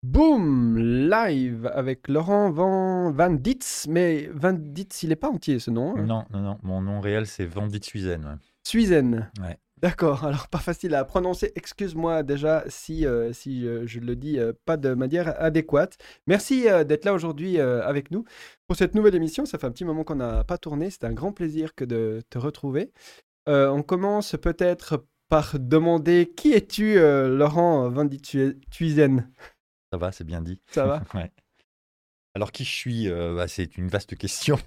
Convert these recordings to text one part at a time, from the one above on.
Boum! Live avec Laurent Van Ditz. Mais Van Ditz, il n'est pas entier ce nom, hein. Non, non, non. Mon nom réel, c'est Vandit Suizen. Suizen. Ouais. Ouais. D'accord, alors pas facile à prononcer. Excuse-moi déjà si je le dis pas de manière adéquate. Merci d'être là aujourd'hui avec nous pour cette nouvelle émission. Ça fait un petit moment qu'on n'a pas tourné. C'est un grand plaisir que de te retrouver. On commence peut-être par demander qui es-tu, Laurent Van Ditz-Suizen? Ça va, c'est bien dit. Ça va? Ouais. Alors, qui je suis c'est une vaste question.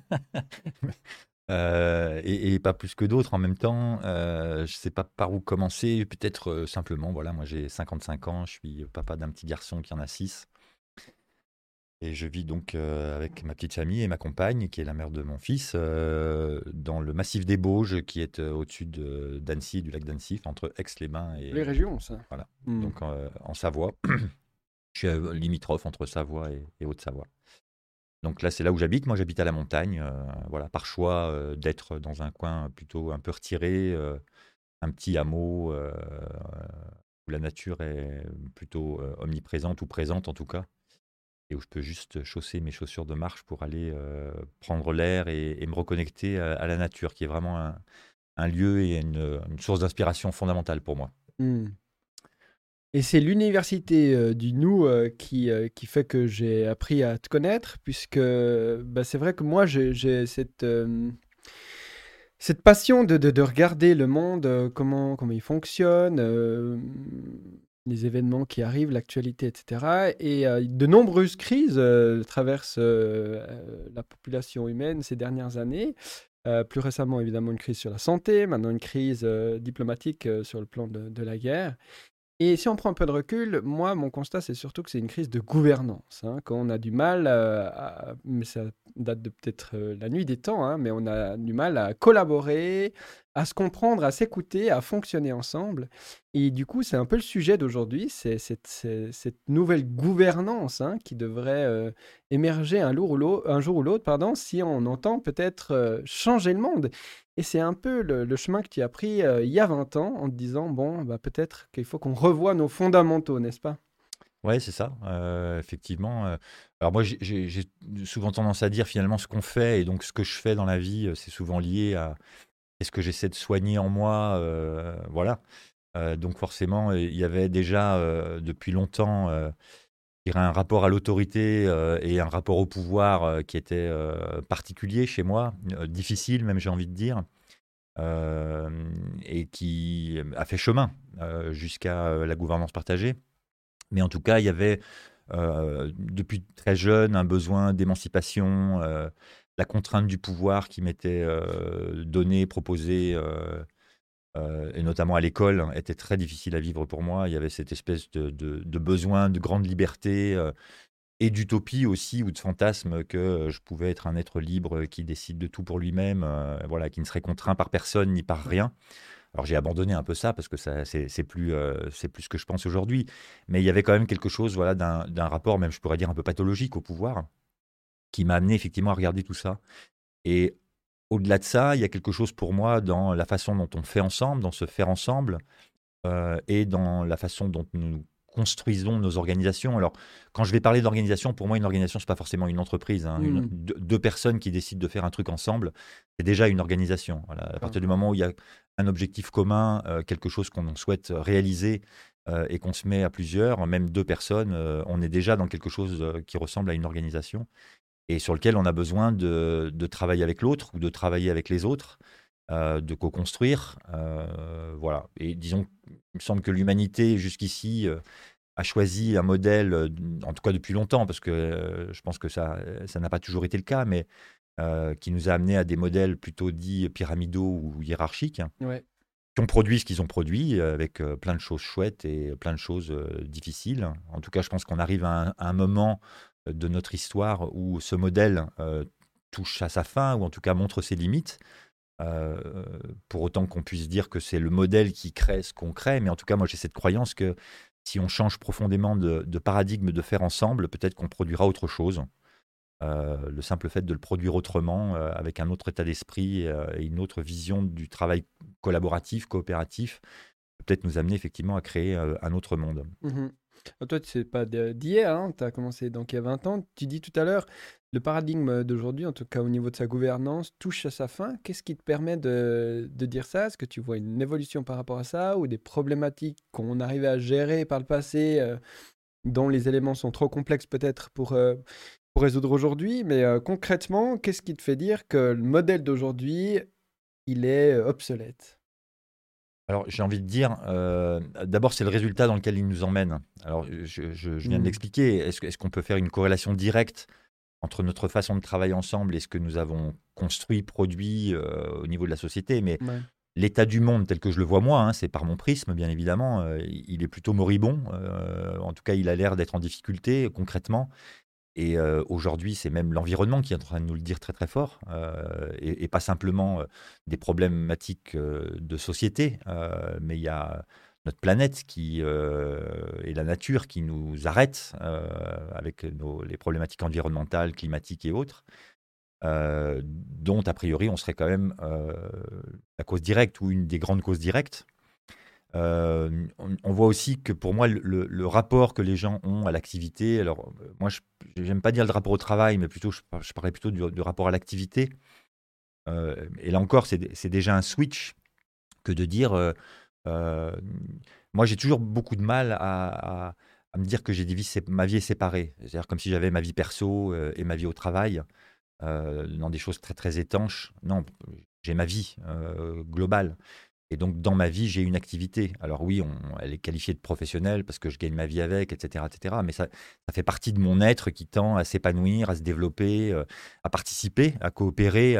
Et pas plus que d'autres en même temps. Je ne sais pas par où commencer. Peut-être simplement, voilà, moi j'ai 55 ans, je suis papa d'un petit garçon qui en a 6. Et je vis donc avec ma petite famille et ma compagne, qui est la mère de mon fils, dans le massif des Bauges, qui est au-dessus d'Annecy, du lac d'Annecy, entre Aix-les-Bains Les et régions, ça. voilà. Hmm. Donc en Savoie. Je suis limitrophe entre Savoie et Haute-Savoie. Donc là, c'est là où j'habite. Moi, j'habite à la montagne, voilà, par choix d'être dans un coin plutôt un peu retiré, un petit hameau où la nature est plutôt omniprésente ou présente en tout cas, et où je peux juste chausser mes chaussures de marche pour aller prendre l'air et me reconnecter à la nature, qui est vraiment un lieu et une source d'inspiration fondamentale pour moi. Hmm. Et c'est l'université du Nou qui fait que j'ai appris à te connaître, puisque bah, c'est vrai que moi, j'ai cette passion de regarder le monde, comment il fonctionne, les événements qui arrivent, l'actualité, etc. Et de nombreuses crises traversent la population humaine ces dernières années. Plus récemment, évidemment, une crise sur la santé, maintenant une crise diplomatique sur le plan de la guerre. Et si on prend un peu de recul, moi, mon constat, c'est surtout que c'est une crise de gouvernance, hein, qu'on a du mal mais ça date de peut-être la nuit des temps, hein, mais on a du mal à collaborer, à se comprendre, à s'écouter, à fonctionner ensemble. Et du coup, c'est un peu le sujet d'aujourd'hui, c'est cette nouvelle gouvernance, hein, qui devrait émerger un jour ou l'autre, pardon, si on entend peut-être changer le monde. Et c'est un peu le chemin que tu as pris il y a 20 ans en te disant, bon, bah, peut-être qu'il faut qu'on revoie nos fondamentaux, n'est-ce pas? Ouais, c'est ça, effectivement. Alors moi, j'ai souvent tendance à dire finalement ce qu'on fait et donc ce que je fais dans la vie, c'est souvent lié à ce que j'essaie de soigner en moi, voilà. Donc forcément, il y avait déjà depuis longtemps, je dirais un rapport à l'autorité et un rapport au pouvoir qui était particulier chez moi, difficile même j'ai envie de dire, et qui a fait chemin jusqu'à la gouvernance partagée. Mais en tout cas, il y avait depuis très jeune un besoin d'émancipation, la contrainte du pouvoir qui m'était donnée, proposée, et notamment à l'école, hein, était très difficile à vivre pour moi. Il y avait cette espèce de besoin de grande liberté et d'utopie aussi, ou de fantasme que je pouvais être un être libre qui décide de tout pour lui-même, voilà, qui ne serait contraint par personne ni par rien. Alors j'ai abandonné un peu ça parce que ça, c'est plus ce que je pense aujourd'hui. Mais il y avait quand même quelque chose, voilà, d'un rapport, même je pourrais dire un peu pathologique au pouvoir, qui m'a amené effectivement à regarder tout ça. Et au-delà de ça, il y a quelque chose pour moi dans la façon dont on fait ensemble, dans se faire ensemble, et dans la façon dont nous construisons nos organisations. Alors, quand je vais parler d'organisation, pour moi, une organisation, c'est pas forcément une entreprise, hein. Hmm, Deux personnes qui décident de faire un truc ensemble, c'est déjà une organisation. Voilà. À d'accord. partir du moment où il y a un objectif commun, quelque chose qu'on souhaite réaliser et qu'on se met à plusieurs, même deux personnes, on est déjà dans quelque chose qui ressemble à une organisation et sur lequel on a besoin de travailler avec l'autre ou de travailler avec les autres, de co-construire. Voilà. Et disons, il me semble que l'humanité, jusqu'ici, a choisi un modèle, en tout cas depuis longtemps, parce que je pense que ça n'a pas toujours été le cas, mais qui nous a amené à des modèles plutôt dits pyramidaux ou hiérarchiques, hein, Ouais. qui ont produit ce qu'ils ont produit, avec plein de choses chouettes et plein de choses difficiles. En tout cas, je pense qu'on arrive à un moment de notre histoire où ce modèle touche à sa fin, ou en tout cas montre ses limites. Euh, pour autant qu'on puisse dire que c'est le modèle qui crée ce qu'on crée, mais en tout cas, moi j'ai cette croyance que si on change profondément de paradigme de faire ensemble, peut-être qu'on produira autre chose. Le simple fait de le produire autrement, avec un autre état d'esprit et une autre vision du travail collaboratif, coopératif, peut-être nous amener effectivement à créer un autre monde. Mhm. Toi, c'est pas d'hier, hein, tu as commencé donc il y a 20 ans. Tu dis tout à l'heure, le paradigme d'aujourd'hui, en tout cas au niveau de sa gouvernance, touche à sa fin. Qu'est-ce qui te permet de dire ça? Est-ce que tu vois une évolution par rapport à ça ou des problématiques qu'on arrivait à gérer par le passé, dont les éléments sont trop complexes peut-être pour résoudre aujourd'hui? Mais concrètement, qu'est-ce qui te fait dire que le modèle d'aujourd'hui, il est obsolète? Alors, j'ai envie de dire, d'abord, c'est le résultat dans lequel il nous emmène. Alors, je viens de Hmm. l'expliquer. Est-ce qu'on peut faire une corrélation directe entre notre façon de travailler ensemble et ce que nous avons construit, produit au niveau de la société? Mais Ouais. l'état du monde tel que je le vois moi, hein, c'est par mon prisme, bien évidemment, il est plutôt moribond. En tout cas, il a l'air d'être en difficulté concrètement. Et aujourd'hui, c'est même l'environnement qui est en train de nous le dire très très fort, et pas simplement des problématiques de société, mais il y a notre planète et la nature qui nous arrêtent avec les problématiques environnementales, climatiques et autres, dont a priori on serait quand même la cause directe ou une des grandes causes directes. On voit aussi que pour moi, le rapport que les gens ont à l'activité, alors moi, je n'aime pas dire le rapport au travail, mais plutôt, je parlais plutôt du rapport à l'activité. Et là encore, c'est déjà un switch que de dire, euh, moi, j'ai toujours beaucoup de mal à me dire que j'ai des vies, ma vie est séparée. C'est-à-dire comme si j'avais ma vie perso et ma vie au travail, dans des choses très, très étanches. Non, j'ai ma vie globale. Et donc, dans ma vie, j'ai une activité. Alors oui, elle est qualifiée de professionnelle parce que je gagne ma vie avec, etc., etc. Mais ça fait partie de mon être qui tend à s'épanouir, à se développer, à participer, à coopérer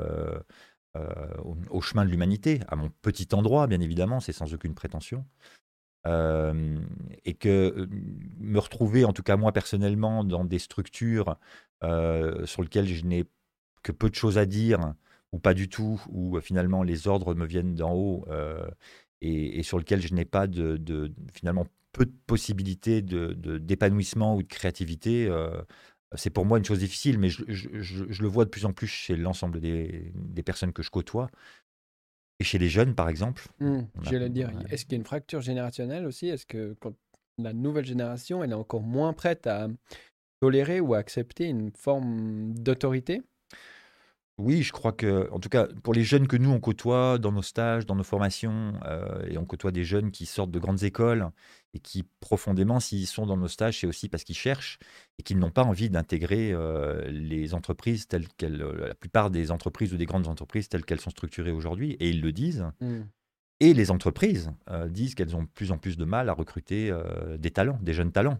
au chemin de l'humanité, à mon petit endroit, bien évidemment, c'est sans aucune prétention. Euh, et que me retrouver, en tout cas moi personnellement, dans des structures sur lesquelles je n'ai que peu de choses à dire, ou pas du tout, où finalement les ordres me viennent d'en haut, et sur lesquels je n'ai pas finalement peu de possibilités d'épanouissement ou de créativité, c'est pour moi une chose difficile, mais je le vois de plus en plus chez l'ensemble des personnes que je côtoie, et chez les jeunes par exemple. On a- J'allais dire, est-ce qu'il y a une fracture générationnelle aussi? Est-ce que quand la nouvelle génération, elle est encore moins prête à tolérer ou à accepter une forme d'autorité? Oui, je crois que, en tout cas, pour les jeunes que nous, on côtoie dans nos stages, dans nos formations, et on côtoie des jeunes qui sortent de grandes écoles et qui, profondément, s'ils sont dans nos stages, c'est aussi parce qu'ils cherchent et qu'ils n'ont pas envie d'intégrer les entreprises telles qu'elles, la plupart des entreprises ou des grandes entreprises telles qu'elles sont structurées aujourd'hui, et ils le disent. Hmm. Et les entreprises disent qu'elles ont de plus en plus de mal à recruter des talents, des jeunes talents,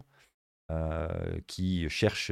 qui cherchent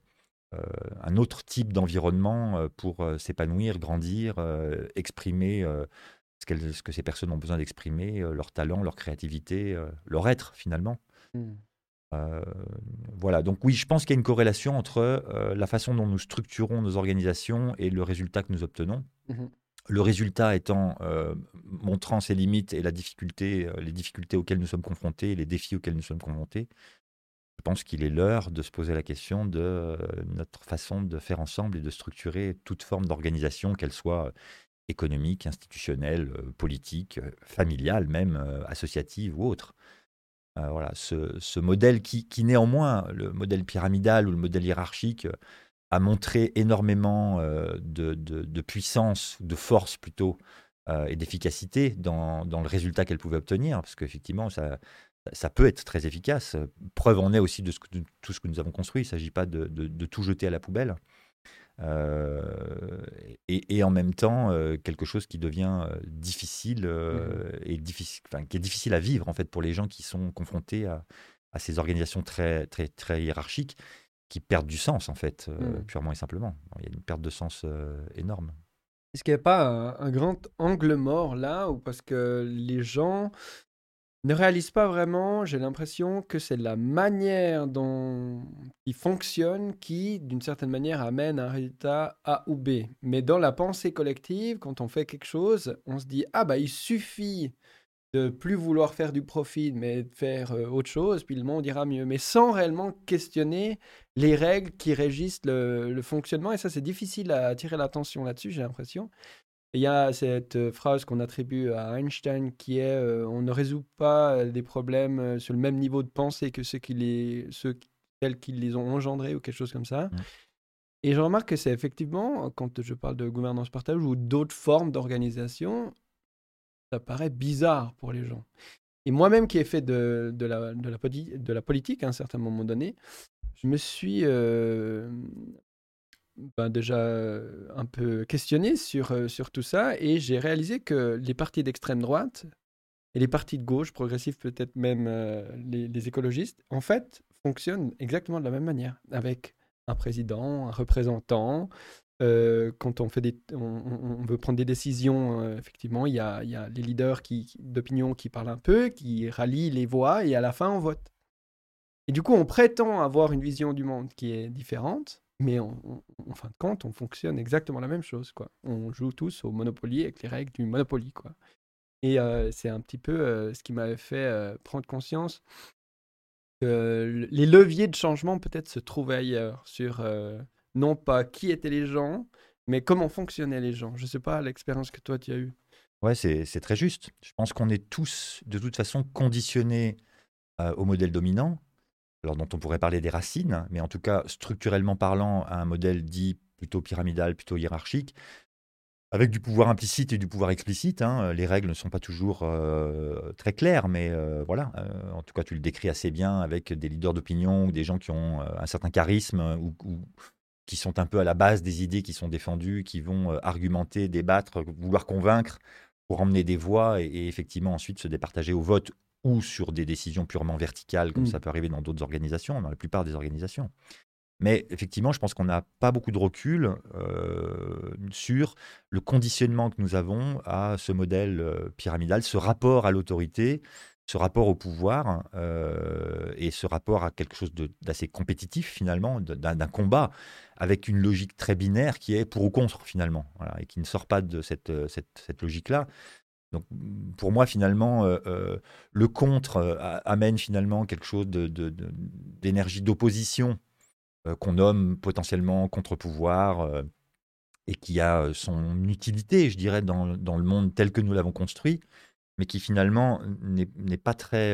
un autre type d'environnement pour s'épanouir, grandir, exprimer ce que ces personnes ont besoin d'exprimer, leur talent, leur créativité, leur être finalement. Hmm. Euh, voilà, donc oui, je pense qu'il y a une corrélation entre la façon dont nous structurons nos organisations et le résultat que nous obtenons. Mhm. Le résultat étant montrant ses limites et les difficultés auxquelles nous sommes confrontés, les défis auxquels nous sommes confrontés. Je pense qu'il est l'heure de se poser la question de notre façon de faire ensemble et de structurer toute forme d'organisation, qu'elle soit économique, institutionnelle, politique, familiale même, associative ou autre. Voilà, ce modèle qui néanmoins, le modèle pyramidal ou le modèle hiérarchique, a montré énormément de puissance, de force plutôt, et d'efficacité dans le résultat qu'elle pouvait obtenir, parce qu'effectivement, ça peut être très efficace. Preuve en est aussi de tout ce que nous avons construit. Il ne s'agit pas de tout jeter à la poubelle. Euh, et en même temps, quelque chose qui devient difficile, Mhm. qui est difficile à vivre en fait pour les gens qui sont confrontés à ces organisations très, très, très hiérarchiques qui perdent du sens en fait, Hmm. purement et simplement. Il y a une perte de sens énorme. Est-ce qu'il n'y a pas un grand angle mort là, ou parce que les gens ne réalisent pas vraiment, j'ai l'impression que c'est la manière dont ils fonctionnent qui, d'une certaine manière, amène un résultat A ou B. Mais dans la pensée collective, quand on fait quelque chose, on se dit, ah bah il suffit de plus vouloir faire du profit, mais de faire autre chose, puis le monde ira mieux. Mais sans réellement questionner les règles qui régissent le fonctionnement. Et ça, c'est difficile à attirer l'attention là-dessus, j'ai l'impression. Il y a cette phrase qu'on attribue à Einstein qui est on ne résout pas des problèmes sur le même niveau de pensée que tels qui les ont engendrés ou quelque chose comme ça. Mm. Et je remarque que c'est effectivement, quand je parle de gouvernance partagée ou d'autres formes d'organisation, ça paraît bizarre pour les gens. Et moi-même qui ai fait de la politique à un certain moment donné, je me suis déjà un peu questionné sur tout ça et j'ai réalisé que les partis d'extrême droite et les partis de gauche, progressifs peut-être même les écologistes, en fait, fonctionnent exactement de la même manière, avec un président, un représentant. Quand on veut prendre des décisions, effectivement, il y a les leaders d'opinion qui parlent un peu, qui rallient les voix et à la fin, on vote. Et du coup, on prétend avoir une vision du monde qui est différente, mais en fin de compte, on fonctionne exactement la même chose, quoi. On joue tous au Monopoly avec les règles du Monopoly, quoi. Et c'est un petit peu ce qui m'avait fait prendre conscience que les leviers de changement peut-être se trouvaient ailleurs, sur non pas qui étaient les gens, mais comment fonctionnaient les gens. Je ne sais pas l'expérience que toi tu as eue. Ouais, c'est très juste. Je pense qu'on est tous, de toute façon, conditionnés au modèle dominant, alors dont on pourrait parler des racines, mais en tout cas, structurellement parlant, à un modèle dit plutôt pyramidal, plutôt hiérarchique, avec du pouvoir implicite et du pouvoir explicite. Hein. Les règles ne sont pas toujours très claires, mais voilà. En tout cas, tu le décris assez bien avec des leaders d'opinion ou des gens qui ont un certain charisme ou qui sont un peu à la base des idées qui sont défendues, qui vont argumenter, débattre, vouloir convaincre pour emmener des voix et effectivement ensuite se départager au vote ou sur des décisions purement verticales, comme ça peut arriver dans d'autres organisations, dans la plupart des organisations. Mais effectivement, je pense qu'on n'a pas beaucoup de recul sur le conditionnement que nous avons à ce modèle pyramidal, ce rapport à l'autorité, ce rapport au pouvoir et ce rapport à quelque chose d'assez compétitif finalement, d'un combat avec une logique très binaire qui est pour ou contre finalement, voilà, et qui ne sort pas de cette logique-là. Donc, pour moi, finalement, le contre amène finalement quelque chose d'énergie d'opposition qu'on nomme potentiellement contre-pouvoir et qui a son utilité, je dirais, dans le monde tel que nous l'avons construit, mais qui finalement n'est pas très...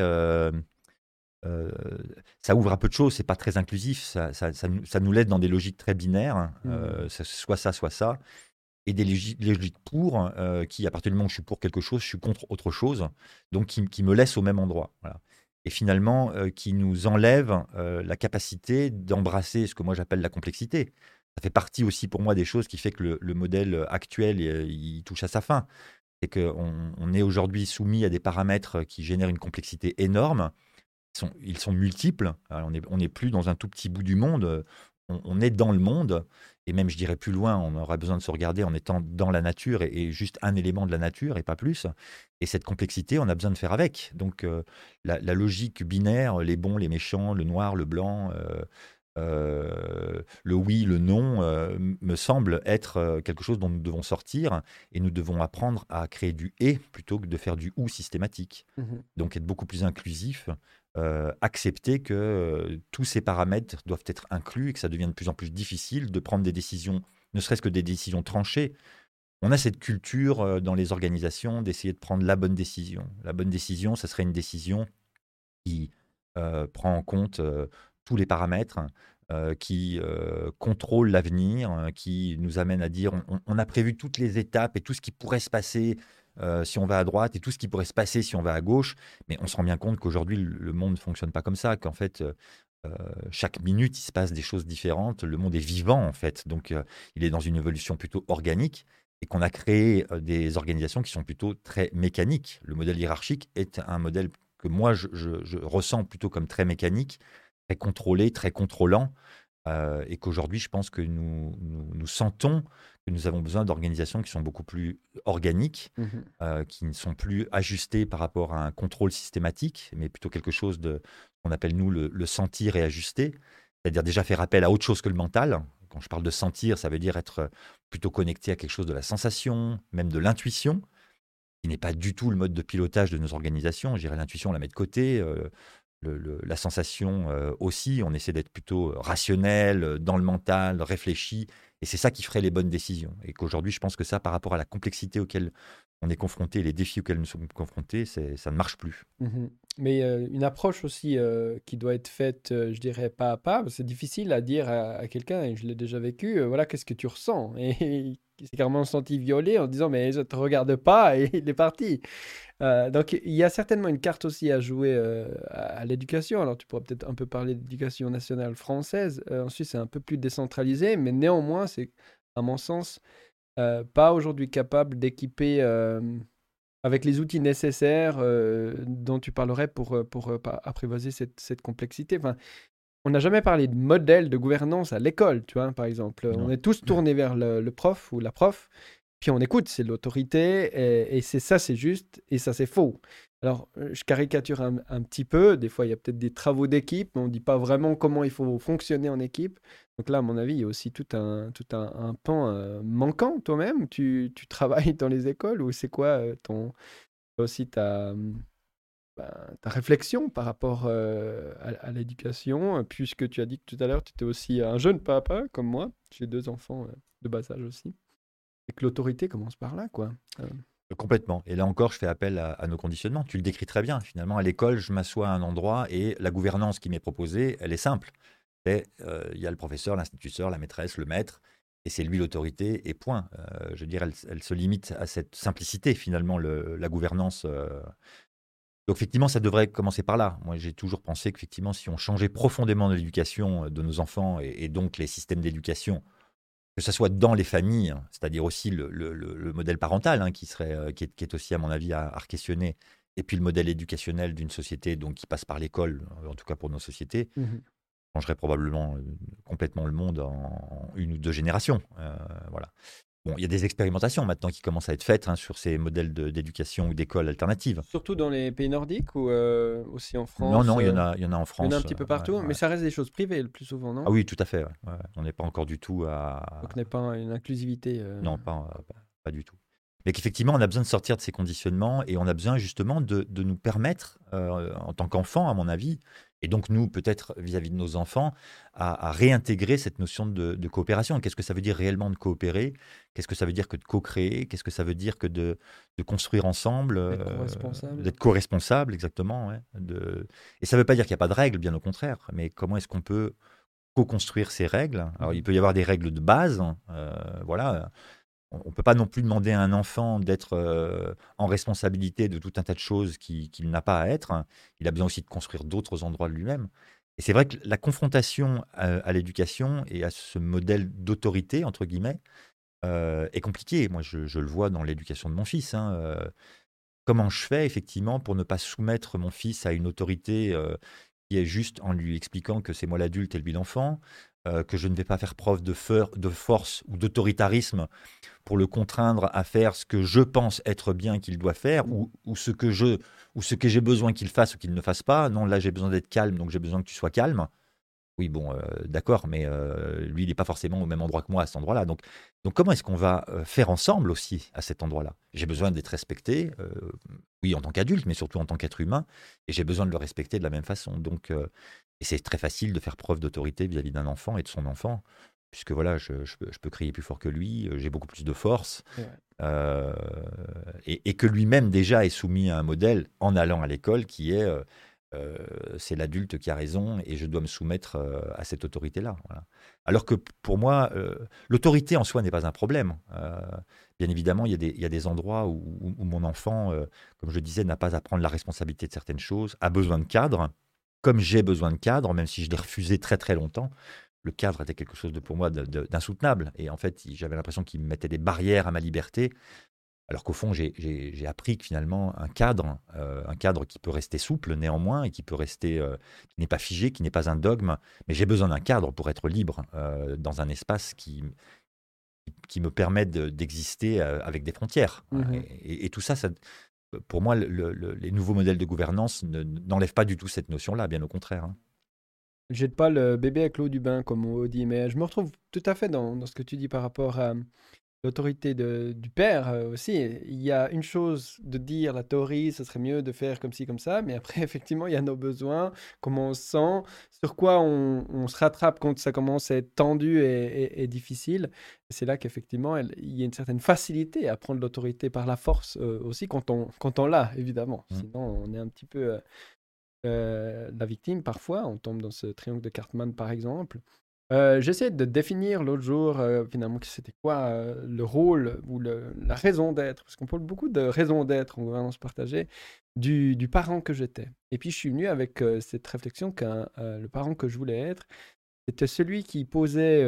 euh, ça ouvre à peu de choses, c'est pas très inclusif, ça nous laisse dans des logiques très binaires, soit ça, soit ça, et des logiques pour, qui, à partir du moment où je suis pour quelque chose, je suis contre autre chose, donc qui me laissent au même endroit. Voilà. Et finalement, qui nous enlèvent la capacité d'embrasser ce que moi j'appelle la complexité. Ça fait partie aussi pour moi des choses qui fait que le modèle actuel, il touche à sa fin. C'est qu'on est aujourd'hui soumis à des paramètres qui génèrent une complexité énorme. Ils sont multiples. Alors, on n'est plus dans un tout petit bout du monde. On est dans le monde. Et même, je dirais plus loin, on aura besoin de se regarder en étant dans la nature et juste un élément de la nature et pas plus. Et cette complexité, on a besoin de faire avec. Donc, la logique binaire, les bons, les méchants, le noir, le blanc, le oui, le non, me semble être quelque chose dont nous devons sortir et nous devons apprendre à créer du et plutôt que de faire du ou systématique. Mhm. Donc, être beaucoup plus inclusif, accepter que tous ces paramètres doivent être inclus et que ça devient de plus en plus difficile de prendre des décisions, ne serait-ce que des décisions tranchées. On a cette culture dans les organisations d'essayer de prendre la bonne décision. La bonne décision, ça serait une décision qui prend en compte tous les paramètres, qui contrôle l'avenir, qui nous amène à dire on a prévu toutes les étapes et tout ce qui pourrait se passer si on va à droite et tout ce qui pourrait se passer si on va à gauche. Mais on se rend bien compte qu'aujourd'hui, le monde ne fonctionne pas comme ça, qu'en fait, chaque minute, il se passe des choses différentes. Le monde est vivant, en fait. Donc, il est dans une évolution plutôt organique et qu'on a créé des organisations qui sont plutôt très mécaniques. Le modèle hiérarchique est un modèle que moi, je ressens plutôt comme très mécanique, très contrôlé, très contrôlant. Et qu'aujourd'hui, je pense que nous sentons que nous avons besoin d'organisations qui sont beaucoup plus organiques, Mhm. qui ne sont plus ajustées par rapport à un contrôle systématique, mais plutôt quelque chose de qu'on appelle nous le sentir et ajuster, c'est-à-dire déjà faire appel à autre chose que le mental. Quand je parle de sentir, ça veut dire être plutôt connecté à quelque chose de la sensation, même de l'intuition, qui n'est pas du tout le mode de pilotage de nos organisations. Je dirais l'intuition, on la met de côté. la sensation aussi. On essaie d'être plutôt rationnel, dans le mental, réfléchi. Et c'est ça qui ferait les bonnes décisions. Et qu'aujourd'hui, je pense que ça, par rapport à la complexité auquel on est confronté, les défis auxquels nous sommes confrontés, ça ne marche plus. Mhm. Mais une approche aussi qui doit être faite, je dirais, pas à pas. C'est difficile à dire à quelqu'un, et je l'ai déjà vécu, voilà, qu'est-ce que tu ressens? Et il s'est carrément senti violé en disant, mais je te regarde pas, et il est parti. Donc il y a certainement une carte aussi à jouer à l'éducation. Alors tu pourrais peut-être un peu parler d'éducation nationale française. En Suisse, c'est un peu plus décentralisé, mais néanmoins, c'est, à mon sens, pas aujourd'hui capable d'équiper avec les outils nécessaires dont tu parlerais pour apprivoiser cette complexité. Enfin, on n'a jamais parlé de modèle de gouvernance à l'école, tu vois, par exemple. On Non. est tous tournés vers le prof ou la prof, puis on écoute, c'est l'autorité, et c'est ça, c'est juste, et ça, c'est faux. Alors, je caricature un petit peu, des fois, il y a peut-être des travaux d'équipe, mais on ne dit pas vraiment comment il faut fonctionner en équipe. Donc là, à mon avis, il y a aussi tout un pan manquant, toi-même. Tu travailles dans les écoles, ou c'est quoi aussi ta réflexion par rapport à l'éducation, puisque tu as dit que tout à l'heure, tu étais aussi un jeune papa, comme moi. J'ai 2 enfants de bas âge aussi. Et que l'autorité commence par là, quoi. Complètement. Et là encore, je fais appel à nos conditionnements. Tu le décris très bien. Finalement, à l'école, je m'assois à un endroit et la gouvernance qui m'est proposée, elle est simple. Il y a le professeur, l'instituteur, la maîtresse, le maître, et c'est lui l'autorité, et point. Je veux dire, elle se limite à cette simplicité, finalement, la gouvernance. Donc, effectivement, ça devrait commencer par là. Moi, j'ai toujours pensé qu'effectivement, si on changeait profondément l'éducation de nos enfants et donc les systèmes d'éducation, que ce soit dans les familles, c'est-à-dire aussi le modèle parental, hein, qui est aussi, à mon avis, à questionner, et puis le modèle éducationnel d'une société donc, qui passe par l'école, en tout cas pour nos sociétés, Mhm. changerait probablement complètement le monde en 1 ou 2 générations. Voilà. Bon, il y a des expérimentations maintenant qui commencent à être faites hein, sur ces modèles d'éducation ou d'école alternatives. Surtout dans les pays nordiques ou aussi en Non, France. non, il y en a en Il y en a un France. petit peu Ouais, partout, mais ouais. ça reste des choses privées le plus souvent, Ah non? oui, tout à fait. Ouais, ouais. On n'est pas encore du tout Donc, n'est pas une inclusivité. Non, pas du tout. Mais qu'effectivement, on a besoin de sortir de ces conditionnements et on a besoin justement de nous permettre, en tant qu'enfants, à mon avis, et donc nous, peut-être vis-à-vis de nos enfants, à réintégrer cette notion de coopération. Qu'est-ce que ça veut dire réellement de coopérer? Qu'est-ce que ça veut dire que de co-créer? Qu'est-ce que ça veut dire que de construire ensemble, D'être co-responsable. d'être co-responsable, exactement. Ouais, Et ça ne veut pas dire qu'il n'y a pas de règles, bien au contraire, mais comment est-ce qu'on peut co-construire ces règles? Alors, il Mhm. peut y avoir des règles de base, voilà. On ne peut pas non plus demander à un enfant d'être en responsabilité de tout un tas de choses qu'il n'a pas à être. Il a besoin aussi de construire d'autres endroits de lui-même. Et c'est vrai que la confrontation à l'éducation et à ce modèle d'autorité, entre guillemets, est compliquée. Moi, je le vois dans l'éducation de mon fils. Hein, comment je fais, effectivement, pour ne pas soumettre mon fils à une autorité qui est juste en lui expliquant que c'est moi l'adulte et lui l'enfant, que je ne vais pas faire preuve de force ou d'autoritarisme pour le contraindre à faire ce que je pense être bien qu'il doit faire ou ce que j'ai besoin qu'il fasse ou qu'il ne fasse pas. Non, là j'ai besoin d'être calme, donc j'ai besoin que tu sois calme. Oui, bon, d'accord, mais lui, il n'est pas forcément au même endroit que moi à cet endroit-là. Donc comment est-ce qu'on va faire ensemble aussi à cet endroit-là? J'ai besoin d'être respecté, oui, en tant qu'adulte, mais surtout en tant qu'être humain, et j'ai besoin de le respecter de la même façon. Donc, et c'est très facile de faire preuve d'autorité vis-à-vis d'un enfant et de son enfant, puisque voilà, je peux crier plus fort que lui, j'ai beaucoup plus de force, C'est vrai. euh, et que lui-même déjà est soumis à un modèle en allant à l'école qui est c'est l'adulte qui a raison et je dois me soumettre à cette autorité-là. Voilà. Alors que pour moi, l'autorité en soi n'est pas un problème. Bien évidemment, il y a des endroits où mon enfant, comme je disais, n'a pas à prendre la responsabilité de certaines choses, a besoin de cadre. Comme j'ai besoin de cadre, même si je l'ai refusé très très longtemps, le cadre était quelque chose pour moi d'insoutenable. Et en fait, j'avais l'impression qu'il me mettait des barrières à ma liberté. Alors qu'au fond, j'ai appris que finalement, un cadre qui peut rester souple néanmoins et qui peut rester, qui n'est pas figé, qui n'est pas un dogme, mais j'ai besoin d'un cadre pour être libre dans un espace qui me permet d'exister avec des frontières. Voilà. Mhm. Et tout ça, pour moi, les nouveaux modèles de gouvernance n'enlèvent pas du tout cette notion-là, bien au contraire. Hein. Jette pas le bébé avec l'eau du bain, comme on dit, mais je me retrouve tout à fait dans ce que tu dis par rapport l'autorité du père aussi. Il y a une chose de dire la théorie, ce serait mieux de faire comme ci, comme ça, mais après, effectivement, il y a nos besoins, comment on se sent, sur quoi on se rattrape quand ça commence à être tendu et difficile. Et c'est là qu'effectivement, il y a une certaine facilité à prendre l'autorité par la force aussi quand on l'a, évidemment. Mm. Sinon, on est un petit peu la victime parfois, on tombe dans ce triangle de Cartman par exemple. J'essaie de définir l'autre jour finalement que c'était quoi le rôle ou la raison d'être, parce qu'on parle beaucoup de raison d'être en gouvernance partagée, du parent que j'étais. Et puis je suis venu avec cette réflexion que le parent que je voulais être, c'était celui qui posait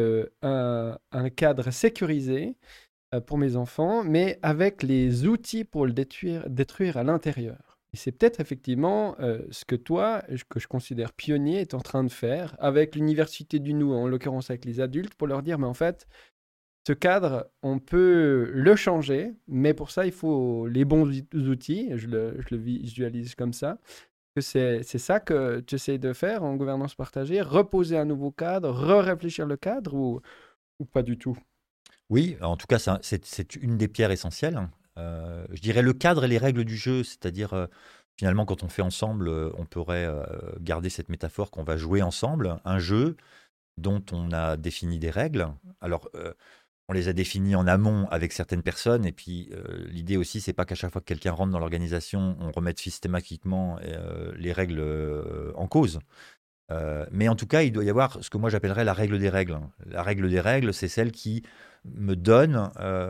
un cadre sécurisé pour mes enfants, mais avec les outils pour le détruire à l'intérieur. Et c'est peut-être effectivement ce que toi, que je considère pionnier, est en train de faire avec l'université du nous, en l'occurrence avec les adultes, pour leur dire, mais en fait, ce cadre, on peut le changer, mais pour ça, il faut les bons outils. Je le visualise comme ça. Que c'est ça que tu essayes de faire en gouvernance partagée, reposer un nouveau cadre, réfléchir le cadre ou pas du tout? Oui, en tout cas, c'est une des pierres essentielles. Je dirais le cadre et les règles du jeu, c'est-à-dire finalement quand on fait ensemble, on pourrait garder cette métaphore qu'on va jouer ensemble, un jeu dont on a défini des règles. Alors, on les a définies en amont avec certaines personnes, et puis l'idée aussi, c'est pas qu'à chaque fois que quelqu'un rentre dans l'organisation, on remette systématiquement les règles en cause. Mais en tout cas, il doit y avoir ce que moi j'appellerais la règle des règles. La règle des règles, c'est celle qui me donne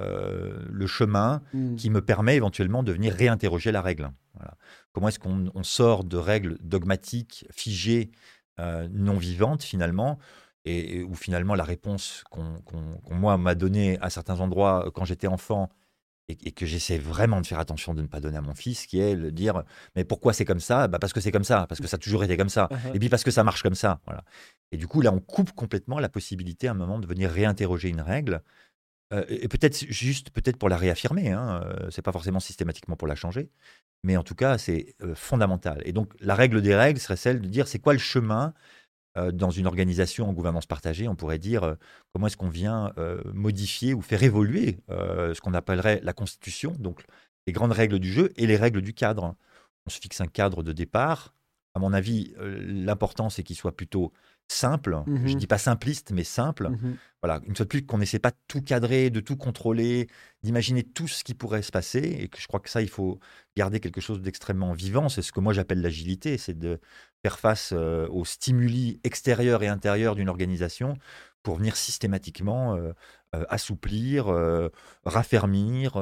le chemin Hmm. qui me permet éventuellement de venir réinterroger la règle. Voilà. Comment est-ce qu'on sort de règles dogmatiques, figées, non vivantes finalement, et où finalement la réponse qu'on moi m'a donnée à certains endroits quand j'étais enfant et que j'essaie vraiment de faire attention de ne pas donner à mon fils, qui est le dire, mais pourquoi c'est comme ça? Bah parce que c'est comme ça, parce que ça a toujours été comme ça, et puis parce que ça marche comme ça. Voilà. Et du coup, là, on coupe complètement la possibilité à un moment de venir réinterroger une règle, et peut-être juste peut-être pour la réaffirmer, hein, c'est pas forcément systématiquement pour la changer, mais en tout cas, c'est fondamental. Et donc, la règle des règles serait celle de dire, c'est quoi le chemin dans une organisation en gouvernance partagée, on pourrait dire comment est-ce qu'on vient modifier ou faire évoluer ce qu'on appellerait la constitution, donc les grandes règles du jeu et les règles du cadre. On se fixe un cadre de départ. À mon avis, l'important, c'est qu'il soit plutôt simple. Je ne Mhm. dis pas simpliste, mais simple. Mhm. Voilà, une fois de plus, qu'on n'essaie pas de tout cadrer, de tout contrôler, d'imaginer tout ce qui pourrait se passer. Et que je crois que ça, il faut garder quelque chose d'extrêmement vivant. C'est ce que moi j'appelle l'agilité, c'est de faire face aux stimuli extérieurs et intérieurs d'une organisation pour venir systématiquement assouplir, raffermir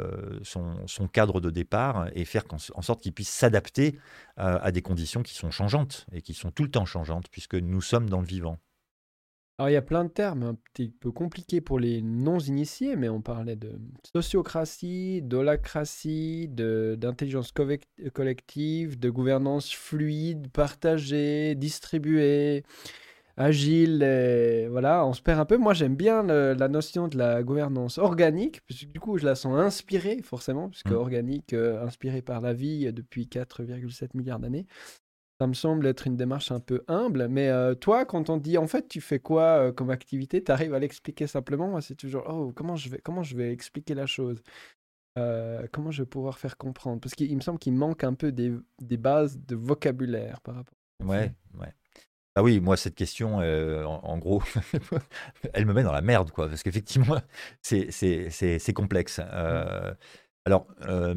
son cadre de départ et faire en sorte qu'il puisse s'adapter à des conditions qui sont changeantes et qui sont tout le temps changeantes puisque nous sommes dans le vivant. Alors, il y a plein de termes un petit peu compliqués pour les non-initiés, mais on parlait de sociocratie, d'holacratie, d'intelligence collective, de gouvernance fluide, partagée, distribuée, agile. Et voilà, on se perd un peu. Moi, j'aime bien la notion de la gouvernance organique, puisque du coup, je la sens inspirée, forcément, puisque Mm. organique, inspirée par la vie depuis 4,7 milliards d'années. Ça me semble être une démarche un peu humble, mais toi, quand on te dit en fait, tu fais quoi comme activité, tu arrives à l'expliquer simplement. Moi, c'est toujours oh, comment je vais expliquer la chose. Comment je vais pouvoir faire comprendre? Parce qu'il me semble qu'il manque un peu des bases de vocabulaire par rapport à ce qu'on fait. Ouais, ouais. Ah oui, moi, cette question, en gros, elle me met dans la merde, quoi, parce qu'effectivement, c'est complexe. Mm. Alors,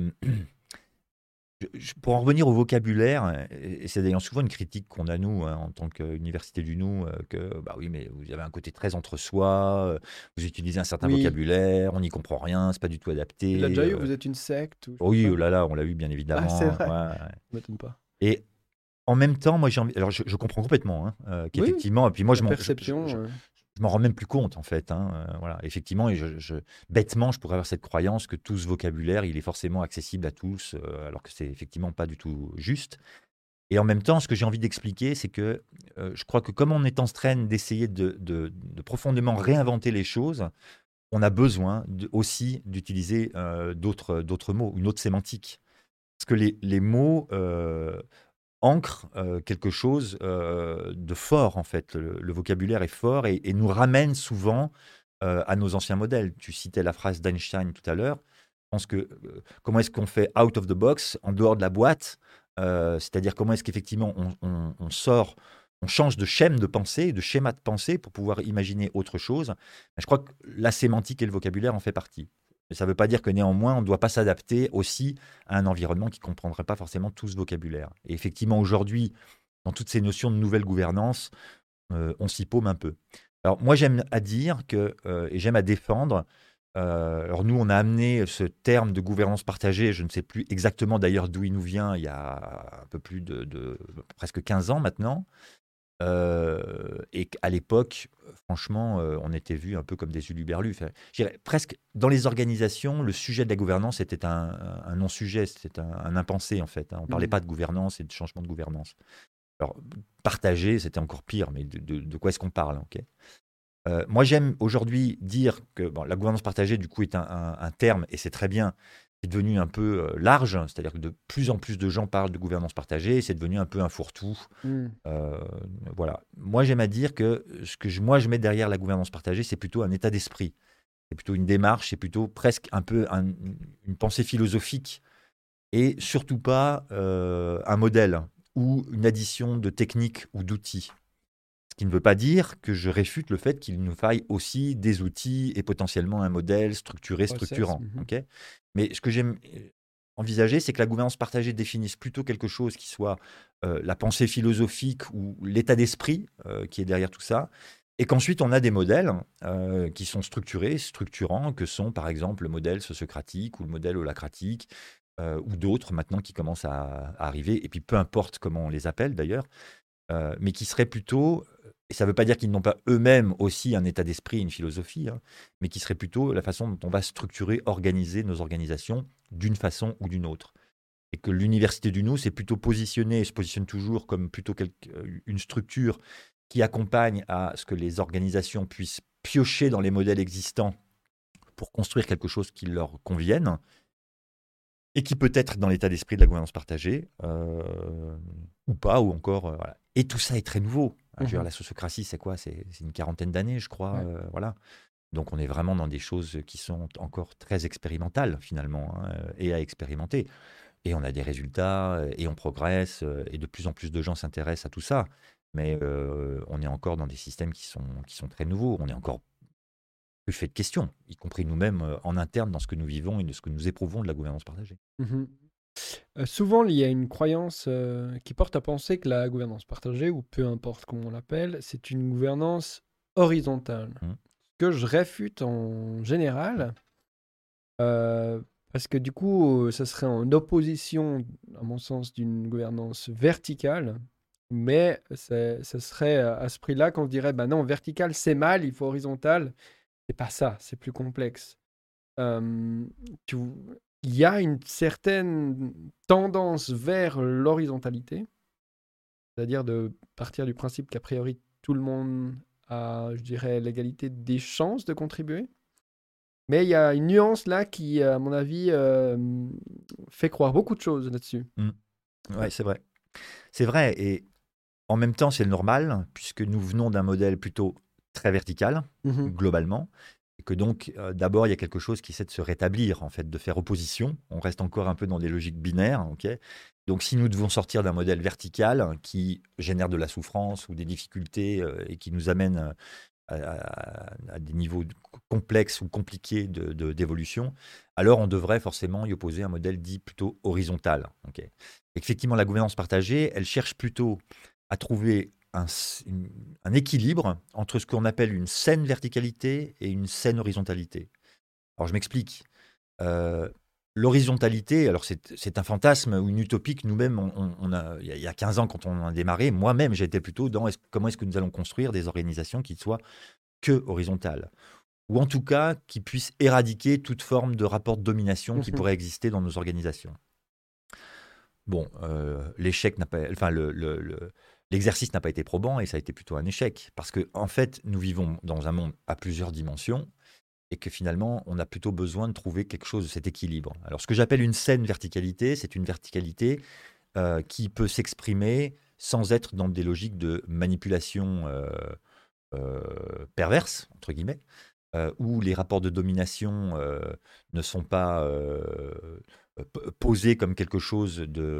pour en revenir au vocabulaire, et c'est d'ailleurs souvent une critique qu'on a, nous, hein, en tant qu'université du nous, que, bah oui, mais vous avez un côté très entre-soi, vous utilisez un certain Oui, vocabulaire, on n'y comprend rien, c'est pas du tout tu l'as adapté. déjà eu, vous êtes une secte ou je sais Oui, pas. oh là là, on l'a eu, bien Ah, c'est évidemment. Ouais, vrai, ouais. ça m'étonne pas. Et en même temps, moi, j'ai envie. Alors, je comprends complètement hein, Oui, qu'effectivement, et puis moi, la perception. je m'en rends même plus compte, en fait. Hein, voilà, effectivement, et bêtement, je pourrais avoir cette croyance que tout ce vocabulaire, il est forcément accessible à tous, alors que c'est effectivement pas du tout juste. Et en même temps, ce que j'ai envie d'expliquer, c'est que je crois que comme on est en train d'essayer de profondément réinventer les choses, on a besoin aussi d'utiliser d'autres mots, une autre sémantique. Parce que les mots ancrent quelque chose de fort, en fait. Le vocabulaire est fort et nous ramène souvent à nos anciens modèles. Tu citais la phrase d'Einstein tout à l'heure. Je pense que comment est-ce qu'on fait out of the box, en dehors de la boîte, c'est-à-dire comment est-ce qu'effectivement on sort, on change de schème de pensée, de schéma de pensée pour pouvoir imaginer autre chose. Je crois que la sémantique et le vocabulaire en fait partie. Mais ça ne veut pas dire que néanmoins on ne doit pas s'adapter aussi à un environnement qui ne comprendrait pas forcément tout ce vocabulaire. Et effectivement aujourd'hui, dans toutes ces notions de nouvelle gouvernance, on s'y paume un peu. Alors moi j'aime à dire que, et j'aime à défendre, alors nous on a amené ce terme de gouvernance partagée, je ne sais plus exactement d'ailleurs d'où il nous vient, il y a un peu plus de presque 15 ans maintenant, et qu'à l'époque, franchement, on était vus un peu comme des huluberlus. Enfin, je dirais, presque dans les organisations, le sujet de la gouvernance était un non-sujet, c'était un impensé en fait, hein. On ne parlait Mhm. pas de gouvernance et de changement de gouvernance. Alors, partager, c'était encore pire, mais de quoi est-ce qu'on parle, ok. Moi, j'aime aujourd'hui dire que bon, la gouvernance partagée, du coup, est un terme, et c'est très bien, c'est devenu un peu large, c'est-à-dire que de plus en plus de gens parlent de gouvernance partagée, et c'est devenu un peu un fourre-tout. Mhm. Euh, voilà. Moi, j'aime à dire que moi, je mets derrière la gouvernance partagée, c'est plutôt un état d'esprit, c'est plutôt une démarche, c'est plutôt presque un peu une pensée philosophique, et surtout pas un modèle ou une addition de techniques ou d'outils. Ce qui ne veut pas dire que je réfute le fait qu'il nous faille aussi des outils et potentiellement un modèle structuré, Process. structurant. Ok. Mais ce que j'aime envisager, c'est que la gouvernance partagée définisse plutôt quelque chose qui soit la pensée philosophique ou l'état d'esprit qui est derrière tout ça. Et qu'ensuite, on a des modèles qui sont structurés, structurants, que sont par exemple le modèle sociocratique ou le modèle holacratique, ou d'autres maintenant qui commencent à arriver, et puis peu importe comment on les appelle d'ailleurs, mais qui seraient plutôt, et ça ne veut pas dire qu'ils n'ont pas eux-mêmes aussi un état d'esprit, une philosophie, hein, mais qui serait plutôt la façon dont on va structurer, organiser nos organisations d'une façon ou d'une autre. Et que l'université du nous s'est plutôt positionnée, et se positionne toujours comme plutôt une structure qui accompagne à ce que les organisations puissent piocher dans les modèles existants pour construire quelque chose qui leur convienne, et qui peut être dans l'état d'esprit de la gouvernance partagée, ou pas, ou encore. Voilà. Et tout ça est très nouveau. Je veux dire, Mhm. la sociocratie, c'est quoi? C'est une quarantaine d'années, je crois. Ouais. Voilà. Donc on est vraiment dans des choses qui sont encore très expérimentales, finalement, hein, et à expérimenter. Et on a des résultats, et on progresse, et de plus en plus de gens s'intéressent à tout ça. Mais on est encore dans des systèmes qui sont très nouveaux. On est encore plus fait de questions, y compris nous-mêmes en interne dans ce que nous vivons et de ce que nous éprouvons de la gouvernance partagée. Mhm. Souvent, il y a une croyance qui porte à penser que la gouvernance partagée, ou peu importe comment on l'appelle, c'est une gouvernance horizontale. Mmh. Ce que je réfute en général, euh, parce que du coup, ça serait en opposition, à mon sens, d'une gouvernance verticale. Mais ça serait à ce prix-là qu'on se dirait, bah non, vertical c'est mal, il faut horizontal. C'est pas ça, c'est plus complexe. Euh, tu- il y a une certaine tendance vers l'horizontalité, c'est-à-dire de partir du principe qu'a priori tout le monde a, je dirais, l'égalité des chances de contribuer. Mais il y a une nuance là qui, à mon avis, fait croire beaucoup de choses là-dessus. Mmh. Ouais, c'est vrai. C'est vrai, et en même temps, c'est normal, puisque nous venons d'un modèle plutôt très vertical, Mhm. globalement, et que donc, d'abord, il y a quelque chose qui essaie de se rétablir, en fait, de faire opposition. On reste encore un peu dans des logiques binaires, ok. Donc, si nous devons sortir d'un modèle vertical qui génère de la souffrance ou des difficultés, et qui nous amène à des niveaux complexes ou compliqués d'évolution, alors on devrait forcément y opposer un modèle dit plutôt horizontal. Ok. Effectivement, la gouvernance partagée, elle cherche plutôt à trouver un équilibre entre ce qu'on appelle une saine verticalité et une saine horizontalité. Alors je m'explique. Euh, L'horizontalité, alors c'est un fantasme ou une utopie que nous-mêmes, il y a 15 ans quand on a démarré, moi-même j'étais plutôt dans comment est-ce que nous allons construire des organisations qui soient que horizontales, ou en tout cas qui puissent éradiquer toute forme de rapport de domination qui Mhm. pourrait exister dans nos organisations. Bon, l'échec n'a pas, enfin l'exercice n'a pas été probant, et ça a été plutôt un échec parce que en fait nous vivons dans un monde à plusieurs dimensions, et que finalement on a plutôt besoin de trouver quelque chose de cet équilibre. Alors ce que j'appelle une saine verticalité, c'est une verticalité qui peut s'exprimer sans être dans des logiques de manipulation perverse entre guillemets, où les rapports de domination ne sont pas posés comme quelque chose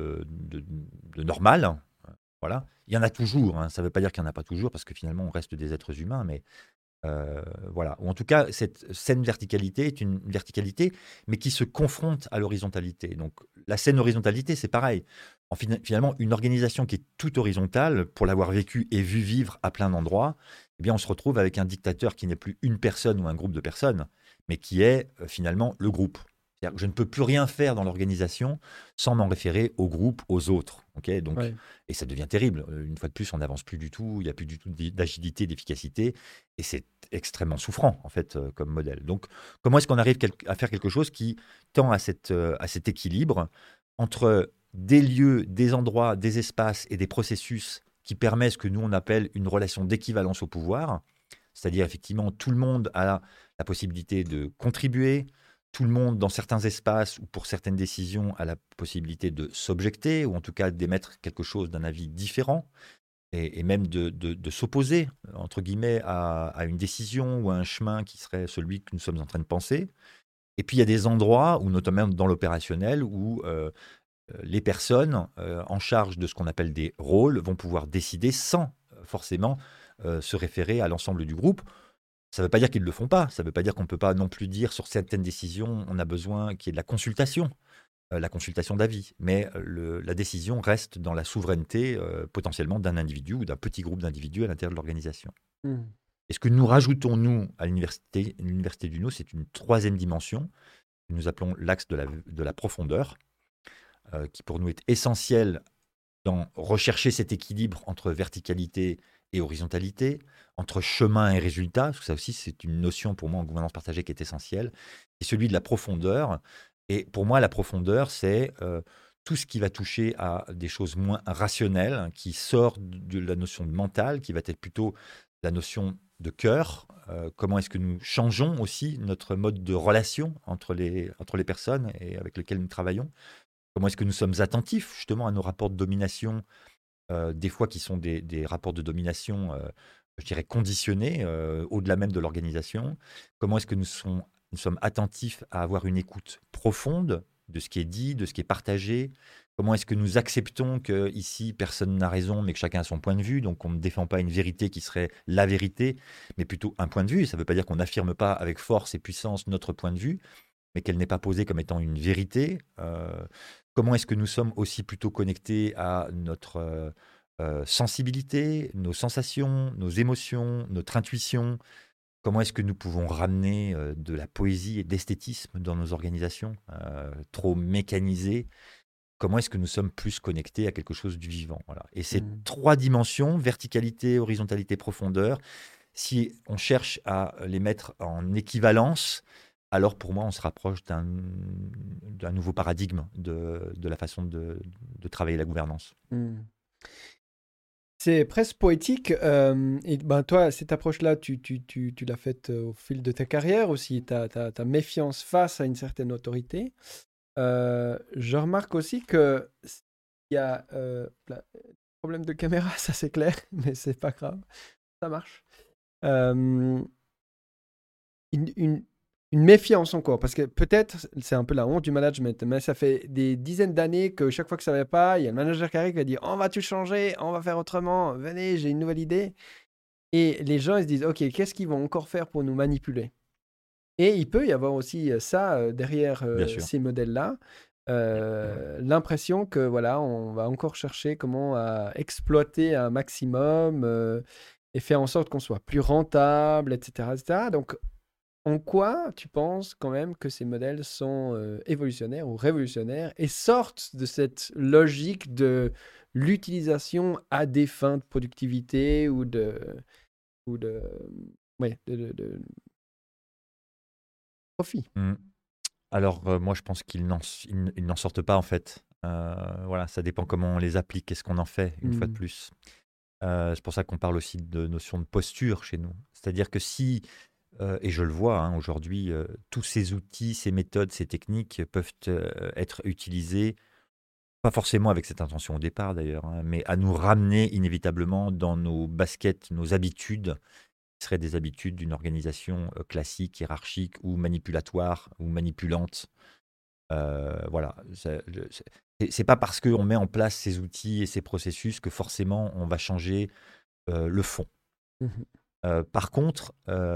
de normal. Voilà. Il y en a toujours, hein. Ça ne veut pas dire qu'il n'y en a pas toujours, parce que finalement, on reste des êtres humains, mais voilà. Ou en tout cas, cette saine verticalité est une verticalité, mais qui se confronte à l'horizontalité. Donc, la saine horizontalité, c'est pareil. Finalement, une organisation qui est toute horizontale, pour l'avoir vécu et vu vivre à plein d'endroits, eh bien, on se retrouve avec un dictateur qui n'est plus une personne ou un groupe de personnes, mais qui est finalement le groupe. C'est-à-dire que je ne peux plus rien faire dans l'organisation sans m'en référer au groupe, aux autres. Ok. Donc, Ouais. et ça devient terrible. Une fois de plus, on n'avance plus du tout, il n'y a plus du tout d'agilité, d'efficacité, et c'est extrêmement souffrant, en fait, comme modèle. Donc, comment est-ce qu'on arrive à faire quelque chose qui tend à cet équilibre entre des lieux, des endroits, des espaces et des processus qui permettent ce que nous, on appelle une relation d'équivalence au pouvoir, c'est-à-dire, effectivement, tout le monde a la possibilité de contribuer, tout le monde, dans certains espaces ou pour certaines décisions, a la possibilité de s'objecter, ou en tout cas d'émettre quelque chose d'un avis différent, et même de s'opposer, entre guillemets, à une décision ou à un chemin qui serait celui que nous sommes en train de penser. Et puis il y a des endroits, où, notamment dans l'opérationnel, où les personnes en charge de ce qu'on appelle des rôles vont pouvoir décider sans forcément se référer à l'ensemble du groupe. Ça ne veut pas dire qu'ils ne le font pas, ça ne veut pas dire qu'on ne peut pas non plus dire sur certaines décisions, on a besoin qu'il y ait de la consultation d'avis. Mais la décision reste dans la souveraineté potentiellement d'un individu ou d'un petit groupe d'individus à l'intérieur de l'organisation. Hmm. Et ce que nous rajoutons, nous, à l'université d'Uno, c'est une troisième dimension que nous appelons l'axe de la profondeur, qui pour nous est essentiel dans rechercher cet équilibre entre verticalité et horizontalité, entre chemin et résultat, parce que ça aussi c'est une notion pour moi en gouvernance partagée qui est essentielle, et celui de la profondeur. Et pour moi, la profondeur, c'est tout ce qui va toucher à des choses moins rationnelles, qui sort de la notion de mental, qui va être plutôt la notion de cœur. Comment est-ce que nous changeons aussi notre mode de relation entre les personnes et avec lesquelles nous travaillons? Comment est-ce que nous sommes attentifs justement à nos rapports de domination, des fois qui sont des rapports de domination, je dirais conditionnés, au-delà même de l'organisation? Comment est-ce que nous sommes attentifs à avoir une écoute profonde de ce qui est dit, de ce qui est partagé? Comment est-ce que nous acceptons que ici personne n'a raison, mais que chacun a son point de vue? Donc on ne défend pas une vérité qui serait la vérité, mais plutôt un point de vue. Ça ne veut pas dire qu'on n'affirme pas avec force et puissance notre point de vue, mais qu'elle n'est pas posée comme étant une vérité. Comment est-ce que nous sommes aussi plutôt connectés à notre sensibilité, nos sensations, nos émotions, notre intuition? Comment est-ce que nous pouvons ramener de la poésie et de l'esthétisme dans nos organisations trop mécanisées? Comment est-ce que nous sommes plus connectés à quelque chose du vivant? Voilà. Et ces Hmm. trois dimensions, verticalité, horizontalité, profondeur, si on cherche à les mettre en équivalence, alors pour moi, on se rapproche d'un nouveau paradigme de la façon de travailler la gouvernance. Hmm. C'est presque poétique. Et ben toi, cette approche-là, tu l'as faite au fil de ta carrière aussi. Ta méfiance face à une certaine autorité. Je remarque aussi que il y a problème de caméra, ça c'est clair, mais c'est pas grave, ça marche. Euh, une, une- une méfiance encore, parce que peut-être c'est un peu la honte du management, mais ça fait des dizaines d'années que chaque fois que ça va pas, il y a le manager qui arrive qui va dire on va tout changer, on va faire autrement, venez, j'ai une nouvelle idée. Et les gens ils se disent ok, qu'est-ce qu'ils vont encore faire pour nous manipuler? Et il peut y avoir aussi ça derrière Bien sûr. ces modèles-là. L'impression que voilà, on va encore chercher comment exploiter un maximum et faire en sorte qu'on soit plus rentable, etc., etc. Donc, en quoi tu penses quand même que ces modèles sont évolutionnaires ou révolutionnaires et sortent de cette logique de l'utilisation à des fins de productivité ou de, ouais, de profit? Mm. Alors, moi, je pense ils n'en sortent pas, en fait. Voilà, ça dépend comment on les applique, qu'est-ce qu'on en fait, une fois de Hmm. plus. C'est pour ça qu'on parle aussi de notion de posture chez nous. C'est-à-dire que si, et je le vois hein, aujourd'hui, tous ces outils, ces méthodes, ces techniques peuvent être utilisés, pas forcément avec cette intention au départ d'ailleurs, hein, mais à nous ramener inévitablement dans nos baskets, nos habitudes, qui seraient des habitudes d'une organisation classique, hiérarchique ou manipulatoire ou manipulante. Voilà. C'est pas parce qu'on met en place ces outils et ces processus que forcément on va changer le fond. Mhm. Par contre,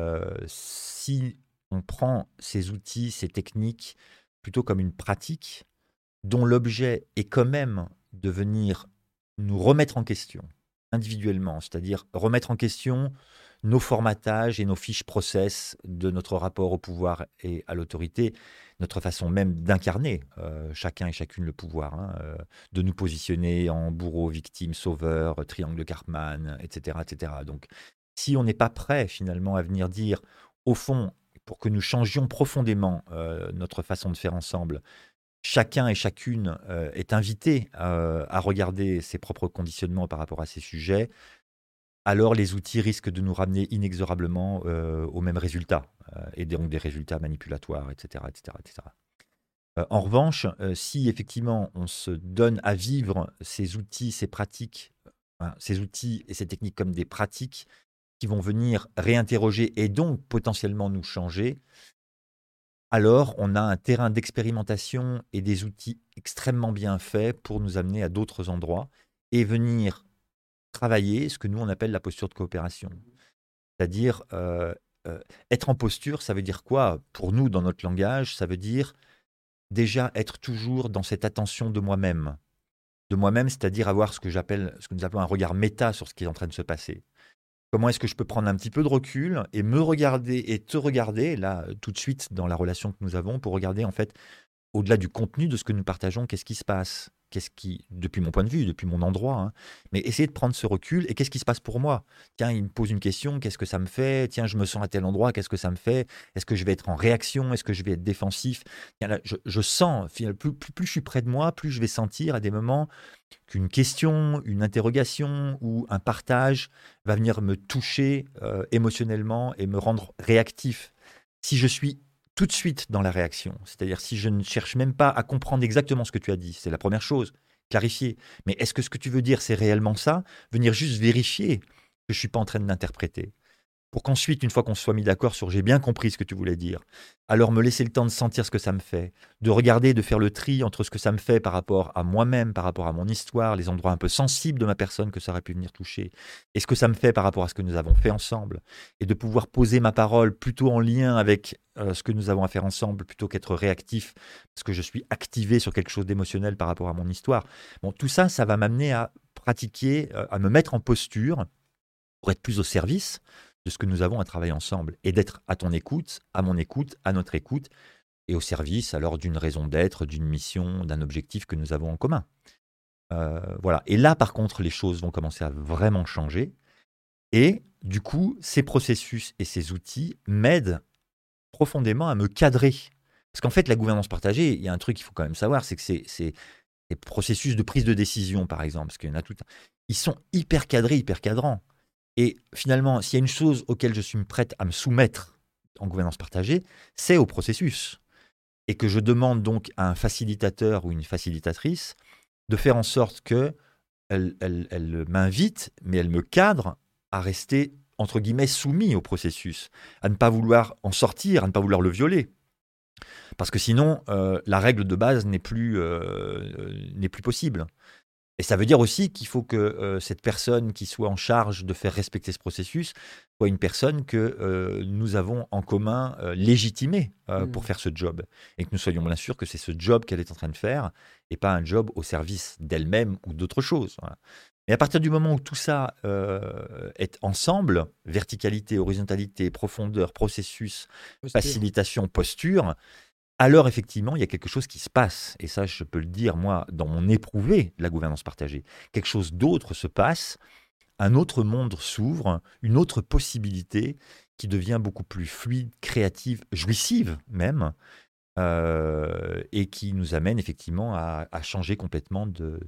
si on prend ces outils, ces techniques, plutôt comme une pratique, dont l'objet est quand même de venir nous remettre en question individuellement, c'est-à-dire remettre en question nos formatages et nos fiches process de notre rapport au pouvoir et à l'autorité, notre façon même d'incarner chacun et chacune le pouvoir, hein, de nous positionner en bourreau, victime, sauveur, triangle de Karpman, etc., etc. Donc, si on n'est pas prêt finalement à venir dire, au fond, pour que nous changions profondément notre façon de faire ensemble, chacun et chacune est invité à regarder ses propres conditionnements par rapport à ces sujets, alors les outils risquent de nous ramener inexorablement au même résultat, et donc des résultats manipulatoires, etc. etc., etc. En revanche, si effectivement on se donne à vivre ces outils, ces pratiques, hein, ces outils et ces techniques comme des pratiques qui vont venir réinterroger et donc potentiellement nous changer, alors on a un terrain d'expérimentation et des outils extrêmement bien faits pour nous amener à d'autres endroits et venir travailler ce que nous on appelle la posture de coopération. C'est-à-dire être en posture, ça veut dire quoi pour nous dans notre langage? Ça veut dire déjà être toujours dans cette attention de moi-même. De moi-même, c'est-à-dire avoir ce que nous appelons un regard méta sur ce qui est en train de se passer. Comment est-ce que je peux prendre un petit peu de recul et me regarder et te regarder, là, tout de suite, dans la relation que nous avons, pour regarder, en fait, au-delà du contenu de ce que nous partageons, qu'est-ce qui se passe? Qu'est-ce qui, depuis mon point de vue, depuis mon endroit, hein, mais essayer de prendre ce recul et qu'est-ce qui se passe pour moi? Tiens, il me pose une question, qu'est-ce que ça me fait? Tiens, je me sens à tel endroit, qu'est-ce que ça me fait? Est-ce que je vais être en réaction? Est-ce que je vais être défensif? Tiens, là, je sens, plus je suis près de moi, plus je vais sentir à des moments qu'une question, une interrogation ou un partage va venir me toucher émotionnellement et me rendre réactif. Si je suis tout de suite dans la réaction, c'est-à-dire si je ne cherche même pas à comprendre exactement ce que tu as dit, c'est la première chose, clarifier. Mais est-ce que ce que tu veux dire, c'est réellement ça? Venir juste vérifier que je ne suis pas en train de l'interpréter. Pour qu'ensuite, une fois qu'on se soit mis d'accord sur j'ai bien compris ce que tu voulais dire, alors me laisser le temps de sentir ce que ça me fait, de regarder, de faire le tri entre ce que ça me fait par rapport à moi-même, par rapport à mon histoire, les endroits un peu sensibles de ma personne que ça aurait pu venir toucher, et ce que ça me fait par rapport à ce que nous avons fait ensemble, et de pouvoir poser ma parole plutôt en lien avec ce que nous avons à faire ensemble, plutôt qu'être réactif, parce que je suis activé sur quelque chose d'émotionnel par rapport à mon histoire. Bon, tout ça, ça va m'amener à pratiquer, à me mettre en posture pour être plus au service de ce que nous avons à travailler ensemble et d'être à ton écoute, à mon écoute, à notre écoute et au service alors d'une raison d'être, d'une mission, d'un objectif que nous avons en commun. Voilà. Et là, par contre, les choses vont commencer à vraiment changer. Et du coup, ces processus et ces outils m'aident profondément à me cadrer. Parce qu'en fait, la gouvernance partagée, il y a un truc qu'il faut quand même savoir, c'est que c'est les processus de prise de décision, par exemple, parce qu'il y en a tout, ils sont hyper cadrés, hyper cadrants. Et finalement, s'il y a une chose auquel je suis prête à me soumettre en gouvernance partagée, c'est au processus. Et que je demande donc à un facilitateur ou une facilitatrice de faire en sorte que elle m'invite, mais elle me cadre à rester, entre guillemets, soumis au processus, à ne pas vouloir en sortir, à ne pas vouloir le violer. Parce que sinon, la règle de base n'est plus possible. Et ça veut dire aussi qu'il faut que cette personne qui soit en charge de faire respecter ce processus soit une personne que nous avons en commun légitimée pour faire ce job. Et que nous soyons bien sûrs que c'est ce job qu'elle est en train de faire et pas un job au service d'elle-même ou d'autre chose. Voilà. Et à partir du moment où tout ça est ensemble, verticalité, horizontalité, profondeur, processus, facilitation, posture, alors effectivement, il y a quelque chose qui se passe. Et ça, je peux le dire, moi, dans mon éprouvé de la gouvernance partagée. Quelque chose d'autre se passe, un autre monde s'ouvre, une autre possibilité qui devient beaucoup plus fluide, créative, jouissive même, et qui nous amène effectivement à changer complètement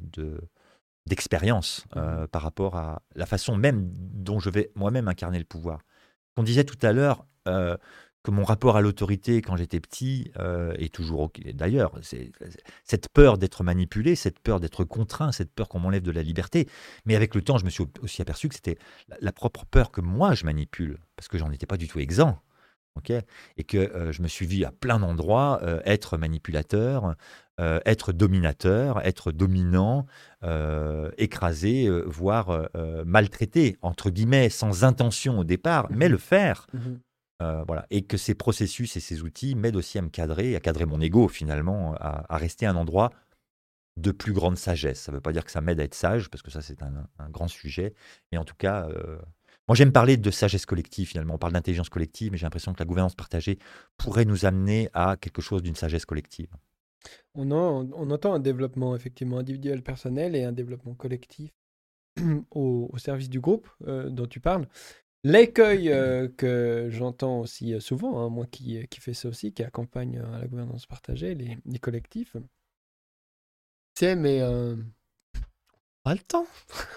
d'expérience par rapport à la façon même dont je vais moi-même incarner le pouvoir. On disait tout à l'heure que mon rapport à l'autorité quand j'étais petit est toujours OK. D'ailleurs, cette peur d'être manipulé, cette peur d'être contraint, cette peur qu'on m'enlève de la liberté. Mais avec le temps, je me suis aussi aperçu que c'était la propre peur que moi je manipule, parce que j'en étais pas du tout exempt. OK, et que je me suis vu à plein d'endroits être manipulateur, être dominateur, être dominant, écrasé, voire maltraité, entre guillemets, sans intention au départ, mais le faire. Mhm. Voilà. Et que ces processus et ces outils m'aident aussi à me cadrer, à cadrer mon ego finalement, à rester à un endroit de plus grande sagesse. Ça ne veut pas dire que ça m'aide à être sage, parce que ça c'est un grand sujet, mais en tout cas, moi j'aime parler de sagesse collective finalement. On parle d'intelligence collective, mais j'ai l'impression que la gouvernance partagée pourrait nous amener à quelque chose d'une sagesse collective. On entend un développement effectivement individuel personnel et un développement collectif au service du groupe dont tu parles. L'écueil que j'entends aussi souvent, hein, moi qui fais ça aussi, qui accompagne à la gouvernance partagée, les collectifs, c'est mais pas le temps.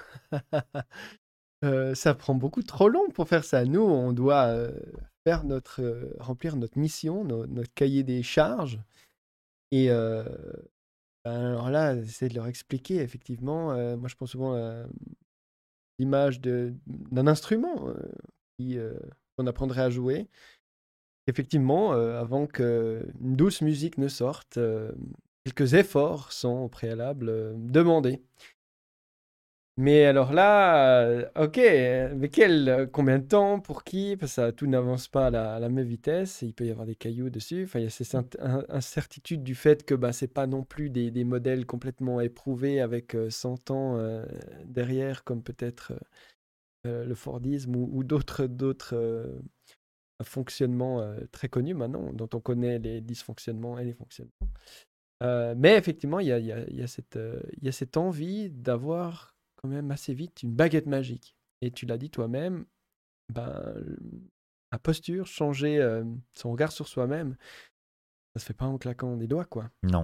Ça prend beaucoup trop long pour faire ça. Nous, on doit faire remplir notre mission, notre cahier des charges. Et alors là, c'est de leur expliquer, effectivement. Moi, je pense souvent à l'image d'un instrument qu'on apprendrait à jouer. Effectivement, avant qu'une douce musique ne sorte, quelques efforts sont au préalable demandés. Mais alors là, ok, mais combien de temps, pour qui? Parce que tout n'avance pas à la même vitesse, et il peut y avoir des cailloux dessus. Enfin, il y a cette incertitude du fait que bah, c'est pas non plus des modèles complètement éprouvés avec 100 ans derrière, comme peut-être le Fordisme ou d'autres fonctionnements très connus maintenant, dont on connaît les dysfonctionnements et les fonctionnements. Mais effectivement, il y a cette envie d'avoir quand même assez vite une baguette magique. Et tu l'as dit toi-même, ben, la posture, changer son regard sur soi-même, ça se fait pas en claquant des doigts, quoi. Non.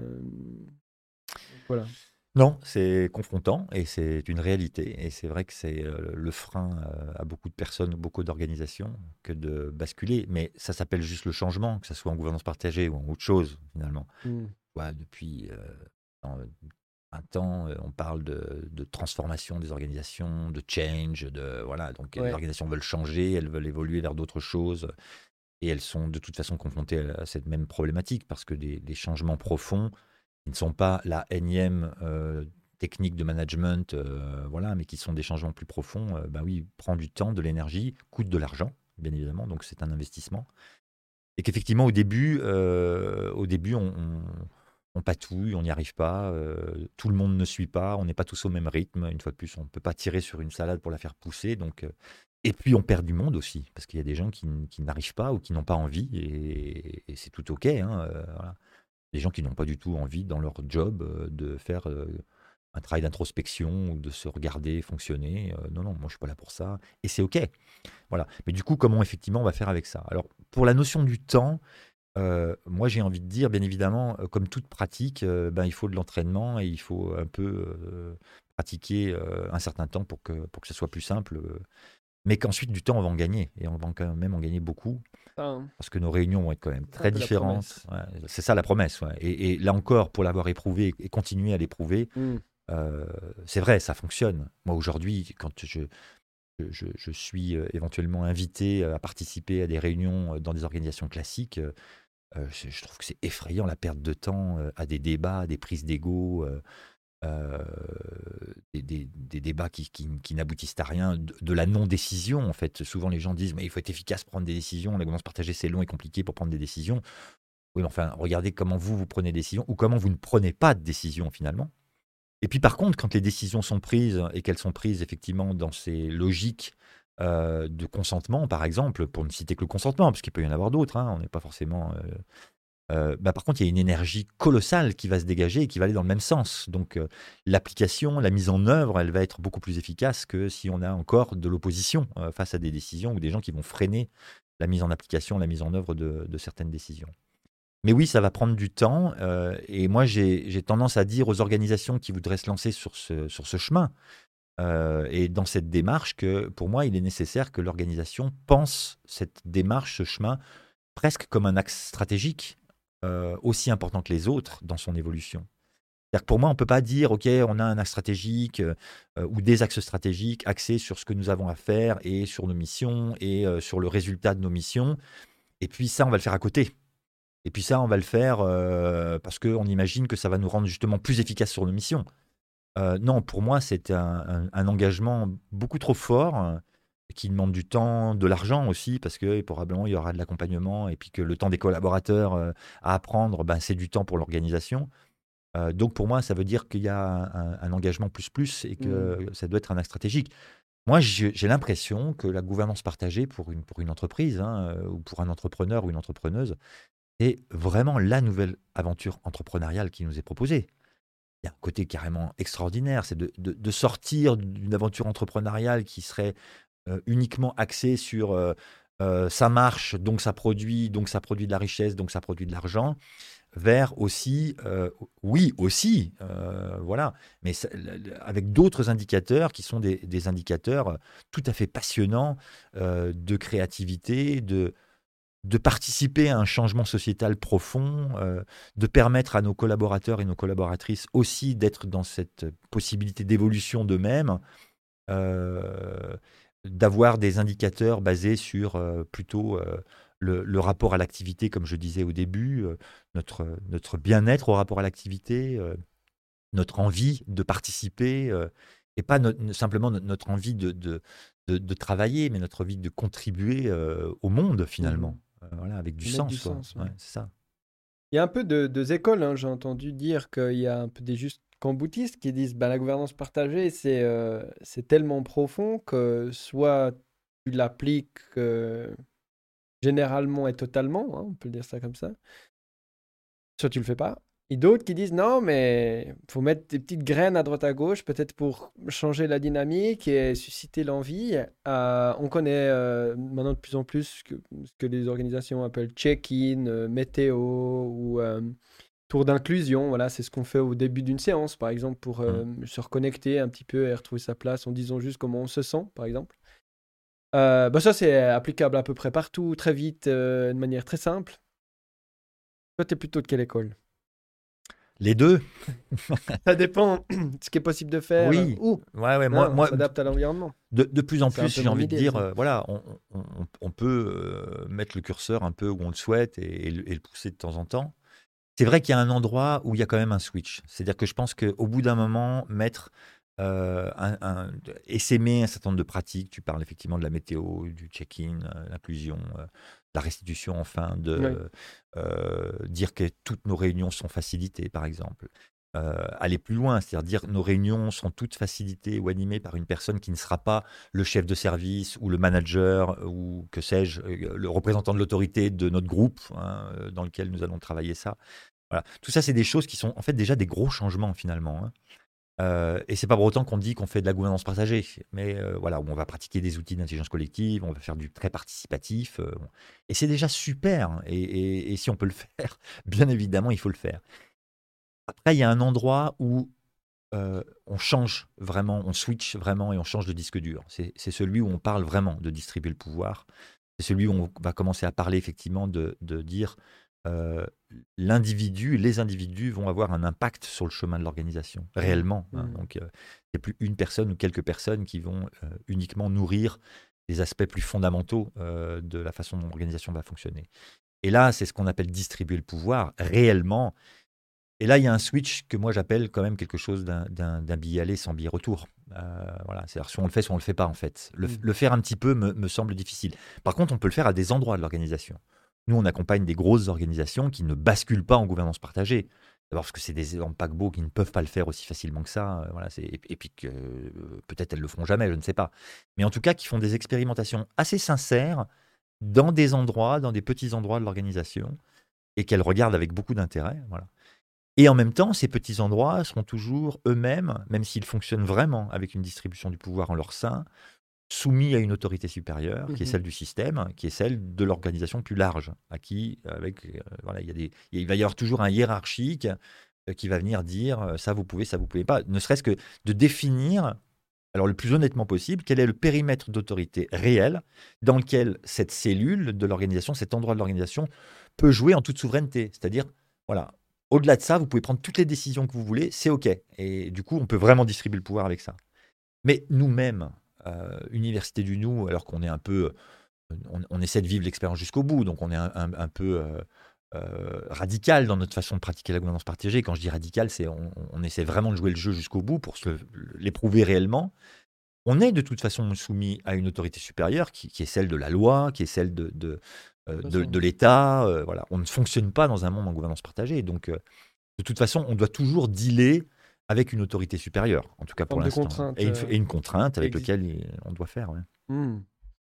Voilà. Non, c'est confrontant et c'est une réalité. Et c'est vrai que c'est le frein à beaucoup de personnes, beaucoup d'organisations, que de basculer. Mais ça s'appelle juste le changement, que ce soit en gouvernance partagée ou en autre chose, finalement. Mm. Ouais, depuis un temps, on parle de transformation des organisations, de change, voilà. Donc les Ouais. organisations veulent changer, elles veulent évoluer vers d'autres choses. Et elles sont de toute façon confrontées à cette même problématique, parce que des changements profonds, qui ne sont pas la énième technique de management, voilà, mais qui sont des changements plus profonds, bah oui, prend du temps, de l'énergie, coûte de l'argent, bien évidemment, donc c'est un investissement. Et qu'effectivement, au début on patouille, on n'y arrive pas, tout le monde ne suit pas, on n'est pas tous au même rythme. Une fois de plus, on ne peut pas tirer sur une salade pour la faire pousser. Donc, et puis, on perd du monde aussi, parce qu'il y a des gens qui n'arrivent pas ou qui n'ont pas envie, et c'est tout OK. Hein, voilà. Des gens qui n'ont pas du tout envie dans leur job de faire un travail d'introspection ou de se regarder fonctionner. Non, non, moi je suis pas là pour ça. Et c'est OK. Voilà. Mais du coup, comment effectivement on va faire avec ça? Alors, pour la notion du temps, moi j'ai envie de dire, bien évidemment, comme toute pratique, ben, il faut de l'entraînement et il faut un peu pratiquer un certain temps pour que ça soit plus simple. Mais qu'ensuite, du temps, on va en gagner. Et on va quand même en gagner beaucoup. Ça, hein. Parce que nos réunions vont être quand même C'est un très peu la différentes. promesse. Ouais, c'est ça la promesse. Ouais. Et là encore, pour l'avoir éprouvé et continuer à l'éprouver, Mm. c'est vrai, ça fonctionne. Moi, aujourd'hui, quand je suis éventuellement invité à participer à des réunions dans des organisations classiques, je trouve que c'est effrayant la perte de temps à des débats, à des prises d'ego, des débats qui n'aboutissent à rien, de la non-décision en fait. Souvent les gens disent mais il faut être efficace pour prendre des décisions, la gouvernance partagée c'est long et compliqué pour prendre des décisions. Oui, mais enfin, regardez comment vous prenez des décisions ou comment vous ne prenez pas de décision finalement. Et puis par contre, quand les décisions sont prises et qu'elles sont prises effectivement dans ces logiques de consentement, par exemple, pour ne citer que le consentement, parce qu'il peut y en avoir d'autres, hein, on n'est pas forcément... bah, par contre, il y a une énergie colossale qui va se dégager et qui va aller dans le même sens. Donc l'application, la mise en œuvre, elle va être beaucoup plus efficace que si on a encore de l'opposition face à des décisions ou des gens qui vont freiner la mise en application, la mise en œuvre de certaines décisions. Mais oui, ça va prendre du temps. Et moi, j'ai tendance à dire aux organisations qui voudraient se lancer sur ce chemin et dans cette démarche que pour moi, il est nécessaire que l'organisation pense cette démarche, ce chemin, presque comme un axe stratégique aussi important que les autres dans son évolution. C'est-à-dire que pour moi, on ne peut pas dire, OK, on a un axe stratégique ou des axes stratégiques axés sur ce que nous avons à faire et sur nos missions et sur le résultat de nos missions. Et puis ça, on va le faire à côté. Et puis ça, on va le faire parce qu'on imagine que ça va nous rendre justement plus efficaces sur nos missions. Non, pour moi, c'est un engagement beaucoup trop fort qui demande du temps, de l'argent aussi, parce que probablement il y aura de l'accompagnement et puis que le temps des collaborateurs à apprendre, ben, c'est du temps pour l'organisation. Donc pour moi, ça veut dire qu'il y a un engagement plus et que ça doit être un axe stratégique. Moi, j'ai l'impression que la gouvernance partagée pour une entreprise ou pour un entrepreneur ou une entrepreneuse, c'est vraiment la nouvelle aventure entrepreneuriale qui nous est proposée. Il y a un côté carrément extraordinaire, c'est de sortir d'une aventure entrepreneuriale qui serait uniquement axée sur ça marche, donc ça produit de la richesse, donc ça produit de l'argent, vers aussi, oui aussi, voilà, mais avec d'autres indicateurs qui sont des indicateurs tout à fait passionnants de créativité, de participer à un changement sociétal profond, de permettre à nos collaborateurs et nos collaboratrices aussi d'être dans cette possibilité d'évolution d'eux-mêmes, euh, d'avoir des indicateurs basés sur plutôt le rapport à l'activité, comme je disais au début, notre bien-être au rapport à l'activité, notre envie de participer, et pas simplement notre envie de travailler, mais notre envie de contribuer au monde finalement. Voilà, avec du Mettre du sens, quoi. sens. Ouais, c'est ça. Il y a un peu de deux écoles, hein. J'ai entendu dire qu'il y a un peu des jusqu'en boutistes qui disent bah, la gouvernance partagée, c'est tellement profond que soit tu l'appliques généralement et totalement, hein, on peut dire ça comme ça, soit tu le fais pas. Et d'autres qui disent non, mais faut mettre des petites graines à droite à gauche, peut-être pour changer la dynamique et susciter l'envie. On connaît maintenant de plus en plus ce que les organisations appellent check-in, météo ou tour d'inclusion. Voilà, c'est ce qu'on fait au début d'une séance, par exemple, pour se reconnecter un petit peu et retrouver sa place en disant juste comment on se sent, par exemple. Bah ça, c'est applicable à peu près partout, très vite, de manière très simple. Toi, t'es plutôt de quelle école? Les deux, Ça dépend de ce qui est possible de faire. oui. Ou, Ouais, ouais, hein, on moi, s'adapte à l'environnement. de plus en C'est un plus, peu j'ai mon envie de idée dire, aussi. voilà, on peut mettre le curseur un peu où on le souhaite et le pousser de temps en temps. C'est vrai qu'il y a un endroit où il y a quand même un switch. C'est-à-dire que je pense qu'au bout d'un moment, mettre essaimer un certain nombre de pratiques, tu parles effectivement de la météo, du check-in, l'inclusion, la restitution, enfin, Oui. dire que toutes nos réunions sont facilitées, par exemple. Aller plus loin, c'est-à-dire dire nos réunions sont toutes facilitées ou animées par une personne qui ne sera pas le chef de service ou le manager ou que sais-je, le représentant de l'autorité de notre groupe dans lequel nous allons travailler ça. Voilà. Tout ça, c'est des choses qui sont en fait déjà des gros changements finalement. Et c'est pas pour autant qu'on dit qu'on fait de la gouvernance partagée, mais voilà, où on va pratiquer des outils d'intelligence collective, on va faire du très participatif, et c'est déjà super, hein. Et si on peut le faire, bien évidemment, il faut le faire. Après, il y a un endroit où on change vraiment, on switch vraiment et on change de disque dur. C'est celui où on parle vraiment de distribuer le pouvoir. C'est celui où on va commencer à parler effectivement de dire euh, les individus vont avoir un impact sur le chemin de l'organisation, réellement. Donc, c'est plus une personne ou quelques personnes qui vont uniquement nourrir les aspects plus fondamentaux de la façon dont l'organisation va fonctionner. Et là, c'est ce qu'on appelle distribuer le pouvoir réellement. Et là, il y a un switch que moi j'appelle quand même quelque chose d'un billet aller sans billet retour. Voilà, c'est-à-dire soit on le fait, soit on le fait pas en fait. Le faire un petit peu me semble difficile. Par contre, on peut le faire à des endroits de l'organisation. Nous, on accompagne des grosses organisations qui ne basculent pas en gouvernance partagée. D'abord parce que c'est des paquebots qui ne peuvent pas le faire aussi facilement que ça. Voilà, et puis que peut-être elles le feront jamais, je ne sais pas. Mais en tout cas, qui font des expérimentations assez sincères dans des endroits, dans des petits endroits de l'organisation, et qu'elles regardent avec beaucoup d'intérêt. Voilà. Et en même temps, ces petits endroits seront toujours eux-mêmes, même s'ils fonctionnent vraiment avec une distribution du pouvoir en leur sein, soumis à une autorité supérieure, qui est celle du système, qui est celle de l'organisation plus large, à qui, voilà, il va y avoir toujours un hiérarchique qui va venir dire ça vous pouvez pas. Ne serait-ce que de définir alors le plus honnêtement possible, quel est le périmètre d'autorité réel dans lequel cette cellule de l'organisation, cet endroit de l'organisation peut jouer en toute souveraineté. C'est-à-dire, voilà, au-delà de ça, vous pouvez prendre toutes les décisions que vous voulez, c'est OK. Et du coup, on peut vraiment distribuer le pouvoir avec ça. Mais nous-mêmes, Université du Nou, alors qu'on est un peu, on essaie de vivre l'expérience jusqu'au bout, donc on est un peu radical dans notre façon de pratiquer la gouvernance partagée. Quand je dis radical, c'est on essaie vraiment de jouer le jeu jusqu'au bout pour l'éprouver réellement. On est de toute façon soumis à une autorité supérieure qui est celle de la loi, qui est celle de l'État. Voilà. On ne fonctionne pas dans un monde en gouvernance partagée. Donc, de toute façon, on doit toujours dealer avec une autorité supérieure, en tout cas pour Forme de l'instant. contrainte, Et une contrainte avec existe. laquelle on doit faire. Ouais. Hmm.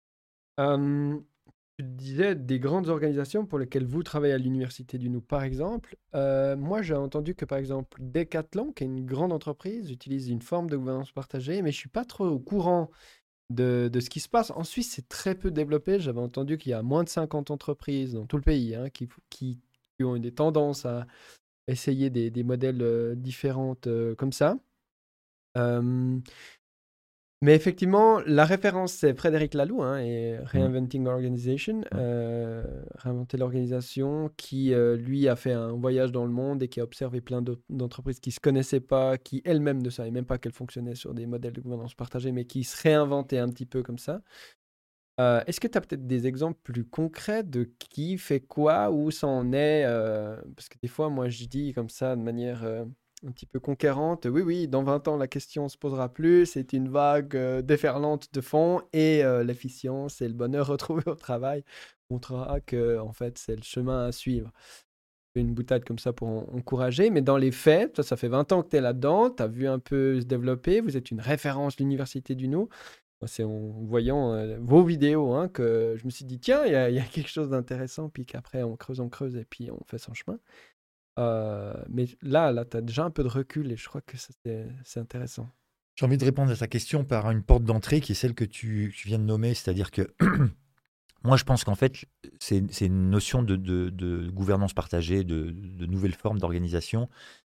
Tu disais des grandes organisations pour lesquelles vous travaillez à l'Université du Nou, par exemple. Moi, j'ai entendu que, par exemple, Decathlon, qui est une grande entreprise, utilise une forme de gouvernance partagée, mais je suis pas trop au courant de ce qui se passe. En Suisse, c'est très peu développé. J'avais entendu qu'il y a moins de 50 entreprises dans tout le pays hein, qui ont des tendances à essayer des modèles différents comme ça. Euh, mais effectivement, la référence, c'est Frédéric Laloux hein, et Mm. Reinventing Organization, Mm. Réinventer l'organisation, qui lui a fait un voyage dans le monde et qui a observé plein d'entreprises qui ne se connaissaient pas, qui elles-mêmes ne savaient même pas qu'elles fonctionnaient sur des modèles de gouvernance partagée, mais qui se réinventaient un petit peu comme ça. Est-ce que tu as peut-être des exemples plus concrets de qui fait quoi, où ça en est parce que des fois, moi, je dis comme ça de manière un petit peu conquérante, oui, oui, dans 20 ans, la question ne se posera plus, c'est une vague déferlante de fonds et l'efficience et le bonheur retrouvé au travail montrera que, en fait, c'est le chemin à suivre. Une boutade comme ça pour encourager, mais dans les faits, toi, ça fait 20 ans que tu es là-dedans, tu as vu un peu se développer, vous êtes une référence de l'Université du Nou. Moi, c'est en voyant vos vidéos hein, que je me suis dit, tiens, il y a quelque chose d'intéressant, puis qu'après, on creuse, et puis on fait son chemin. Mais là tu as déjà un peu de recul, et je crois que ça, c'est intéressant. J'ai envie de répondre à ta question par une porte d'entrée qui est celle que tu viens de nommer, c'est-à-dire que moi, je pense qu'en fait, c'est une notion de gouvernance partagée, de nouvelles formes d'organisation.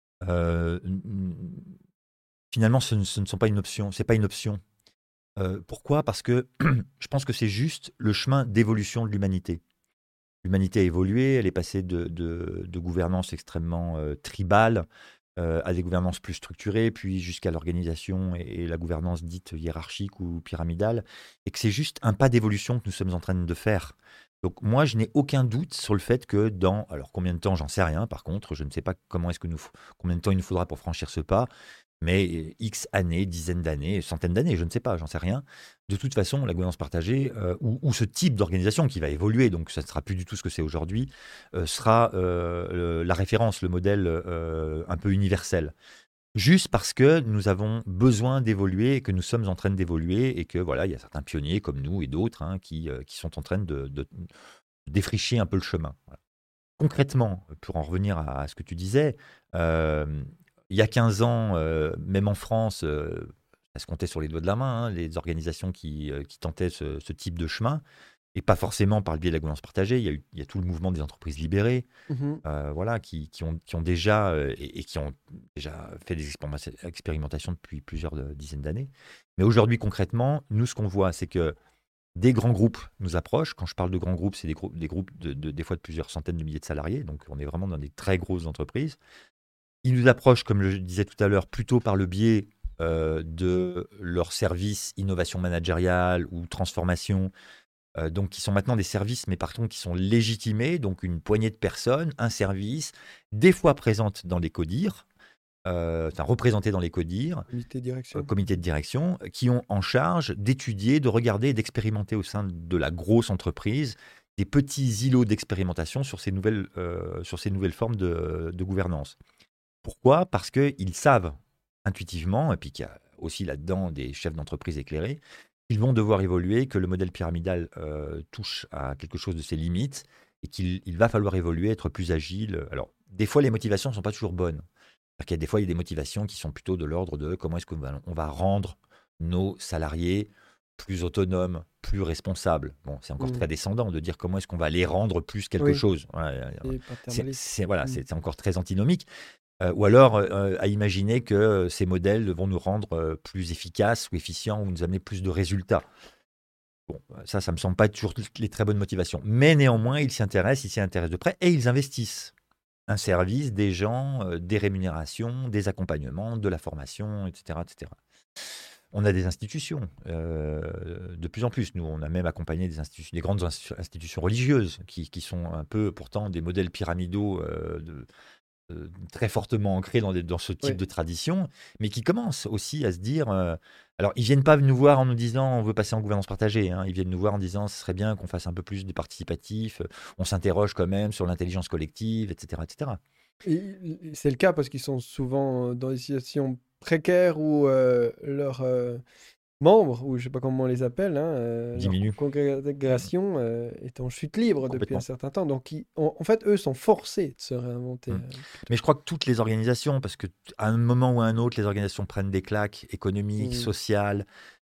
Finalement, ce ne sont pas une option. C'est pas une option. Pourquoi? Parce que je pense que c'est juste le chemin d'évolution de l'humanité. L'humanité a évolué, elle est passée de gouvernance extrêmement tribale à des gouvernances plus structurées, puis jusqu'à l'organisation et la gouvernance dite hiérarchique ou pyramidale, et que c'est juste un pas d'évolution que nous sommes en train de faire. Donc moi, je n'ai aucun doute sur le fait que alors combien de temps, j'en sais rien, par contre, je ne sais pas combien de temps il nous faudra pour franchir ce pas, mais X années, dizaines d'années, centaines d'années, je ne sais pas, j'en sais rien. De toute façon, la gouvernance partagée, ou ce type d'organisation qui va évoluer, donc ça ne sera plus du tout ce que c'est aujourd'hui, sera la référence, le modèle un peu universel. Juste parce que nous avons besoin d'évoluer et que nous sommes en train d'évoluer et que voilà, il y a certains pionniers comme nous et d'autres hein, qui sont en train de défricher un peu le chemin. Voilà. Concrètement, pour en revenir à ce que tu disais, il y a 15 ans, même en France, ça se comptait sur les doigts de la main, hein, les organisations qui tentaient ce type de chemin, et pas forcément par le biais de la gouvernance partagée. Il y a tout le mouvement des entreprises libérées, Mhm. voilà, qui ont déjà, et qui ont déjà fait des expérimentations depuis plusieurs dizaines d'années. Mais aujourd'hui, concrètement, nous, ce qu'on voit, c'est que des grands groupes nous approchent. Quand je parle de grands groupes, c'est des groupes des fois de plusieurs centaines de milliers de salariés. Donc, on est vraiment dans des très grosses entreprises. Ils nous approchent, comme je disais tout à l'heure, plutôt par le biais de leurs services innovation managériale ou transformation, donc qui sont maintenant des services, mais par contre qui sont légitimés, donc une poignée de personnes, un service, des fois présente dans les CODIR, enfin représentées dans les CODIR, Comité de direction. comités de direction, qui ont en charge d'étudier, de regarder et d'expérimenter au sein de la grosse entreprise des petits îlots d'expérimentation sur ces nouvelles formes de gouvernance. Pourquoi? Parce qu'ils savent intuitivement, et puis qu'il y a aussi là-dedans des chefs d'entreprise éclairés, qu'ils vont devoir évoluer, que le modèle pyramidal touche à quelque chose de ses limites, et qu'il va falloir évoluer, être plus agile. Alors, des fois, les motivations ne sont pas toujours bonnes. C'est-à-dire qu'il y a des fois, il y a des motivations qui sont plutôt de l'ordre de comment est-ce qu'on va rendre nos salariés plus autonomes, plus responsables. Bon, c'est encore Mhm. très descendant de dire comment est-ce qu'on va les rendre plus quelque Oui, chose. Voilà, c'est paternaliste. voilà, Mhm. c'est encore très antinomique. Ou alors à imaginer que ces modèles vont nous rendre plus efficaces ou efficients ou nous amener plus de résultats. Bon, ça me semble pas être toujours les très bonnes motivations. Mais néanmoins, ils s'y intéressent de près et ils investissent. Un service, des gens, des rémunérations, des accompagnements, de la formation, etc., etc. On a des institutions, de plus en plus. Nous, on a même accompagné des grandes institutions religieuses qui sont un peu pourtant des modèles pyramidaux très fortement ancrés dans ce type Oui. de tradition, mais qui commencent aussi à se dire. Alors, ils viennent pas nous voir en nous disant on veut passer en gouvernance partagée. Hein. Ils viennent nous voir en disant ce serait bien qu'on fasse un peu plus de participatif. On s'interroge quand même sur l'intelligence collective, etc., etc. C'est le cas parce qu'ils sont souvent dans des situations précaires où leurs membres, ou je sais pas comment on les appelle, hein, leur Diminue congrégation est en chute libre depuis un complètement. certain temps. Donc, en fait, eux sont forcés de se réinventer. Mm. Plutôt. Mais je crois que toutes les organisations, parce que à un moment ou à un autre, les organisations prennent des claques économiques, Mm. sociales,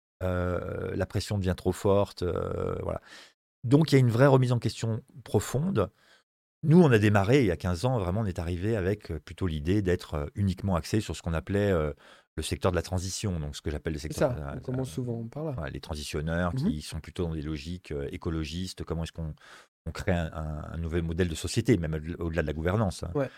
la pression devient trop forte, voilà. Donc il y a une vraie remise en question profonde. Nous, on a démarré il y a 15 ans, vraiment, on est arrivé avec plutôt l'idée d'être uniquement axé sur ce qu'on appelait le secteur de la transition, donc ce que j'appelle le C'est secteur, ça, on commence souvent par là. voilà, les transitionneurs Mhm. qui sont plutôt dans des logiques écologistes, comment est-ce qu'on crée un nouvel modèle de société, même au-delà de la gouvernance, hein. Ouais.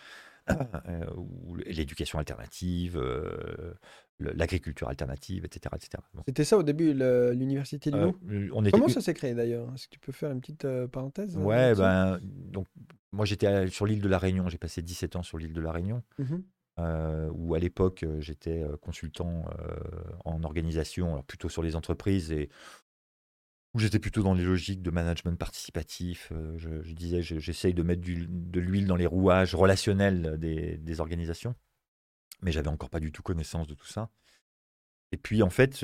Ou l'éducation alternative, l'agriculture alternative, etc., etc. Bon. C'était ça au début, l'université Euh, Limo. on était, Comment ça s'est créé d'ailleurs? Est-ce que tu peux faire une petite parenthèse ouais, là-dessus? ben, donc, moi j'étais sur l'île de la Réunion, j'ai passé 17 ans sur l'île de la Réunion, Mhm. où à l'époque j'étais consultant en organisation, alors plutôt sur les entreprises, et où j'étais plutôt dans les logiques de management participatif. Je disais, j'essaye de mettre de l'huile dans les rouages relationnels des organisations, mais j'avais encore pas du tout connaissance de tout ça. Et puis en fait,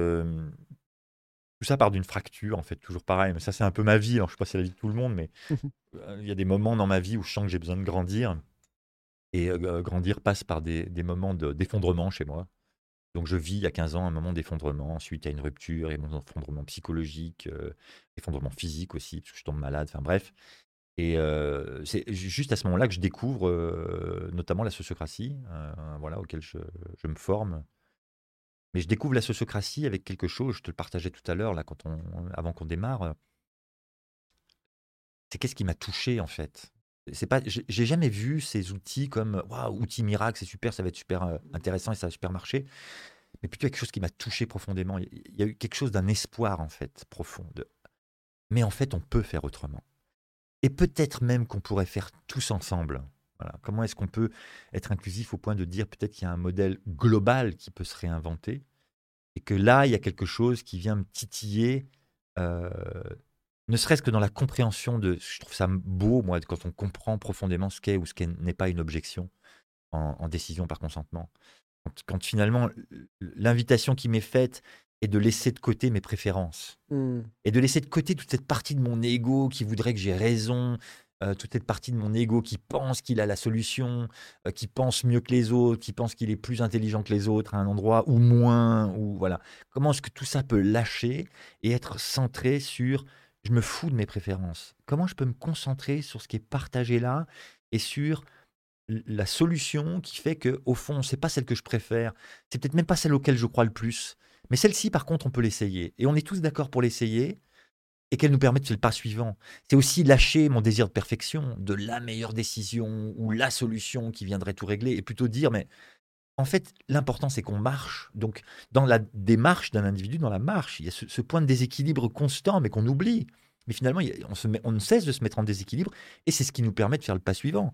tout ça part d'une fracture, en fait, toujours pareil. Mais ça, c'est un peu ma vie. Alors, je sais pas si c'est la vie de tout le monde, mais il y a des moments dans ma vie où je sens que j'ai besoin de grandir. Et grandir passe par des moments d'effondrement chez moi. Donc, je vis il y a 15 ans un moment d'effondrement. Ensuite, il y a une rupture, et mon effondrement psychologique, effondrement physique aussi, parce que je tombe malade. Enfin, bref. Et c'est juste à ce moment-là que je découvre notamment la sociocratie, voilà, auquel je me forme. Mais je découvre la sociocratie avec quelque chose, je te le partageais tout à l'heure, là, avant qu'on démarre. C'est qu'est-ce qui m'a touché, en fait. C'est pas, j'ai jamais vu ces outils comme waouh, outil miracle, c'est super, ça va être super intéressant et ça va super marcher. Mais plutôt quelque chose qui m'a touché profondément. Il y a eu quelque chose d'un espoir, en fait, profond. Mais en fait, on peut faire autrement. Et peut-être même qu'on pourrait faire tous ensemble. Voilà. Comment est-ce qu'on peut être inclusif au point de dire peut-être qu'il y a un modèle global qui peut se réinventer et que là, il y a quelque chose qui vient me titiller, euh, ne serait-ce que dans la compréhension de. Je trouve ça beau, moi, quand on comprend profondément ce qu'est ou ce qui n'est pas une objection en décision par consentement. Quand finalement, l'invitation qui m'est faite est de laisser de côté mes préférences Mm. et de laisser de côté toute cette partie de mon ego qui voudrait que j'ai raison, toute cette partie de mon ego qui pense qu'il a la solution, qui pense mieux que les autres, qui pense qu'il est plus intelligent que les autres à un endroit ou moins, ou voilà. Comment est-ce que tout ça peut lâcher et être centré sur je me fous de mes préférences. Comment je peux me concentrer sur ce qui est partagé là et sur la solution qui fait que au fond, c'est pas celle que je préfère, c'est peut-être même pas celle auquel je crois le plus, mais celle-ci par contre, on peut l'essayer et on est tous d'accord pour l'essayer et qu'elle nous permette de faire le pas suivant. C'est aussi lâcher mon désir de perfection, de la meilleure décision ou la solution qui viendrait tout régler, et plutôt dire, mais en fait, l'important, c'est qu'on marche. Donc, dans la démarche d'un individu, dans la marche, il y a ce point de déséquilibre constant, mais qu'on oublie. Mais finalement, on ne cesse de se mettre en déséquilibre, et c'est ce qui nous permet de faire le pas suivant.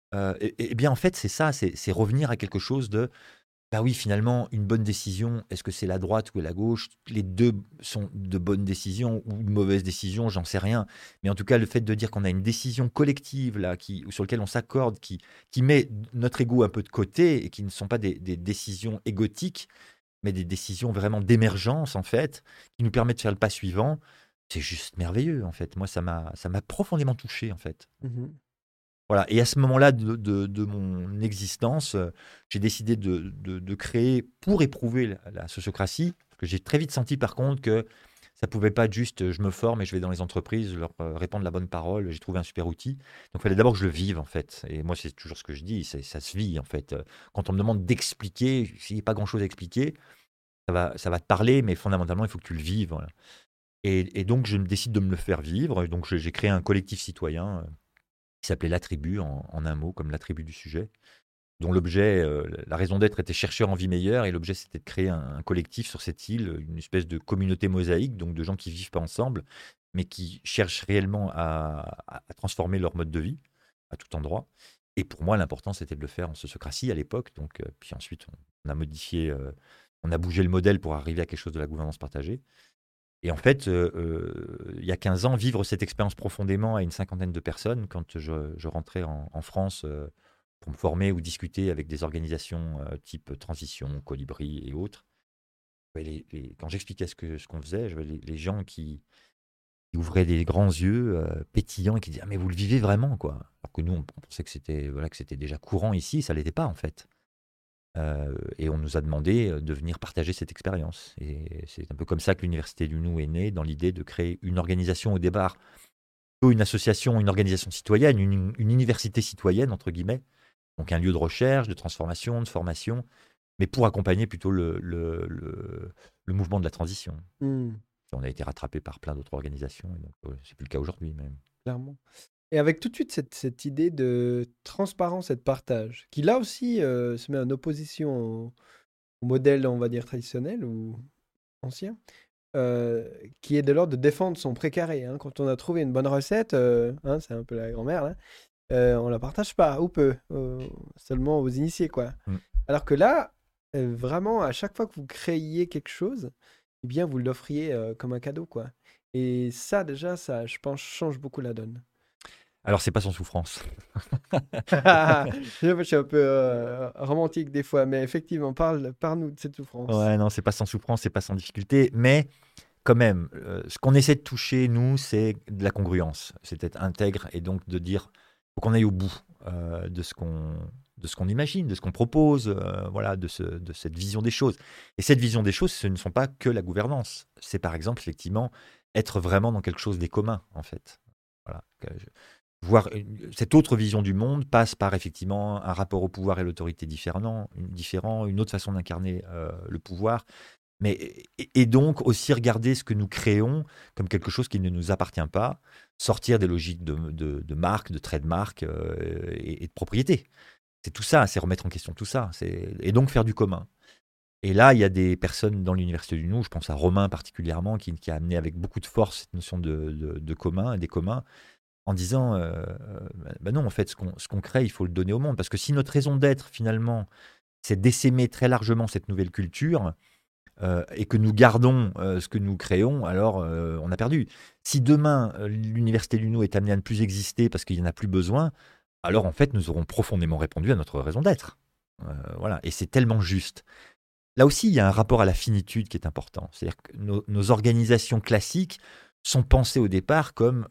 Et bien, en fait, c'est ça, c'est revenir à quelque chose de bah oui, finalement, une bonne décision, est-ce que c'est la droite ou la gauche? Les deux sont de bonnes décisions ou de mauvaises décisions, j'en sais rien. Mais en tout cas, le fait de dire qu'on a une décision collective là, sur laquelle on s'accorde, qui met notre ego un peu de côté et qui ne sont pas des décisions égotiques, mais des décisions vraiment d'émergence, en fait, qui nous permettent de faire le pas suivant, c'est juste merveilleux, en fait. Moi, ça m'a profondément touché, en fait. Mhm. Voilà. Et à ce moment-là de mon existence, j'ai décidé de créer pour éprouver la sociocratie, parce que j'ai très vite senti par contre que Ça pouvait pas être juste, je me forme et je vais dans les entreprises, leur répandre la bonne parole, j'ai trouvé un super outil. Donc il fallait d'abord que je le vive en fait. Et moi, c'est toujours ce que je dis, ça se vit en fait. Quand on me demande d'expliquer, s'il n'y a pas grand-chose à expliquer, ça va te parler, mais fondamentalement, il faut que tu le vives. Voilà. Et donc, je me décide de me le faire vivre. Et donc, j'ai créé un collectif citoyen qui s'appelait La Tribu, en un mot, comme la tribu du sujet, dont l'objet, la raison d'être était chercheur en vie meilleure, et l'objet c'était de créer un collectif sur cette île, une espèce de communauté mosaïque, donc de gens qui vivent pas ensemble, mais qui cherchent réellement à transformer leur mode de vie à tout endroit. Et pour moi, l'important c'était de le faire en sociocratie à l'époque, donc puis ensuite on a modifié, on a bougé le modèle pour arriver à quelque chose de la gouvernance partagée. Et en fait, il y a 15 ans, vivre cette expérience profondément à une cinquantaine de personnes, quand je rentrais en France pour me former ou discuter avec des organisations type Transition, Colibri et autres, quand j'expliquais ce qu'on faisait, je voyais les gens qui ouvraient des grands yeux pétillants et qui disaient ah, mais vous le vivez vraiment, quoi. Alors que nous, on pensait que c'était déjà courant ici, ça ne l'était pas en fait. Et on nous a demandé de venir partager cette expérience. Et c'est un peu comme ça que l'Université du Nou est née, dans l'idée de créer une organisation au départ, plutôt une association, une organisation citoyenne, une université citoyenne, entre guillemets, donc un lieu de recherche, de transformation, de formation, mais pour accompagner plutôt le mouvement de la transition. Hmm, On a été rattrapé par plein d'autres organisations, et donc c'est plus le cas aujourd'hui même. clairement. Et avec tout de suite cette idée de transparence et de partage, qui là aussi se met en opposition au modèle, on va dire, traditionnel ou ancien, qui est de l'ordre de défendre son précaré, hein. Quand on a trouvé une bonne recette, hein, c'est un peu la grand-mère, là, on la partage pas, ou peu, seulement aux initiés, quoi. Mm. Alors que là, vraiment, à chaque fois que vous créiez quelque chose, eh bien, vous l'offriez comme un cadeau, quoi. Et ça, déjà, ça, je pense, change beaucoup la donne. Alors c'est pas sans souffrance. Je suis un peu romantique des fois, mais effectivement, parle-nous de cette souffrance. Ouais, non, c'est pas sans souffrance, c'est pas sans difficulté, mais quand même, ce qu'on essaie de toucher, nous, c'est de la congruence. C'est d'être intègre et donc de dire, faut qu'on aille au bout de ce qu'on imagine, de ce qu'on propose, voilà, de cette vision des choses. Et cette vision des choses, ce ne sont pas que la gouvernance. C'est par exemple, effectivement, être vraiment dans quelque chose des communs, en fait. Voilà. Voir cette autre vision du monde passe par effectivement un rapport au pouvoir et à l'autorité différent, une autre façon d'incarner le pouvoir, mais et donc aussi regarder ce que nous créons comme quelque chose qui ne nous appartient pas, sortir des logiques de marque, de trademark et de propriété. C'est tout ça, c'est remettre en question tout ça, et donc faire du commun. Et là, il y a des personnes dans l'Université du Nou, je pense à Romain particulièrement, qui a amené avec beaucoup de force cette notion de commun et des communs, en disant bah non, en fait, ce qu'on crée, il faut le donner au monde. Parce que si notre raison d'être, finalement, c'est d'essaimer très largement cette nouvelle culture, et que nous gardons ce que nous créons, alors on a perdu. Si demain, l'Université Luno est amenée à ne plus exister parce qu'il n'y en a plus besoin, alors en fait, nous aurons profondément répondu à notre raison d'être. Voilà. Et c'est tellement juste. Là aussi, il y a un rapport à la finitude qui est important. C'est-à-dire que nos organisations classiques sont pensées au départ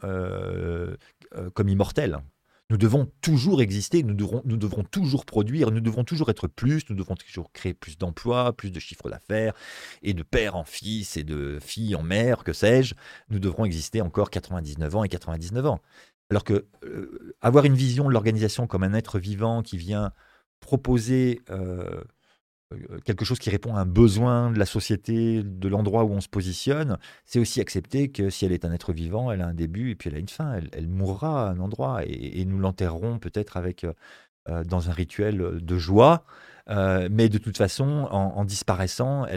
comme immortelles. Nous devons toujours exister, nous devrons toujours produire, nous devrons toujours être plus, nous devrons toujours créer plus d'emplois, plus de chiffre d'affaires, et de père en fils et de fille en mère, que sais-je. Nous devrons exister encore 99 ans et 99 ans. Alors que avoir une vision de l'organisation comme un être vivant qui vient proposer quelque chose qui répond à un besoin de la société, de l'endroit où on se positionne, c'est aussi accepter que si elle est un être vivant, elle a un début et puis elle a une fin. Elle mourra à un endroit et nous l'enterrerons peut-être dans un rituel de joie, mais de toute façon, en disparaissant,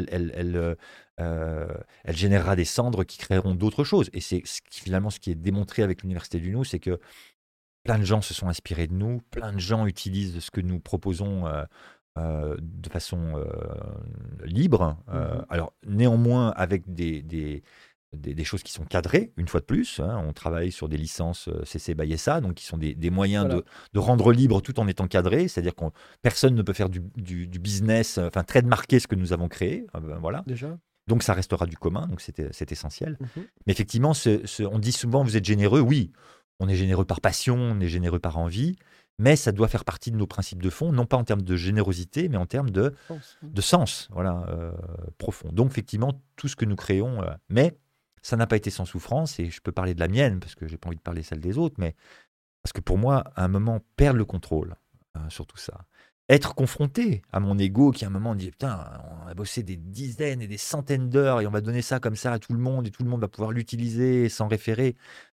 elle générera des cendres qui créeront d'autres choses. Et c'est finalement ce qui est démontré avec l'Université du Nou, c'est que plein de gens se sont inspirés de nous, plein de gens utilisent ce que nous proposons de façon libre. Alors, néanmoins, avec des choses qui sont cadrées, une fois de plus. Hein. On travaille sur des licences CC by SA, donc qui sont des moyens Voilà. de rendre libre tout en étant cadré. C'est-à-dire que personne ne peut faire du business, enfin, trademarker ce que nous avons créé. Voilà. Déjà. Donc, ça restera du commun, donc c'est essentiel. Mhm. Mais effectivement, on dit souvent, vous êtes généreux. Oui, on est généreux par passion, on est généreux par envie, mais ça doit faire partie de nos principes de fond, non pas en termes de générosité, mais en termes Sens, hein. de sens, voilà, profond. Donc effectivement, tout ce que nous créons, mais Ça n'a pas été sans souffrance, et je peux parler de la mienne, parce que j'ai pas envie de parler celle des autres, mais parce que pour moi, à un moment, perdre le contrôle sur tout ça, être confronté à mon ego qui à un moment dit putain, on a bossé des dizaines et des centaines d'heures et on va donner ça comme ça à tout le monde et tout le monde va pouvoir l'utiliser sans référer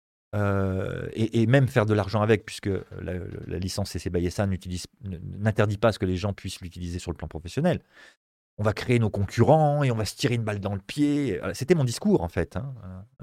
et même faire de l'argent avec, puisque la licence CC by SA n'interdit pas à ce que les gens puissent l'utiliser sur le plan professionnel. On va créer nos concurrents et on va se tirer une balle dans le pied. Voilà, c'était mon discours en fait. Hein.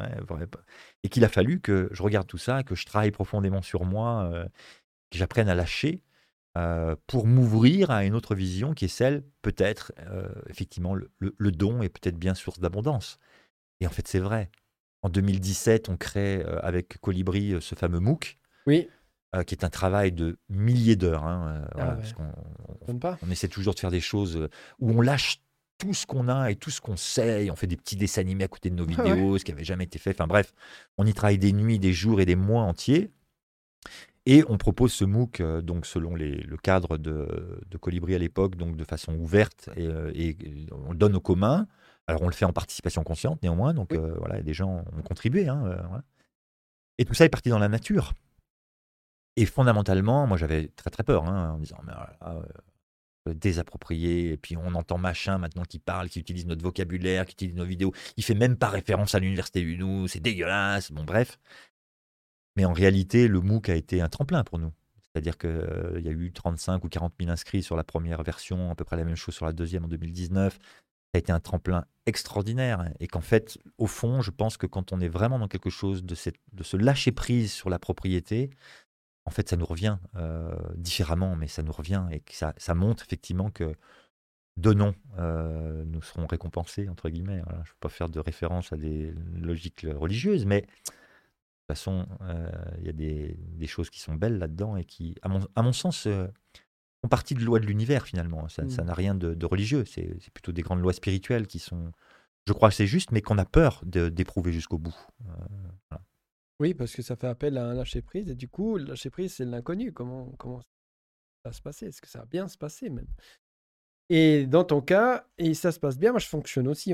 Et qu'il a fallu que je regarde tout ça, que je travaille profondément sur moi, que j'apprenne à lâcher pour m'ouvrir à une autre vision qui est celle, peut-être, effectivement, le don est peut-être bien source d'abondance. Et en fait, c'est vrai. En 2017, on crée avec Colibri ce fameux MOOC, Oui. Qui est un travail de milliers d'heures. Hein, voilà, Ouais. parce On essaie toujours de faire des choses où on lâche tout ce qu'on a et tout ce qu'on sait. Et on fait des petits dessins animés à côté de nos vidéos, ce qui n'avait jamais été fait. Enfin bref, on y travaille des nuits, des jours et des mois entiers. Et on propose ce MOOC, donc selon le cadre de Colibri à l'époque, donc de façon ouverte, et on le donne au commun. Alors on le fait en participation consciente néanmoins, donc Oui. voilà, des gens ont contribué. Hein, voilà. Et tout ça est parti dans la nature. Et fondamentalement, moi j'avais très très peur, hein, en disant mais désapproprié, et puis on entend machin maintenant qui parle, qui utilise notre vocabulaire, qui utilise nos vidéos, il fait même pas référence à l'université UNO, c'est dégueulasse, bon bref. Mais en réalité, le MOOC a été un tremplin pour nous. C'est-à-dire qu'il y a eu 35 ou 40 000 inscrits sur la première version, à peu près la même chose sur la deuxième en 2019. Ça a été un tremplin extraordinaire. Et qu'en fait, au fond, je pense que quand on est vraiment dans quelque chose de ce lâcher-prise sur la propriété, en fait, ça nous revient différemment, mais ça nous revient. Et que ça montre effectivement que donnons, nous serons récompensés, entre guillemets. Voilà. Je ne veux pas faire de référence à des logiques religieuses, mais de toute façon, il y a des choses qui sont belles là-dedans et qui, à mon sens, font partie de loi de l'univers finalement. Ça n'a rien de religieux. C'est plutôt des grandes lois spirituelles qui sont, je crois que c'est juste, mais qu'on a peur d'éprouver jusqu'au bout. Voilà. Oui, parce que ça fait appel à un lâcher-prise. Et du coup, le lâcher-prise, c'est l'inconnu. Comment ça va se passer? Est-ce que ça va bien se passer même? Et dans ton cas, et ça se passe bien, moi je fonctionne aussi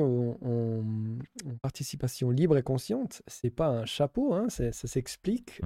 en participation libre et consciente. C'est pas un chapeau, hein, ça s'explique.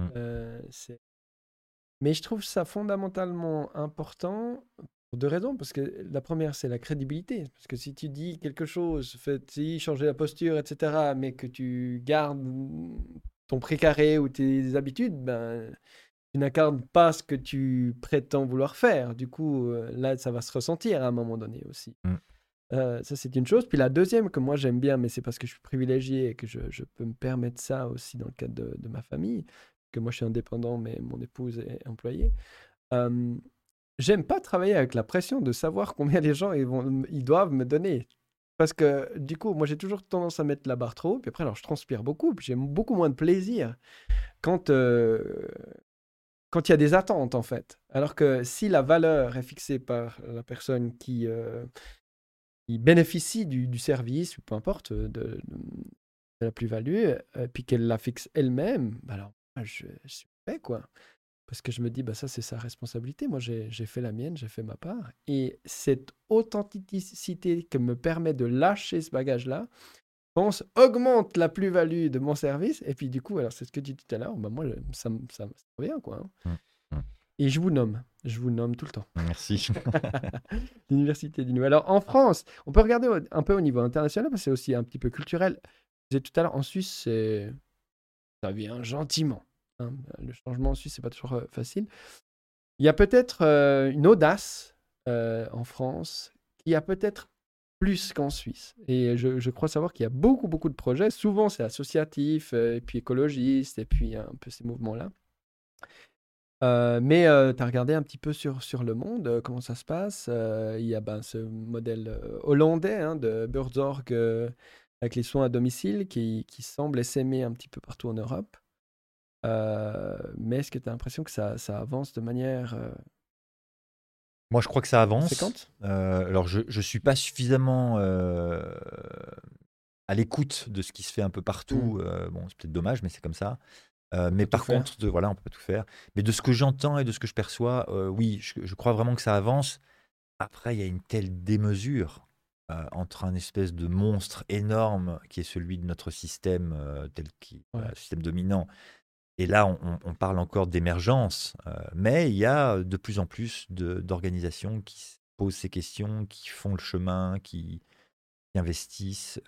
Mais je trouve ça fondamentalement important pour deux raisons. Parce que la première, c'est la crédibilité. Parce que si tu dis quelque chose, fais-y changer la posture, etc., mais que tu gardes ton précaré ou tes habitudes, ben, tu n'incarnes pas ce que tu prétends vouloir faire. Du coup, là, ça va se ressentir à un moment donné aussi. Ça, c'est une chose. Puis la deuxième que moi j'aime bien, mais c'est parce que je suis privilégié et que je peux me permettre ça aussi dans le cadre de ma famille, que moi je suis indépendant, mais mon épouse est employée. J'aime pas travailler avec la pression de savoir combien les gens ils doivent me donner. Parce que du coup, moi j'ai toujours tendance à mettre la barre trop haut, puis après, alors je transpire beaucoup, puis j'ai beaucoup moins de plaisir quand quand il y a des attentes, en fait. Alors que si la valeur est fixée par la personne qui bénéficie du service, ou peu importe, de la plus-value, puis qu'elle la fixe elle-même, bah alors moi, je suis fait, quoi. Parce que je me dis, bah ça, c'est sa responsabilité. Moi, j'ai fait la mienne, j'ai fait ma part. Et cette authenticité que me permet de lâcher ce bagage-là, je pense, augmente la plus-value de mon service. Et puis, du coup, alors c'est ce que tu dis tout à l'heure, bah moi, ça me revient, quoi. Hein. Et je vous nomme tout le temps. Merci. L'université d'Inouï. Alors, en France, on peut regarder un peu au niveau international, parce que c'est aussi un petit peu culturel. Je disais tout à l'heure, en Suisse, ça vient gentiment. Hein. Le changement en Suisse, c'est pas toujours facile. Il y a peut-être une audace en France qui a peut-être plus qu'en Suisse. Et je crois savoir qu'il y a beaucoup, beaucoup de projets. Souvent, c'est associatif, et puis écologiste, et puis un peu ces mouvements-là. Mais tu as regardé un petit peu sur le monde, comment ça se passe. Il y a ce modèle hollandais, hein, de Buurtzorg avec les soins à domicile qui semble s'aimer un petit peu partout en Europe. Mais est-ce que tu as l'impression que ça avance de manière Moi, je crois que ça avance. conséquente? Alors, je ne suis pas suffisamment à l'écoute de ce qui se fait un peu partout. Bon, c'est peut-être dommage, mais c'est comme ça. Mais par contre, voilà, on peut pas tout faire. Mais de ce que j'entends et de ce que je perçois, oui, je crois vraiment que ça avance. Après, il y a une telle démesure entre un espèce de monstre énorme qui est celui de notre système, Ouais. système dominant. Et là, on parle encore d'émergence, mais il y a de plus en plus d'organisations qui se posent ces questions, qui font le chemin, qui investissent.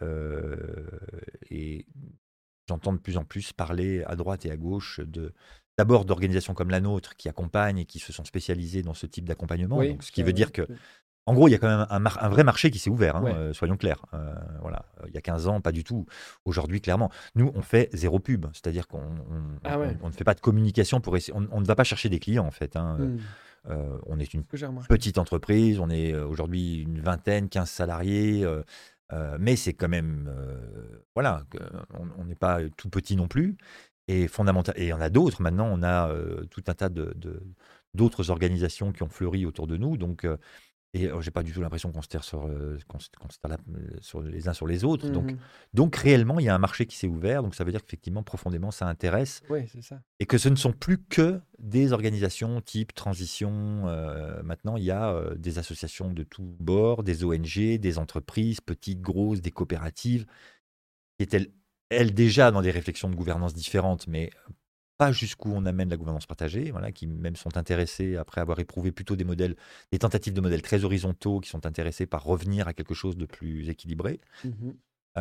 Et j'entends de plus en plus parler à droite et à gauche d'abord d'organisations comme la nôtre qui accompagnent et qui se sont spécialisées dans ce type d'accompagnement. Oui, Donc, ce qui ça, veut oui. dire que, en gros, il y a quand même un vrai marché qui s'est ouvert, hein, Ouais. soyons clairs. Voilà. Il y a 15 ans, pas du tout. Aujourd'hui, clairement, nous, on fait zéro pub. C'est-à-dire qu'on Ah ouais. on ne fait pas de communication pour essayer. On ne va pas chercher des clients, en fait, hein. Hmm. On est une Ce que j'ai remarqué. petite entreprise. On est aujourd'hui une vingtaine, 15 salariés. Mais c'est quand même. Voilà. On n'est pas tout petit non plus. Et fondamental. Et il y en a d'autres. Maintenant, on a tout un tas d'autres organisations qui ont fleuri autour de nous. Donc, et j'ai pas du tout l'impression qu'on se tire qu'on se tire sur les uns sur les autres. Donc, Mhm. donc réellement, il y a un marché qui s'est ouvert. Donc ça veut dire qu'effectivement, profondément, ça intéresse. Oui, c'est ça. Et que ce ne sont plus que des organisations type transition. Maintenant, il y a des associations de tous bords, des ONG, des entreprises, petites, grosses, des coopératives, qui étaient, elles, déjà dans des réflexions de gouvernance différentes, mais pas jusqu'où on amène la gouvernance partagée, voilà, qui même sont intéressés, après avoir éprouvé plutôt des tentatives de modèles très horizontaux, qui sont intéressés par revenir à quelque chose de plus équilibré. Mhm.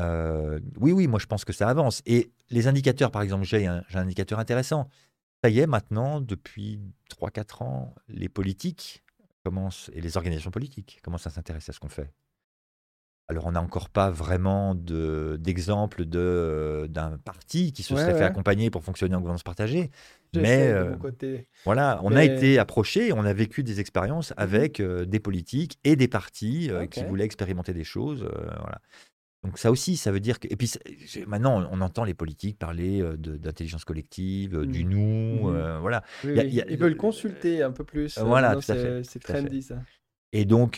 Oui, oui, moi je pense que ça avance. Et les indicateurs, par exemple, j'ai un indicateur intéressant. Ça y est, maintenant, depuis 3 4 ans, les politiques commencent, et les organisations politiques commencent à s'intéresser à ce qu'on fait. Alors, on n'a encore pas vraiment d'exemple d'un parti qui se Ouais, serait fait ouais. accompagner pour fonctionner en gouvernance partagée, mais J'essaye de mon côté. voilà, on a Mais. été approché, on a vécu des expériences Mhm. avec des politiques et des partis Ok. qui voulaient expérimenter des choses. Voilà. Donc ça aussi, ça veut dire que... Et puis maintenant, on entend les politiques parler d'intelligence collective, du Mhm. nous. Mhm. Voilà. Oui, Il y oui. a Ils veulent consulter un peu plus. voilà, Maintenant, tout à fait. c'est Tout à fait. trendy, ça. Et donc,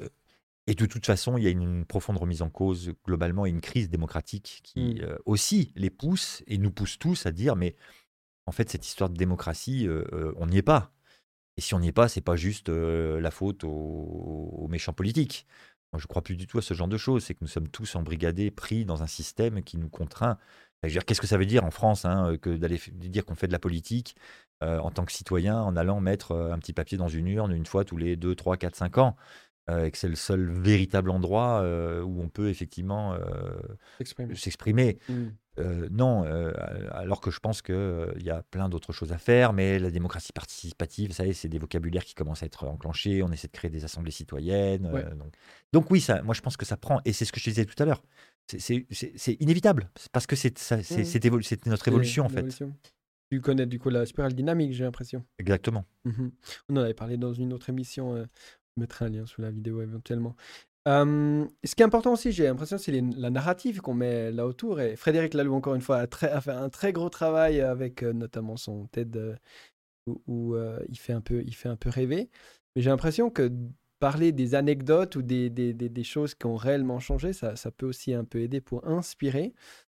et de toute façon, il y a une profonde remise en cause globalement et une crise démocratique qui Hmm. aussi les pousse et nous pousse tous à dire, mais en fait, cette histoire de démocratie, on n'y est pas. Et si on n'y est pas, c'est pas juste la faute aux méchants politiques. Moi, je crois plus du tout à ce genre de choses. C'est que nous sommes tous embrigadés, pris dans un système qui nous contraint. Je veux dire, qu'est-ce que ça veut dire en France, hein, que de dire qu'on fait de la politique en tant que citoyen en allant mettre un petit papier dans une urne une fois tous les 2, 3, 4, 5 ans, et que c'est le seul véritable endroit où on peut effectivement S'exprimer. s'exprimer. Hmm. Non, alors que je pense qu'il y a plein d'autres choses à faire, mais la démocratie participative, vous savez, c'est des vocabulaires qui commencent à être enclenchés, on essaie de créer des assemblées citoyennes. Ouais. Donc oui, moi je pense que ça prend, et c'est ce que je te disais tout à l'heure, c'est inévitable, parce que Hmm. c'est notre C'est évolution en fait. l'évolution. Tu connais du coup la spirale dynamique, j'ai l'impression. Exactement. Mhm. On en avait parlé dans une autre émission. Je mettrai un lien sous la vidéo éventuellement. Ce qui est important aussi, j'ai l'impression, c'est la narrative qu'on met là autour. Et Frédéric Laloux, encore une fois, a fait un très gros travail avec notamment son TED où il fait un peu rêver. Mais j'ai l'impression que parler des anecdotes ou des choses qui ont réellement changé, ça peut aussi un peu aider pour inspirer.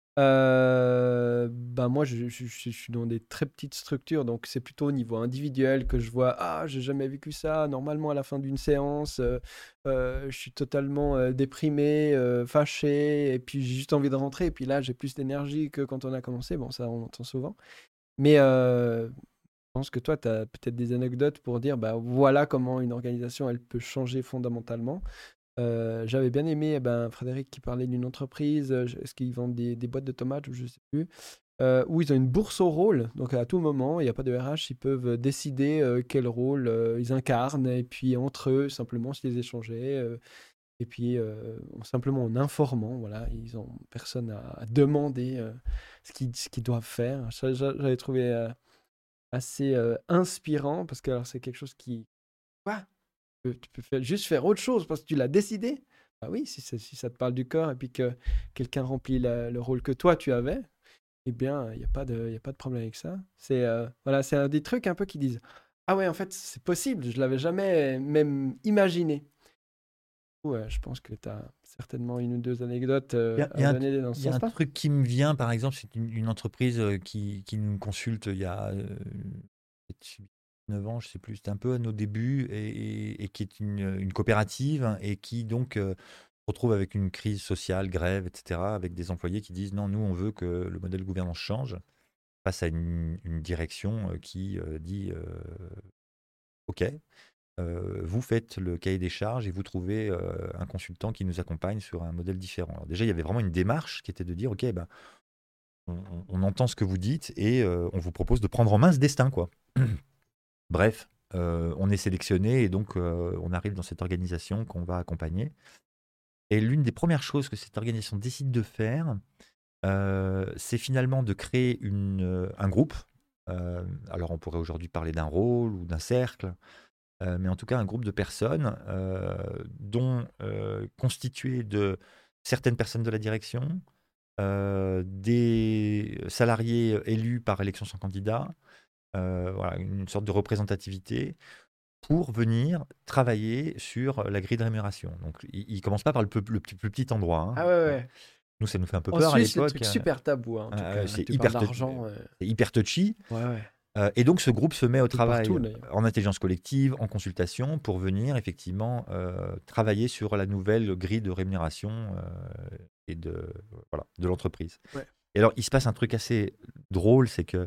Bah moi, je suis dans des très petites structures, donc c'est plutôt au niveau individuel que je vois, ah, j'ai jamais vécu ça. Normalement, à la fin d'une séance, je suis totalement déprimé, fâché, et puis j'ai juste envie de rentrer. Et puis là, j'ai plus d'énergie que quand on a commencé. Bon, ça, on entend souvent. Mais je pense que toi, tu as peut-être des anecdotes pour dire, bah voilà comment une organisation, elle peut changer fondamentalement. J'avais bien aimé Frédéric qui parlait d'une entreprise, est-ce qu'ils vendent des boîtes de tomates ou je sais plus, où ils ont une bourse au rôle. Donc à tout moment, il n'y a pas de RH, ils peuvent décider quel rôle ils incarnent et puis entre eux, simplement se les échanger. Et puis simplement en informant, voilà, ils ont personne à demander ce qu'ils doivent faire. J'avais trouvé assez inspirant parce que alors, c'est quelque chose qui... Quoi, tu peux juste faire autre chose parce que tu l'as décidé. Bah oui, si ça te parle du corps et puis que quelqu'un remplit le rôle que toi tu avais, eh bien, il n'y a y a pas de problème avec ça. Voilà, c'est un des trucs un peu qui disent, ah ouais, en fait, c'est possible, je l'avais jamais même imaginé. Ouais, je pense que tu as certainement une ou deux anecdotes Il y a, il à y a un, donner dans ce il y a un sens-là. truc qui me vient, par exemple, c'est une entreprise qui nous consulte il y a peut-être 9 ans, je sais plus, c'était un peu à nos débuts, et qui est une coopérative, hein, et qui donc retrouve avec une crise sociale, grève, etc., avec des employés qui disent non, nous, on veut que le modèle de gouvernance change face à une direction qui dit OK, vous faites le cahier des charges et vous trouvez un consultant qui nous accompagne sur un modèle différent. Alors déjà, il y avait vraiment une démarche qui était de dire OK, ben, on entend ce que vous dites et on vous propose de prendre en main ce destin, quoi. Bref, on est sélectionné et donc on arrive dans cette organisation qu'on va accompagner. Et l'une des premières choses que cette organisation décide de faire, c'est finalement de créer un groupe. Alors on pourrait aujourd'hui parler d'un rôle ou d'un cercle, mais en tout cas un groupe de personnes dont constitué de certaines personnes de la direction, des salariés élus par élection sans candidat, voilà, une sorte de représentativité pour venir travailler sur la grille de rémunération. Donc, il ne commence pas par le plus petit endroit, hein. Ah ouais, ouais. Nous, ça nous fait un peu En peur à Suisse, le l'époque. truc super tabou, hein, en tout cas. C'est Tu parles hyper, d'argent. c'est hyper touchy. Ouais, ouais. Et donc, ce groupe se met au Et travail partout, d'ailleurs. en intelligence collective, en consultation, pour venir effectivement travailler sur la nouvelle grille de rémunération et voilà, de l'entreprise. Ouais. Et alors, il se passe un truc assez drôle, c'est que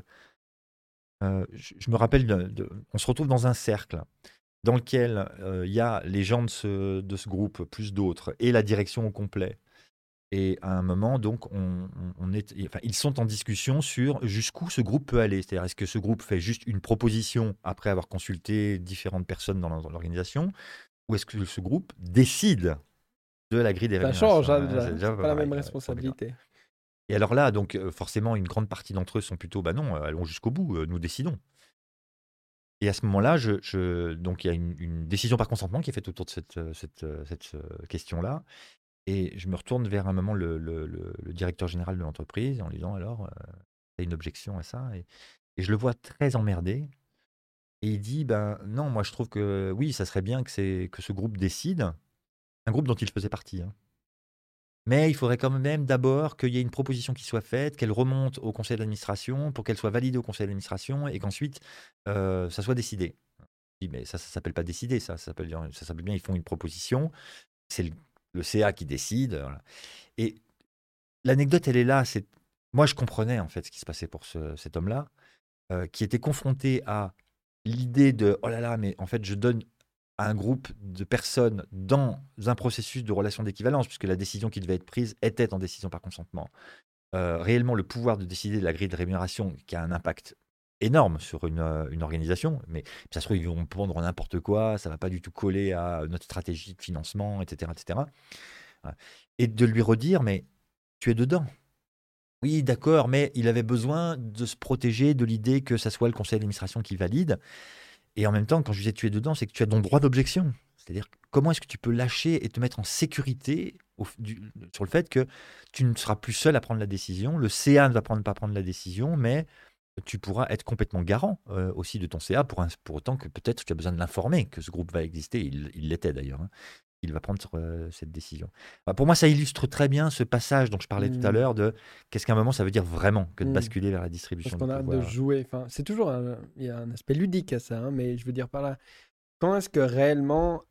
je me rappelle, on se retrouve dans un cercle dans lequel il y a les gens de ce groupe, plus d'autres, et la direction au complet. Et à un moment, donc, ils sont en discussion sur jusqu'où ce groupe peut aller. C'est-à-dire, est-ce que ce groupe fait juste une proposition après avoir consulté différentes personnes dans l'organisation, ou est-ce que ce groupe décide de la grille des Ça rémunérations? change, hein, déjà. C'est déjà C'est pas la pareil, même ouais, responsabilité. et alors là, donc, forcément, une grande partie d'entre eux sont plutôt, bah non, allons jusqu'au bout, nous décidons. Et à ce moment-là, donc il y a une décision par consentement qui est faite autour de cette question-là. Et je me retourne vers un moment le directeur général de l'entreprise en lui disant alors, tu as une objection à ça et je le vois très emmerdé. Et il dit ben non, moi je trouve que oui, ça serait bien que ce groupe décide, un groupe dont il faisait partie, hein. Mais il faudrait quand même d'abord qu'il y ait une proposition qui soit faite, qu'elle remonte au conseil d'administration pour qu'elle soit validée au conseil d'administration et qu'ensuite ça soit décidé. Je dis mais ça s'appelle pas décider, ça s'appelle bien ils font une proposition, c'est le CA qui décide, voilà. Et l'anecdote, elle est là. Moi, je comprenais en fait ce qui se passait pour cet homme-là, qui était confronté à l'idée de oh là là, mais en fait, je donne à un groupe de personnes dans un processus de relation d'équivalence, puisque la décision qui devait être prise était en décision par consentement. Réellement, le pouvoir de décider de la grille de rémunération qui a un impact énorme sur une organisation, mais ça se trouve, ils vont prendre n'importe quoi, ça ne va pas du tout coller à notre stratégie de financement, etc. etc. Voilà. Et de lui redire, mais tu es dedans. Oui, d'accord, mais il avait besoin de se protéger de l'idée que ça soit le conseil d'administration qui valide. Et en même temps, quand je disais tu es dedans, c'est que tu as ton droit d'objection. C'est-à-dire, comment est-ce que tu peux lâcher et te mettre en sécurité sur le fait que tu ne seras plus seul à prendre la décision, le CA ne va pas prendre la décision, mais tu pourras être complètement garant aussi de ton CA pour autant que peut-être tu as besoin de l'informer que ce groupe va exister. Il l'était d'ailleurs, hein. Il va prendre cette décision. Enfin, pour moi, ça illustre très bien ce passage dont je parlais tout à l'heure de qu'est-ce qu'à un moment ça veut dire vraiment que de basculer vers la distribution Parce du qu'on a de pouvoir. jouer. Enfin, c'est toujours il y a un aspect ludique à ça, hein, mais je veux dire par là, quand est-ce que réellement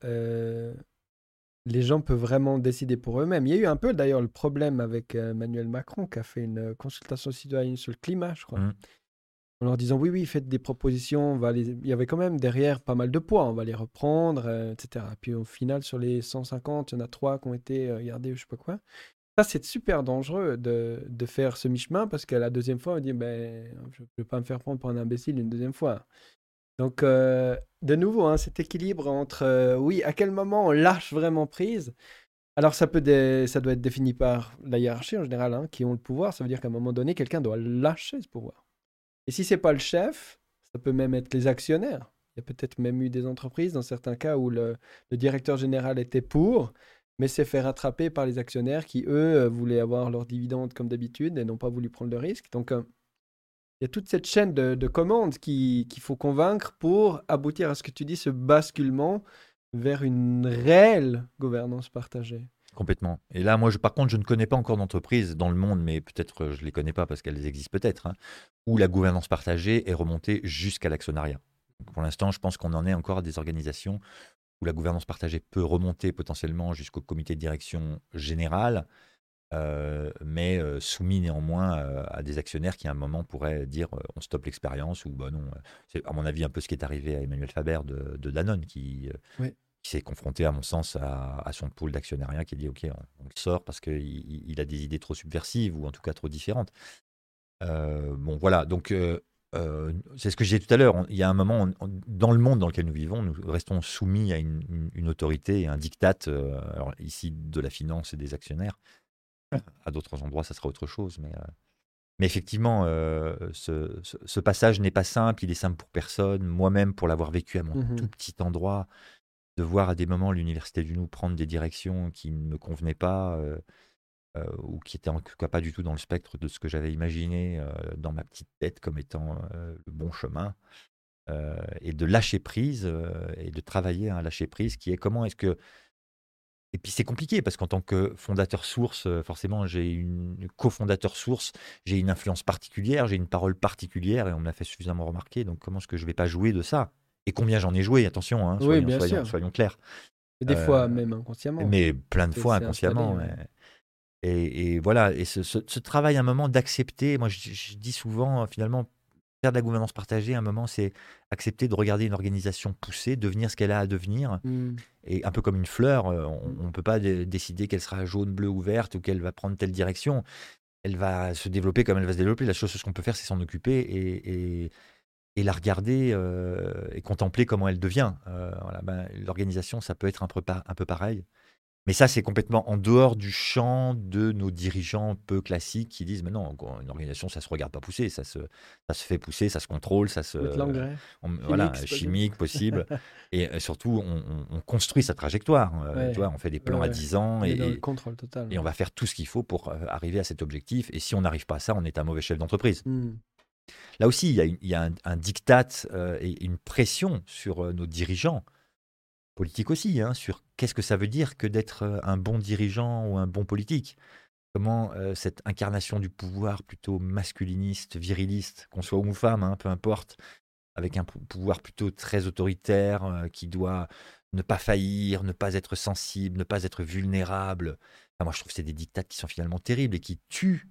les gens peuvent vraiment décider pour eux-mêmes? Il y a eu un peu d'ailleurs le problème avec Emmanuel Macron qui a fait une consultation citoyenne sur le climat, je crois. En leur disant oui, oui, faites des propositions, il y avait quand même derrière pas mal de poids, on va les reprendre, etc. Puis au final, sur les 150, il y en a 3 qui ont été gardés, je sais pas quoi. Ça, c'est super dangereux de faire ce mi-chemin parce qu'à la deuxième fois, on dit ben, je ne vais pas me faire prendre pour un imbécile une deuxième fois. Donc, de nouveau, hein, cet équilibre entre, oui, à quel moment on lâche vraiment prise. Alors, ça doit être défini par la hiérarchie en général, hein, qui ont le pouvoir. Ça veut dire qu'à un moment donné, quelqu'un doit lâcher ce pouvoir. Et si c'est pas le chef, ça peut même être les actionnaires. Il y a peut-être même eu des entreprises, dans certains cas, où le directeur général était pour, mais s'est fait rattraper par les actionnaires qui, eux, voulaient avoir leurs dividendes comme d'habitude et n'ont pas voulu prendre le risque. Donc, il y a toute cette chaîne de commandes qu'il faut convaincre pour aboutir à ce que tu dis, ce basculement vers une réelle gouvernance partagée. Complètement. Et là, moi, par contre, je ne connais pas encore d'entreprise dans le monde, mais peut-être je ne les connais pas parce qu'elles existent peut-être, hein, où la gouvernance partagée est remontée jusqu'à l'actionnariat. Pour l'instant, je pense qu'on en est encore à des organisations où la gouvernance partagée peut remonter potentiellement jusqu'au comité de direction général, mais soumis néanmoins à des actionnaires qui à un moment pourraient dire on stoppe l'expérience ou bah non. C'est à mon avis un peu ce qui est arrivé à Emmanuel Faber de Danone Oui. qui s'est confronté à mon sens à son pôle d'actionnariat qui a dit ok on le sort parce qu'il a des idées trop subversives ou en tout cas trop différentes. Bon voilà donc c'est ce que je disais tout à l'heure. Il y a un moment dans le monde dans lequel nous vivons, nous restons soumis à une autorité et un diktat. Alors ici de la finance et des actionnaires. À d'autres endroits, ça sera autre chose. Mais effectivement, ce passage n'est pas simple. Il est simple pour personne. Moi-même, pour l'avoir vécu à mon tout petit endroit, de voir à des moments l'Université du Nou prendre des directions qui ne me convenaient pas ou qui étaient en tout cas pas du tout dans le spectre de ce que j'avais imaginé dans ma petite tête comme étant le bon chemin. Et de lâcher prise et de travailler à un lâcher prise qui est comment est-ce que et puis c'est compliqué parce qu'en tant que fondateur source, forcément j'ai une cofondateur source, j'ai une influence particulière, j'ai une parole particulière et on me l'a fait suffisamment remarquer. Donc comment est-ce que je vais pas jouer de ça? Et combien j'en ai joué, attention, hein, Oui, bien sûr. soyons clairs. Et des fois, même inconsciemment. Mais plein de fois C'est installé, inconsciemment. ouais. Et voilà, et ce travail à un moment d'accepter, moi je dis souvent finalement, faire de la gouvernance partagée, à un moment, c'est accepter de regarder une organisation pousser, devenir ce qu'elle a à devenir. Et un peu comme une fleur, on ne peut pas décider qu'elle sera jaune, bleue ou verte ou qu'elle va prendre telle direction. Elle va se développer comme elle va se développer. La chose ce qu'on peut faire, c'est s'en occuper et la regarder et contempler comment elle devient. Voilà, l'organisation, ça peut être un peu pareil. Mais ça, c'est complètement en dehors du champ de nos dirigeants peu classiques qui disent, mais non, une organisation, ça se regarde pas pousser, ça se fait pousser, ça se contrôle, ça se, Mettre l'engrais. voilà, c'est chimique possible. Et surtout, on construit sa trajectoire. Ouais. Tu vois, on fait des plans à 10 ans On est dans le et contrôle total. on va faire tout ce qu'il faut pour arriver à cet objectif. Et si on n'arrive pas à ça, on est un mauvais chef d'entreprise. Là aussi, il y a un diktat et une pression sur nos dirigeants politique aussi, hein, sur qu'est-ce que ça veut dire que d'être un bon dirigeant ou un bon politique. Comment cette incarnation du pouvoir plutôt masculiniste, viriliste, qu'on soit homme ou femme, hein, peu importe, avec un pouvoir plutôt très autoritaire qui doit ne pas faillir, ne pas être sensible, ne pas être vulnérable. Enfin, moi, je trouve que c'est des diktats qui sont finalement terribles et qui tuent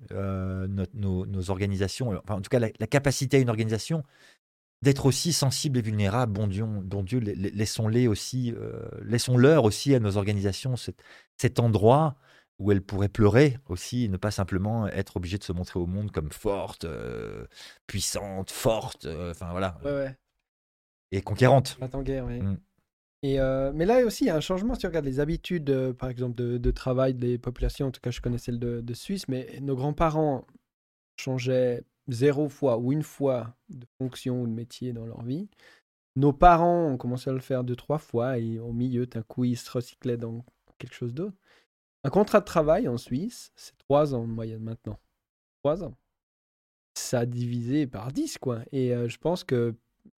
nos organisations. Enfin, en tout cas, la capacité à une organisation d'être aussi sensible et vulnérable, bon Dieu, laissons-les aussi, laissons-leur aussi à nos organisations cet endroit où elles pourraient pleurer aussi, et ne pas simplement être obligées de se montrer au monde comme fortes, puissantes, fortes, enfin voilà, Ouais. et conquérantes. Pas en guerre, oui. Mm. Et mais là aussi, il y a un changement. Si tu regardes les habitudes, par exemple, de travail des populations, en tout cas, je connais celle de Suisse, mais nos grands-parents changeaient 0 fois ou 1 fois de fonction ou de métier dans leur vie. Nos parents ont commencé à le faire 2-3 fois et au milieu, d'un coup, ils se recyclaient dans quelque chose d'autre. Un contrat de travail en Suisse, c'est 3 ans de moyenne maintenant. 3 ans. Ça a divisé par 10, quoi. Et je pense que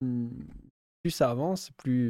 plus ça avance,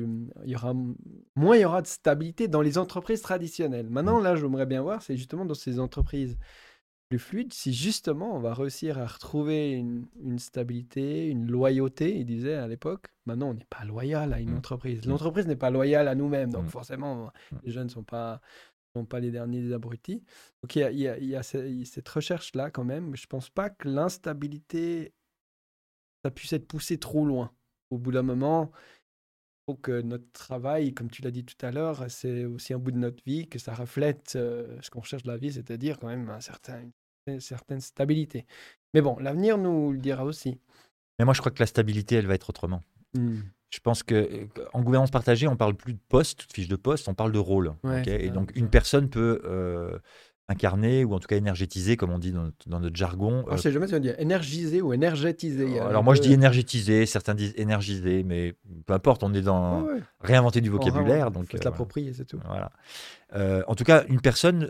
moins il y aura de stabilité dans les entreprises traditionnelles. Maintenant, là, j'aimerais bien voir, c'est justement dans ces entreprises plus fluides, si justement on va réussir à retrouver une stabilité, une loyauté. Il disait à l'époque, maintenant on n'est pas loyal à une entreprise. L'entreprise n'est pas loyale à nous-mêmes, donc forcément, les jeunes ne sont pas les derniers des abrutis. Donc il y a cette recherche-là quand même, mais je ne pense pas que l'instabilité, ça puisse être poussé trop loin. Au bout d'un moment, il faut que notre travail, comme tu l'as dit tout à l'heure, c'est aussi un bout de notre vie, que ça reflète ce qu'on cherche de la vie, c'est-à-dire quand même une certaine stabilité. Mais bon, l'avenir nous le dira aussi. Mais moi, je crois que la stabilité, elle va être autrement. Je pense qu'en gouvernance partagée, on ne parle plus de poste, de fiche de poste, on parle de rôle. Ouais, Okay, et donc, une personne peut incarner ou en tout cas énergétiser, comme on dit dans notre jargon. Je ne sais jamais si on dit énergiser ou énergétiser. Alors moi je dis énergétiser, certains disent énergiser, mais peu importe, on est dans réinventer du vocabulaire. Donc faut l'approprier, c'est tout. Voilà. En tout cas, une personne,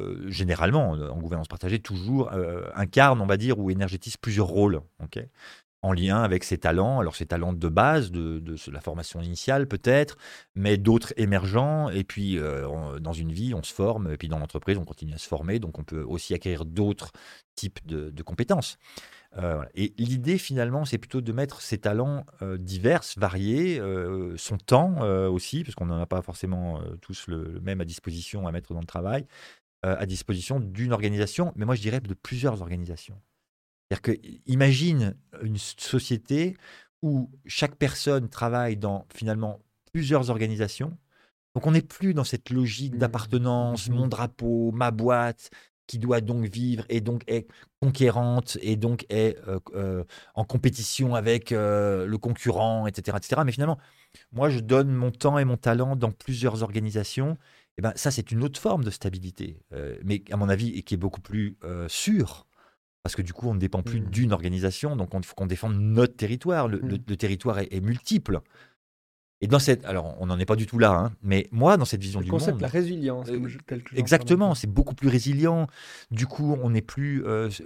généralement, en gouvernance partagée, toujours incarne, on va dire, ou énergétise plusieurs rôles. Okay, en lien avec ses talents. Alors, ses talents de base, de la formation initiale peut-être, mais d'autres émergents. Et puis, dans une vie, on se forme. Et puis, dans l'entreprise, on continue à se former. Donc, on peut aussi acquérir d'autres types de compétences. Voilà. Et l'idée, finalement, c'est plutôt de mettre ses talents divers, variés, son temps aussi, parce qu'on n'en a pas forcément tous le même à disposition à mettre dans le travail, à disposition d'une organisation, mais moi, je dirais de plusieurs organisations. C'est-à-dire que, imagine une société où chaque personne travaille dans finalement plusieurs organisations. Donc on n'est plus dans cette logique d'appartenance, mon drapeau, ma boîte, qui doit donc vivre et donc est conquérante et donc est en compétition avec le concurrent, etc., etc. Mais finalement, moi, je donne mon temps et mon talent dans plusieurs organisations. Et ben, ça, c'est une autre forme de stabilité, mais à mon avis, et qui est beaucoup plus sûre. Parce que du coup, on ne dépend plus d'une organisation, donc il faut qu'on défende notre territoire. Le territoire est multiple. Et dans cette, alors, on n'en est pas du tout là, hein, mais moi, dans cette vision Le du concept, monde, la résilience, tel que j'en parle un exactement, peu. c'est beaucoup plus résilient. Du coup, on n'est plus,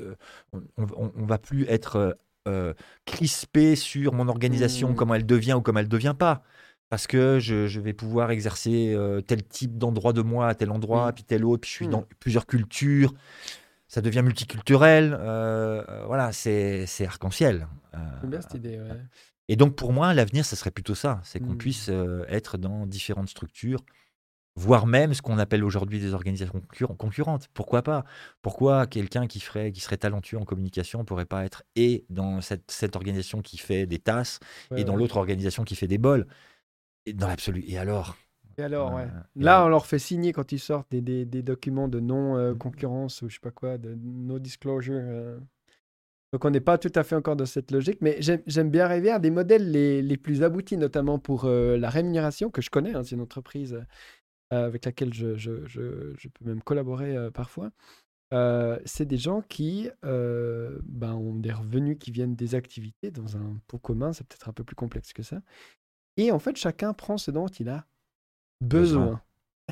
on va plus être crispé sur mon organisation, comment elle devient ou comment elle devient pas. Parce que je vais pouvoir exercer tel type d'endroit de moi à tel endroit, puis tel autre, puis je suis dans plusieurs cultures. Ça devient multiculturel. Voilà, c'est arc-en-ciel. J'aime bien cette idée, ouais. Et donc, pour moi, l'avenir, ce serait plutôt ça. C'est qu'on puisse être dans différentes structures, voire même ce qu'on appelle aujourd'hui des organisations concurrentes. Pourquoi pas? Pourquoi quelqu'un qui serait talentueux en communication ne pourrait pas être et dans cette organisation qui fait des tasses et dans l'autre organisation qui fait des bols? Et dans l'absolu. Et alors? Et alors, ouais. Et Là, alors on leur fait signer quand ils sortent des documents de non-concurrence ou je sais pas quoi, de no disclosure. Donc, on n'est pas tout à fait encore dans cette logique, mais j'aime bien rêver à des modèles les plus aboutis, notamment pour la rémunération, que je connais. Hein, c'est une entreprise avec laquelle je peux même collaborer parfois. C'est des gens qui ont des revenus qui viennent des activités dans un pot commun. C'est peut-être un peu plus complexe que ça. Et en fait, chacun prend ce dont il a besoin.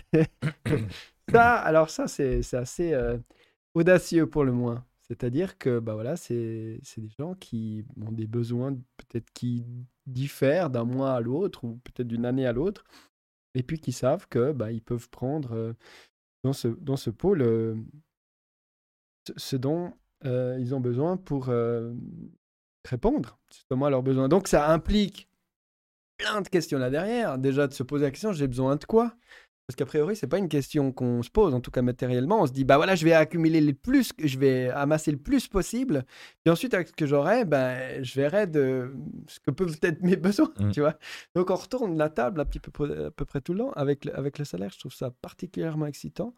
Alors ça, c'est assez audacieux pour le moins. C'est-à-dire que bah voilà, c'est des gens qui ont des besoins peut-être qui diffèrent d'un mois à l'autre ou peut-être d'une année à l'autre, et puis qui savent que bah, ils peuvent prendre dans ce pôle ce dont ils ont besoin pour répondre justement à leurs besoins. Donc ça implique plein de questions là derrière. Déjà de se poser la question, j'ai besoin de quoi? Parce qu'a priori, c'est pas une question qu'on se pose, en tout cas matériellement. On se dit, bah voilà, je vais accumuler je vais amasser le plus possible. Puis ensuite, avec ce que j'aurai, ben, je verrai de ce que peuvent être mes besoins, tu vois. Donc on retourne la table à peu près tout le temps avec le salaire. Je trouve ça particulièrement excitant.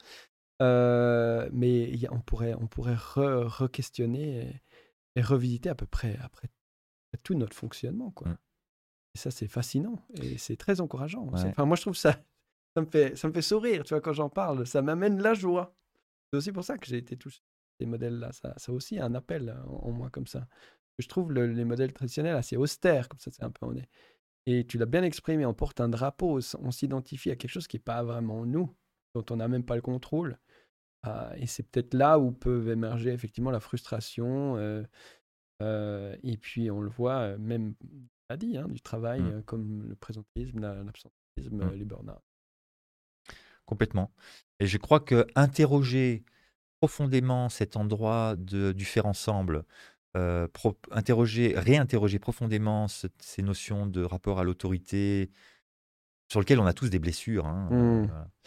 Mais on pourrait re-questionner et revisiter à peu près après tout notre fonctionnement, quoi. Et ça, c'est fascinant et c'est très encourageant. Ouais. Enfin, moi, je trouve ça ça me fait sourire, tu vois, quand j'en parle. Ça m'amène la joie. C'est aussi pour ça que j'ai été touché par ces modèles-là. Ça aussi un appel en moi comme ça. Je trouve les modèles traditionnels assez austères, comme ça, c'est un peu on est. Et tu l'as bien exprimé, on porte un drapeau, on s'identifie à quelque chose qui n'est pas vraiment nous, dont on n'a même pas le contrôle. Et c'est peut-être là où peut émerger effectivement la frustration. Et puis on le voit même, on l'a dit, hein, du travail comme le présentéisme, l'absentéisme, les burn-out. Complètement. Et je crois que interroger profondément cet endroit du faire ensemble, réinterroger profondément ces notions de rapport à l'autorité, sur lequel on a tous des blessures, hein,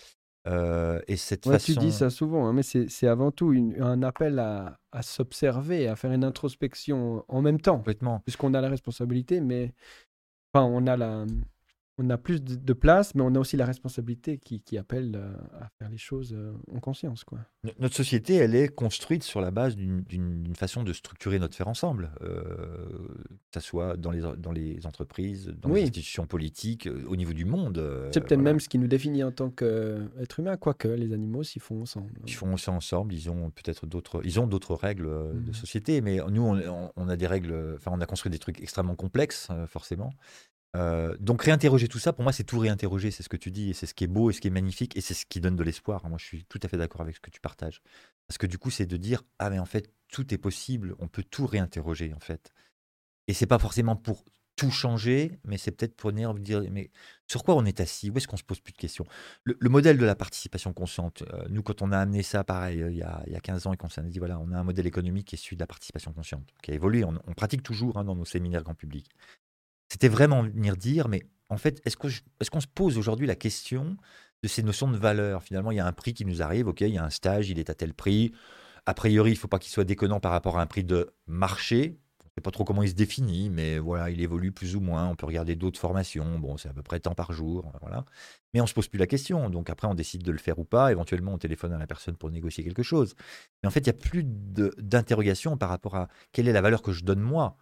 et cette Ouais, tu dis façon ça souvent, hein, mais c'est avant tout un appel à s'observer, à faire une introspection en même temps, complètement. puisqu'on a la responsabilité, mais enfin, on a plus de place, mais on a aussi la responsabilité qui appelle à faire les choses en conscience, quoi. Notre société, elle est construite sur la base d'une façon de structurer notre faire ensemble, que ce soit dans les entreprises, dans les Oui, institutions politiques, au niveau du monde. c'est peut-être Voilà. même ce qui nous définit en tant qu'être humain, quoique les animaux s'y font ensemble. Ils font ça ensemble, ils ont peut-être d'autres règles de société, mais nous, on a des règles, enfin, on a construit des trucs extrêmement complexes, forcément. Donc réinterroger tout ça, pour moi, c'est tout réinterroger, c'est ce que tu dis, et c'est ce qui est beau et ce qui est magnifique, et c'est ce qui donne de l'espoir. Moi, je suis tout à fait d'accord avec ce que tu partages. Parce que du coup, c'est de dire, ah mais en fait, tout est possible, on peut tout réinterroger, en fait. Et c'est pas forcément pour tout changer, mais c'est peut-être pour venir dire, mais sur quoi on est assis? Où est-ce qu'on se pose plus de questions? Le modèle de la participation consciente, nous, quand on a amené ça, pareil, il y a 15 ans, et qu'on s'est dit, voilà, on a un modèle économique qui est celui de la participation consciente, qui a évolué. On pratique toujours dans nos séminaires grand public. C'était vraiment venir dire, mais en fait, est-ce qu'on se pose aujourd'hui la question de ces notions de valeur? Finalement, il y a un prix qui nous arrive, ok, il y a un stage, il est à tel prix. A priori, il ne faut pas qu'il soit déconnant par rapport à un prix de marché. On ne sait pas trop comment il se définit, mais voilà, il évolue plus ou moins. On peut regarder d'autres formations. Bon, c'est à peu près tant par jour, voilà. Mais on ne se pose plus la question. Donc après, on décide de le faire ou pas. Éventuellement, on téléphone à la personne pour négocier quelque chose. Mais en fait, il n'y a plus d'interrogation par rapport à quelle est la valeur que je donne moi.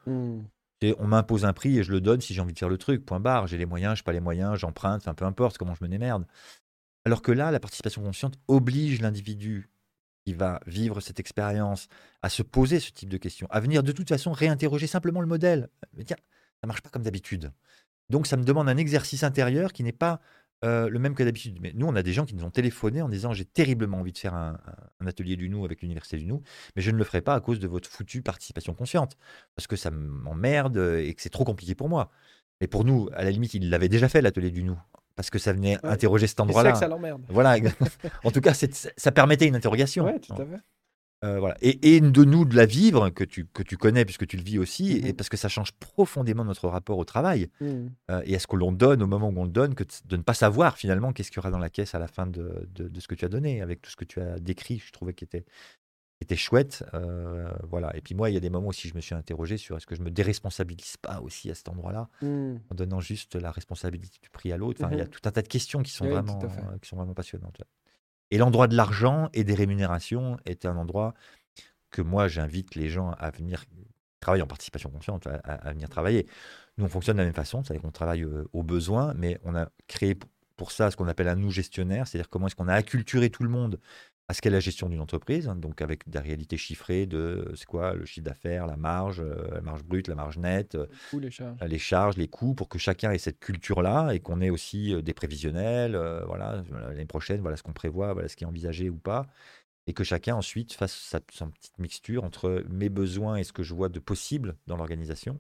On m'impose un prix et je le donne si j'ai envie de faire le truc. Point barre. J'ai les moyens, je n'ai pas les moyens, j'emprunte, enfin peu importe comment je me démerde. Alors que là, la participation consciente oblige l'individu qui va vivre cette expérience à se poser ce type de questions, à venir de toute façon réinterroger simplement le modèle. Mais tiens, ça marche pas comme d'habitude. Donc ça me demande un exercice intérieur qui n'est pas le même que d'habitude. Mais nous, on a des gens qui nous ont téléphoné en disant j'ai terriblement envie de faire un atelier du nous avec l'Université du nous, mais je ne le ferai pas à cause de votre foutue participation consciente, parce que ça m'emmerde et que c'est trop compliqué pour moi. Et pour nous, à la limite, ils l'avaient déjà fait, l'atelier du nous, parce que ça venait Ouais. interroger cet Et c'est que endroit-là. ça l'emmerde. Voilà, en tout cas, ça permettait une interrogation. Ouais, tout à fait. Voilà. Et de nous de la vivre, que tu connais puisque tu le vis aussi, et Mhm. parce que ça change profondément notre rapport au travail Mhm. et à ce que l'on donne au moment où on le donne, que de ne pas savoir finalement qu'est-ce qu'il y aura dans la caisse à la fin de ce que tu as donné, avec tout ce que tu as décrit, je trouvais qui était chouette. Voilà. Et puis moi, il y a des moments aussi, je me suis interrogé sur est-ce que je me déresponsabilise pas aussi à cet endroit-là, Mhm. en donnant juste la responsabilité du prix à l'autre. Enfin, il y a Mhm. tout un tas de questions qui sont Oui, tout à fait. vraiment passionnantes. Ouais. Et l'endroit de l'argent et des rémunérations était un endroit que moi, j'invite les gens à venir travailler en participation consciente, à venir travailler. Nous, on fonctionne de la même façon, c'est-à-dire qu'on travaille aux besoins, mais on a créé pour ça ce qu'on appelle un nous gestionnaire, c'est-à-dire comment est-ce qu'on a acculturé tout le monde à ce qu'est la gestion d'une entreprise, hein, donc avec des réalités chiffrées de c'est quoi le chiffre d'affaires, la marge brute, la marge nette, Ou les charges. les charges, les coûts, pour que chacun ait cette culture-là et qu'on ait aussi des prévisionnels, voilà, l'année prochaine, voilà ce qu'on prévoit, voilà ce qui est envisagé ou pas, et que chacun ensuite fasse sa petite mixture entre mes besoins et ce que je vois de possible dans l'organisation.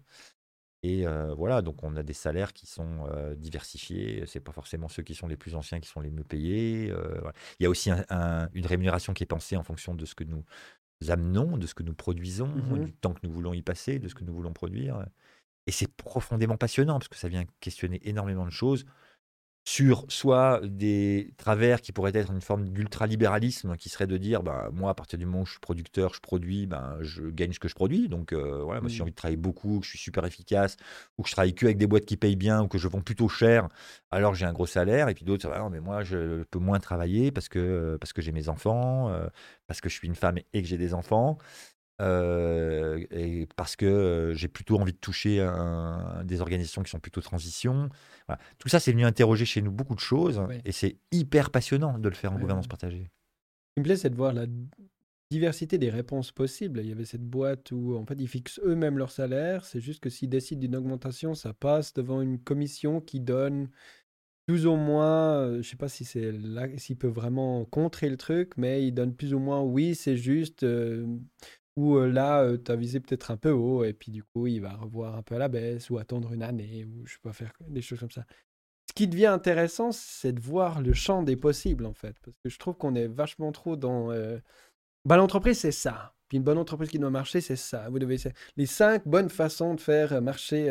Et voilà, donc on a des salaires qui sont diversifiés. C'est pas forcément ceux qui sont les plus anciens qui sont les mieux payés. Voilà. Il y a aussi une rémunération qui est pensée en fonction de ce que nous amenons, de ce que nous produisons, Mhm. du temps que nous voulons y passer, de ce que nous voulons produire. Et c'est profondément passionnant parce que ça vient questionner énormément de choses sur soit des travers qui pourraient être une forme d'ultralibéralisme qui serait de dire bah, moi à partir du moment où je suis producteur, je produis, ben, je gagne ce que je produis, donc voilà, moi si j'ai Mhm. envie de travailler beaucoup, que je suis super efficace, ou que je travaille que avec des boîtes qui payent bien, ou que je vends plutôt cher, alors j'ai un gros salaire, et puis d'autres, ah, non, mais moi je peux moins travailler parce que j'ai mes enfants, parce que je suis une femme et que j'ai des enfants, et parce que j'ai plutôt envie de toucher des organisations qui sont plutôt transition. Voilà. Tout ça, c'est venu interroger chez nous beaucoup de choses Ouais. et c'est hyper passionnant de le faire en Ouais, gouvernance ouais. partagée. Ce qui me plaît, c'est de voir la diversité des réponses possibles. Il y avait cette boîte où, en fait, ils fixent eux-mêmes leur salaire. C'est juste que s'ils décident d'une augmentation, ça passe devant une commission qui donne plus ou moins, je sais pas si c'est là, s'ils peuvent vraiment contrer le truc, mais ils donnent plus ou moins, oui, c'est juste, ou là, tu as visé peut-être un peu haut, et puis du coup, il va revoir un peu à la baisse, ou attendre une année, ou je sais pas, faire des choses comme ça. Ce qui devient intéressant, c'est de voir le champ des possibles, en fait, parce que je trouve qu'on est vachement trop dans... bah, l'entreprise, c'est ça. Puis une bonne entreprise qui doit marcher, c'est ça. Vous devez... Les 5 bonnes façons de faire marcher...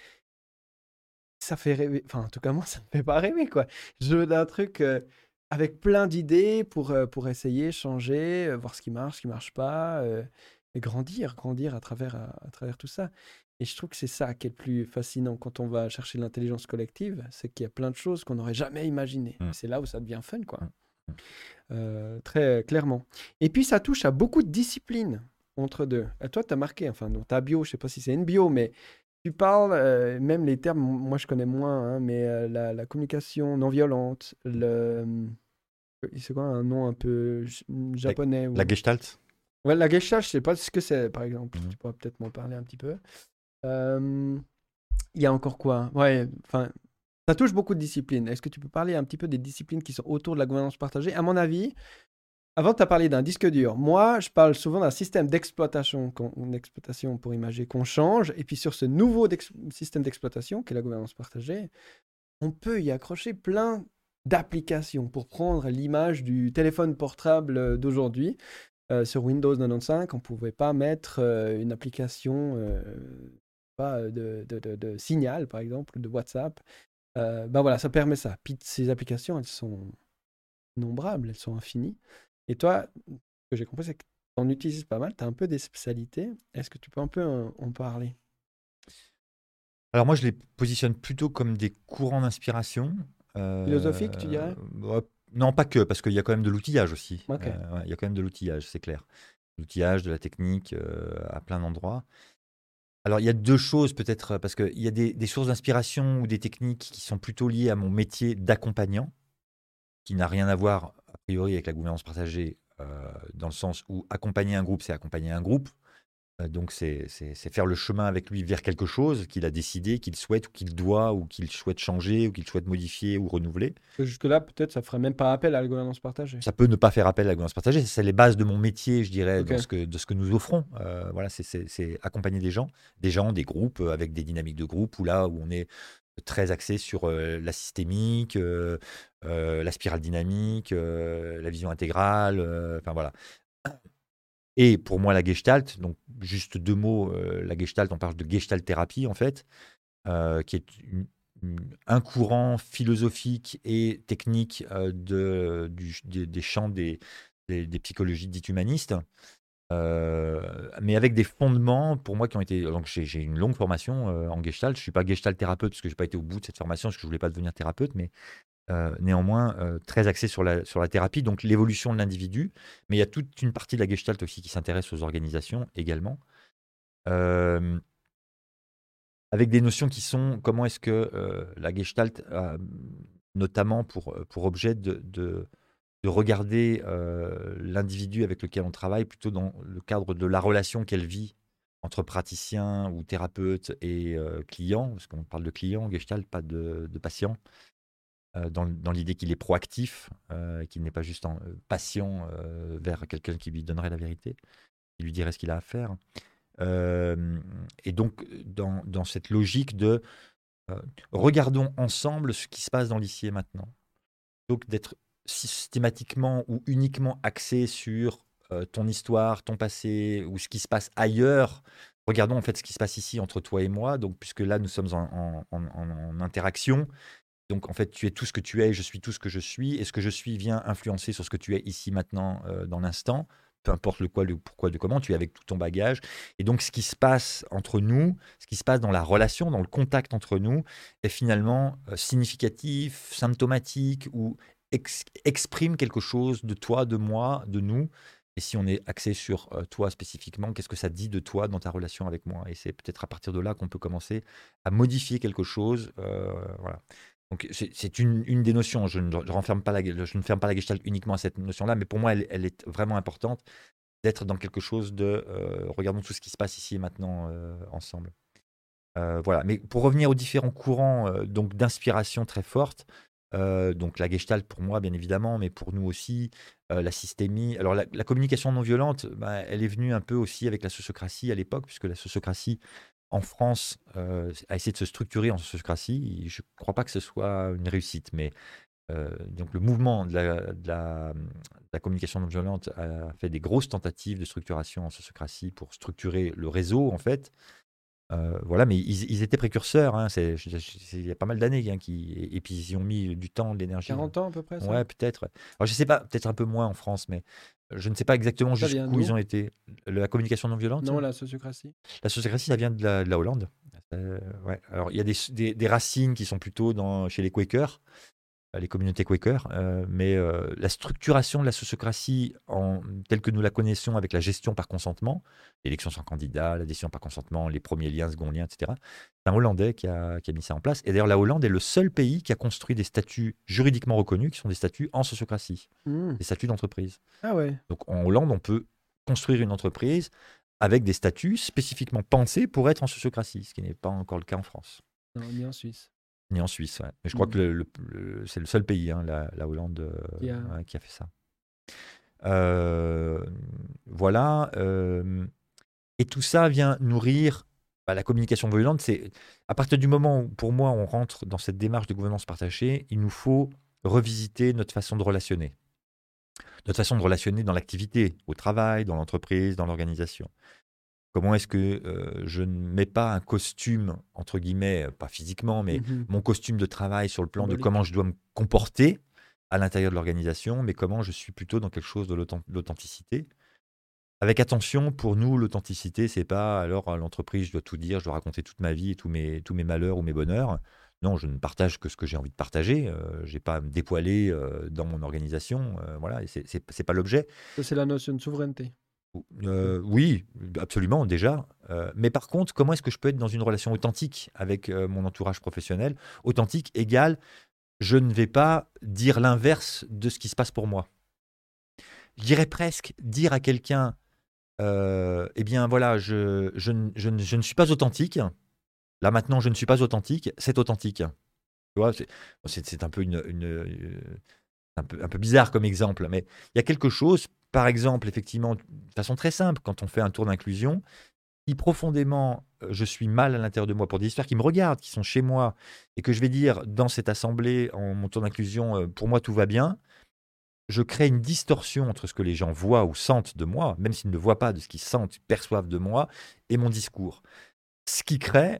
ça fait rêver. Enfin, en tout cas, moi, ça me fait pas rêver, quoi. Je veux un truc avec plein d'idées pour essayer, changer, voir ce qui marche pas, et grandir à travers tout ça. Et je trouve que c'est ça qui est le plus fascinant quand on va chercher l'intelligence collective, c'est qu'il y a plein de choses qu'on n'aurait jamais imaginées. Mm, Et c'est là où ça devient fun, quoi. mm, mm. Très clairement. Et puis, ça touche à beaucoup de disciplines entre deux. Et toi, tu as marqué, enfin, dans ta bio, je sais pas si c'est une bio, mais tu parles, même les termes, moi je connais moins, hein, mais la communication non violente, c'est quoi un nom un peu La, japonais la ou... Gestalt. Ouais, la geisha, je sais pas ce que c'est, par exemple. Mhm. Tu pourras peut-être m'en parler un petit peu. Euh, Il y a encore quoi? Ouais, enfin, ça touche beaucoup de disciplines. Est-ce que tu peux parler un petit peu des disciplines qui sont autour de la gouvernance partagée? À mon avis, Avant, tu as parlé d'un disque dur. Moi, je parle souvent d'un système d'exploitation pour imager qu'on change. Et puis sur ce nouveau système d'exploitation, qui est la gouvernance partagée, on peut y accrocher plein d'applications pour prendre l'image du téléphone portable d'aujourd'hui. Sur Windows 95, on ne pouvait pas mettre une application de Signal, par exemple, de WhatsApp. Ben voilà, ça permet ça. Puis ces applications, elles sont innombrables, elles sont infinies. Et toi, ce que j'ai compris, c'est que tu en utilises pas mal, tu as un peu des spécialités. Est-ce que tu peux un peu en parler? Alors moi, je les positionne plutôt comme des courants d'inspiration. Philosophique, tu dirais? Ouais, non, pas que, parce qu'il y a quand même de l'outillage aussi. Ok. Ouais, il y a quand même de l'outillage, c'est clair. L'outillage, de la technique, à plein d'endroits. Alors, il y a deux choses peut-être, parce qu'il y a des sources d'inspiration ou des techniques qui sont plutôt liées à mon métier d'accompagnant, qui n'a rien à voir, a priori, avec la gouvernance partagée, dans le sens où accompagner un groupe, c'est accompagner un groupe. Donc, c'est faire le chemin avec lui vers quelque chose qu'il a décidé, qu'il souhaite, ou qu'il doit, ou qu'il souhaite changer, ou qu'il souhaite modifier ou renouveler. Jusque-là, peut-être, ça ferait même pas appel à la gouvernance partagée. Ça peut ne pas faire appel à la gouvernance partagée. C'est les bases de mon métier, je dirais, Ok. de ce que nous offrons. Voilà, c'est accompagner des gens, des groupes, avec des dynamiques de groupe, où là où on est très axé sur la systémique, la spirale dynamique, la vision intégrale. Enfin voilà. Et pour moi, la Gestalt, donc juste deux mots, la Gestalt, on parle de Gestalt thérapie en fait, qui est un courant philosophique et technique des champs des psychologies dites humanistes, mais avec des fondements pour moi qui ont été. Donc j'ai une longue formation en Gestalt. Je ne suis pas Gestalt thérapeute parce que je n'ai pas été au bout de cette formation, parce que je ne voulais pas devenir thérapeute, mais néanmoins très axé sur la thérapie, donc l'évolution de l'individu. Mais il y a toute une partie de la Gestalt aussi qui s'intéresse aux organisations également. Euh, avec des notions qui sont comment est-ce que la Gestalt a notamment pour objet de regarder l'individu avec lequel on travaille plutôt dans le cadre de la relation qu'elle vit entre praticien ou thérapeute et client, parce qu'on parle de client, Gestalt, pas de patient, dans l'idée qu'il est proactif, qu'il n'est pas juste patient vers quelqu'un qui lui donnerait la vérité, qui lui dirait ce qu'il a à faire. Et donc, dans cette logique de regardons ensemble ce qui se passe dans l'ici et maintenant. Donc, d'être systématiquement ou uniquement axé sur ton histoire, ton passé ou ce qui se passe ailleurs. Regardons en fait ce qui se passe ici entre toi et moi. Donc, puisque là, nous sommes en interaction. Donc, en fait, tu es tout ce que tu es et je suis tout ce que je suis. Et ce que je suis vient influencer sur ce que tu es ici, maintenant, dans l'instant. Peu importe le quoi, le pourquoi, le comment, tu es avec tout ton bagage. Et donc, ce qui se passe entre nous, ce qui se passe dans la relation, dans le contact entre nous, est finalement significatif, symptomatique ou exprime quelque chose de toi, de moi, de nous. Et si on est axé sur toi spécifiquement, qu'est-ce que ça dit de toi dans ta relation avec moi? Et c'est peut-être à partir de là qu'on peut commencer à modifier quelque chose. Voilà. Donc c'est une des notions. Je ne ferme pas la Gestalt uniquement à cette notion-là, mais pour moi, elle est vraiment importante d'être dans quelque chose de regardons tout ce qui se passe ici et maintenant ensemble. Voilà. Mais pour revenir aux différents courants donc d'inspiration très forte, donc la Gestalt pour moi bien évidemment, mais pour nous aussi, la systémie. Alors la communication non violente, bah, elle est venue un peu aussi avec la sociocratie à l'époque, puisque la sociocratie en France a essayé de se structurer en sociocratie. Je ne crois pas que ce soit une réussite, mais donc le mouvement de la communication non violente a fait des grosses tentatives de structuration en sociocratie pour structurer le réseau en fait. Voilà, mais ils étaient précurseurs, hein, il y a pas mal d'années, hein, et puis ils y ont mis du temps, de l'énergie. 40 ans à peu près, ça? Ouais, peut-être. Alors je sais pas, peut-être un peu moins en France, mais je ne sais pas exactement Ça vient jusqu'où d'où? ils ont été. La communication non violente? Non, la sociocratie. La sociocratie, ça vient de la Hollande. Ouais. Alors il y a des racines qui sont plutôt chez les Quakers, les communautés Quaker, mais la structuration de la sociocratie telle que nous la connaissons avec la gestion par consentement, l'élection sans candidat, la décision par consentement, les premiers liens, seconds liens, etc. C'est un Hollandais qui a mis ça en place. Et d'ailleurs, la Hollande est le seul pays qui a construit des statuts juridiquement reconnus, qui sont des statuts en sociocratie, Hmm. des statuts d'entreprise. Ah ouais. Donc en Hollande, on peut construire une entreprise avec des statuts spécifiquement pensés pour être en sociocratie, ce qui n'est pas encore le cas en France. Non, ni en Suisse. Ni en Suisse, ouais. Mais je crois que c'est le seul pays, hein, la Hollande, Qui a... ouais, qui a fait ça. Euh, voilà. Et tout ça vient nourrir la communication violente. C'est à partir du moment où, pour moi, on rentre dans cette démarche de gouvernance partagée, il nous faut revisiter notre façon de relationner. Notre façon de relationner dans l'activité, au travail, dans l'entreprise, dans l'organisation. Comment est-ce que je ne mets pas un costume, entre guillemets, pas physiquement, mais Mhm. mon costume de travail sur le plan de Symbolique. comment je dois me comporter à l'intérieur de l'organisation, mais comment je suis plutôt dans quelque chose de l'authenticité. Avec attention, pour nous, l'authenticité, c'est pas alors à l'entreprise, je dois tout dire, je dois raconter toute ma vie et tous mes malheurs ou mes bonheurs. Non, je ne partage que ce que j'ai envie de partager. Je n'ai pas à me dépoiler dans mon organisation. Voilà, et c'est pas l'objet. Ça, c'est la notion de souveraineté. Oui, absolument, déjà. Mais par contre, comment est-ce que je peux être dans une relation authentique avec mon entourage professionnel? Authentique égale, je ne vais pas dire l'inverse de ce qui se passe pour moi. Je dirais presque dire à quelqu'un, eh bien voilà, je ne suis pas authentique. Là maintenant, je ne suis pas authentique, c'est authentique. Tu vois, c'est un peu un peu bizarre comme exemple, mais il y a quelque chose, par exemple, effectivement, de façon très simple, quand on fait un tour d'inclusion, si profondément je suis mal à l'intérieur de moi pour des histoires qui me regardent, qui sont chez moi, et que je vais dire dans cette assemblée, en mon tour d'inclusion, pour moi tout va bien, je crée une distorsion entre ce que les gens voient ou sentent de moi, même s'ils ne voient pas de ce qu'ils sentent, perçoivent de moi, et mon discours. Ce qui crée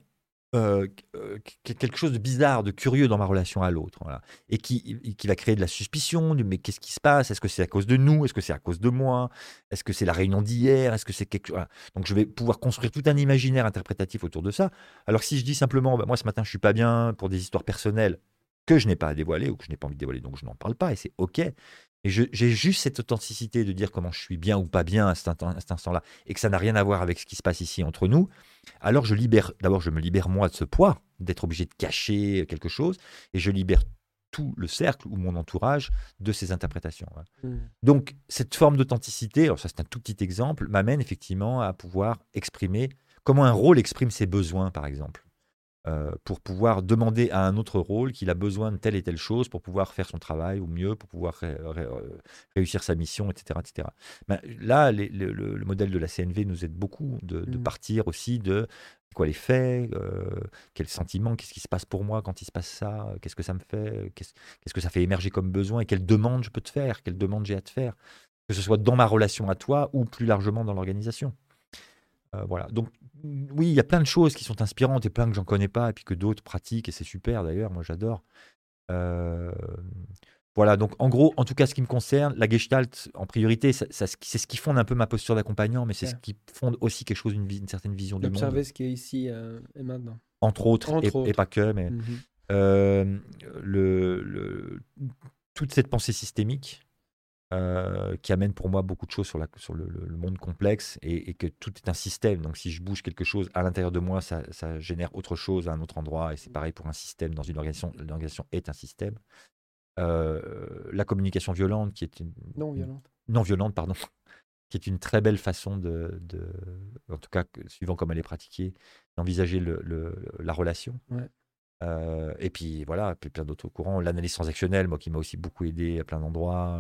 quelque chose de bizarre, de curieux dans ma relation à l'autre. Voilà. Et qui va créer de la suspicion, mais qu'est-ce qui se passe? Est-ce que c'est à cause de nous? Est-ce que c'est à cause de moi? Est-ce que c'est la réunion d'hier? Est-ce que c'est quelque chose? Voilà. Donc je vais pouvoir construire tout un imaginaire interprétatif autour de ça. Alors si je dis simplement, bah, moi ce matin je suis pas bien pour des histoires personnelles que je n'ai pas à dévoiler ou que je n'ai pas envie de dévoiler, donc je n'en parle pas et c'est OK. Et j'ai juste cette authenticité de dire comment je suis bien ou pas bien à cet instant-là et que ça n'a rien à voir avec ce qui se passe ici entre nous. Alors d'abord je me libère moi de ce poids, d'être obligé de cacher quelque chose, et je libère tout le cercle ou mon entourage de ces interprétations. Donc cette forme d'authenticité, alors ça c'est un tout petit exemple, m'amène effectivement à pouvoir exprimer comment un rôle exprime ses besoins, par exemple. Pour pouvoir demander à un autre rôle qu'il a besoin de telle et telle chose pour pouvoir faire son travail au mieux, pour pouvoir réussir sa mission, etc. etc. Ben, là, le modèle de la CNV nous aide beaucoup de partir aussi de quoi les faits, quels sentiments, qu'est-ce qui se passe pour moi quand il se passe ça, qu'est-ce que ça me fait, qu'est-ce que ça fait émerger comme besoin et quelles demandes je peux te faire, quelles demandes j'ai à te faire, que ce soit dans ma relation à toi ou plus largement dans l'organisation. Voilà. Donc, oui, il y a plein de choses qui sont inspirantes et plein que j'en connais pas et puis que d'autres pratiquent et c'est super d'ailleurs, moi j'adore. Euh, voilà, donc en gros, en tout cas, ce qui me concerne, la Gestalt, en priorité, c'est ce qui fonde un peu ma posture d'accompagnant, mais c'est ce qui fonde aussi quelque chose, une certaine vision du monde, D'observer ce qui est ici et maintenant. entre autres, Entre et autres. pas que, mais Mhm. euh, le, le- toute cette pensée systémique, qui amène pour moi beaucoup de choses sur le monde complexe et que tout est un système. Donc si je bouge quelque chose à l'intérieur de moi, ça génère autre chose à un autre endroit. Et c'est pareil pour un système dans une organisation. L'organisation est un système. La communication violente, qui est Non violente. non violente, pardon, qui est une très belle façon en tout cas, suivant comme elle est pratiquée, d'envisager la relation. Ouais. Et puis voilà, puis plein d'autres courants. L'analyse transactionnelle, moi, qui m'a aussi beaucoup aidé à plein d'endroits.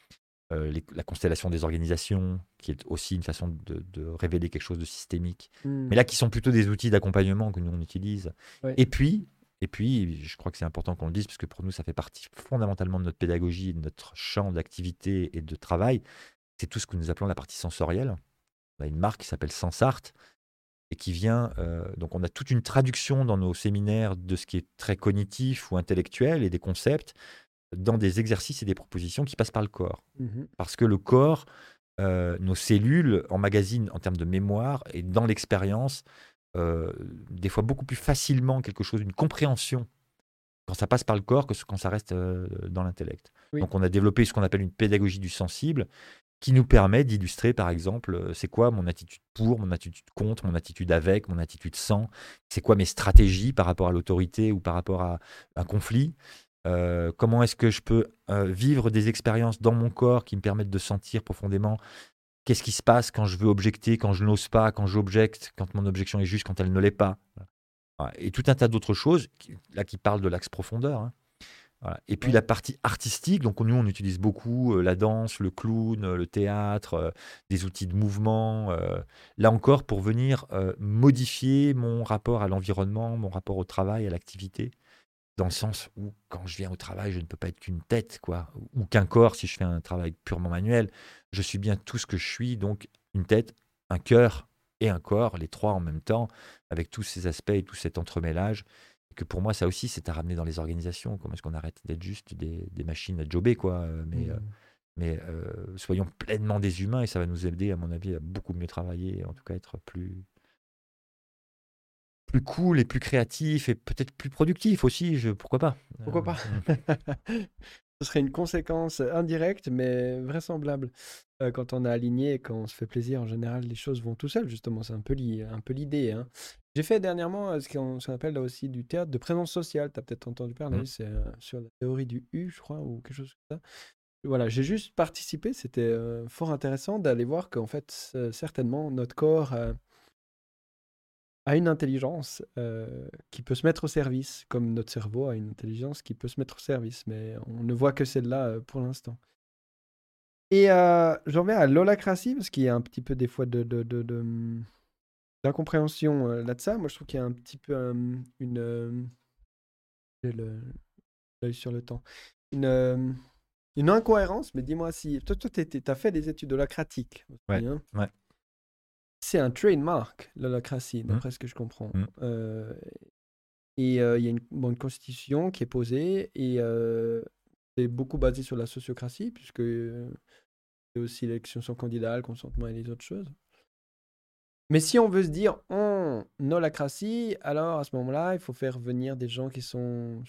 La constellation des organisations, qui est aussi une façon de révéler quelque chose de systémique. Mais là, qui sont plutôt des outils d'accompagnement que nous, on utilise. Ouais. Et puis, je crois que c'est important qu'on le dise, parce que pour nous, ça fait partie fondamentalement de notre pédagogie, de notre champ d'activité et de travail. C'est tout ce que nous appelons la partie sensorielle. On a une marque qui s'appelle Sensart, et qui vient... donc, on a toute une traduction dans nos séminaires de ce qui est très cognitif ou intellectuel et des concepts, dans des exercices et des propositions qui passent par le corps. Mhm. Parce que le corps, nos cellules emmagasinent en termes de mémoire et dans l'expérience, des fois beaucoup plus facilement quelque chose, une compréhension quand ça passe par le corps que quand ça reste dans l'intellect. Oui. Donc on a développé ce qu'on appelle une pédagogie du sensible qui nous permet d'illustrer par exemple c'est quoi mon attitude pour, mon attitude contre, mon attitude avec, mon attitude sans, c'est quoi mes stratégies par rapport à l'autorité ou par rapport à un conflit. Comment est-ce que je peux vivre des expériences dans mon corps qui me permettent de sentir profondément qu'est-ce qui se passe quand je veux objecter, quand je n'ose pas, quand j'objecte, quand mon objection est juste, quand elle ne l'est pas. Voilà. Et tout un tas d'autres choses, là qui parlent de l'axe profondeur, hein. Voilà. Et puis Ouais. la partie artistique, donc nous on utilise beaucoup la danse, le clown, le théâtre, des outils de mouvement, là encore pour venir modifier mon rapport à l'environnement, mon rapport au travail, à l'activité, dans le sens où quand je viens au travail, je ne peux pas être qu'une tête, quoi, ou qu'un corps si je fais un travail purement manuel. Je suis bien tout ce que je suis, donc une tête, un cœur et un corps, les trois en même temps, avec tous ces aspects et tout cet entremêlage. Et que pour moi, ça aussi, c'est à ramener dans les organisations. Comment est-ce qu'on arrête d'être juste des machines à jobber, quoi. Mm. Soyons pleinement des humains et ça va nous aider, à mon avis, à beaucoup mieux travailler, en tout cas être plus cool et plus créatif et peut-être plus productif aussi, pourquoi pas. Pourquoi pas? Ce serait une conséquence indirecte, mais vraisemblable. Quand on est aligné et quand on se fait plaisir, en général, les choses vont tout seules, justement. C'est un peu l'idée, hein. J'ai fait dernièrement ce qu'on appelle là aussi du théâtre de présence sociale. Tu as peut-être entendu Mm. parler, c'est sur la théorie du U, je crois, ou quelque chose comme ça. Voilà, j'ai juste participé, c'était fort intéressant d'aller voir qu'en fait, certainement, notre corps a une intelligence qui peut se mettre au service, comme notre cerveau a une intelligence qui peut se mettre au service, mais on ne voit que celle-là pour l'instant. Et j'en viens à l'holacratie, parce qu'il y a un petit peu des fois d'incompréhension là de ça. Moi, je trouve qu'il y a un petit peu j'ai l'œil sur le temps, une, euh, une incohérence, mais dis-moi si... Toi, t'as fait des études holacratiques Ouais, aussi, hein. ouais. C'est un trademark, l'holacratie, Mm, d'après ce que je comprends. mm. Et il y a une constitution qui est posée et c'est beaucoup basé sur la sociocratie, puisque c'est aussi l'élection sans candidat, le consentement et les autres choses. Mais si on veut se dire en holacratie, alors à ce moment-là, il faut faire venir des gens qui sont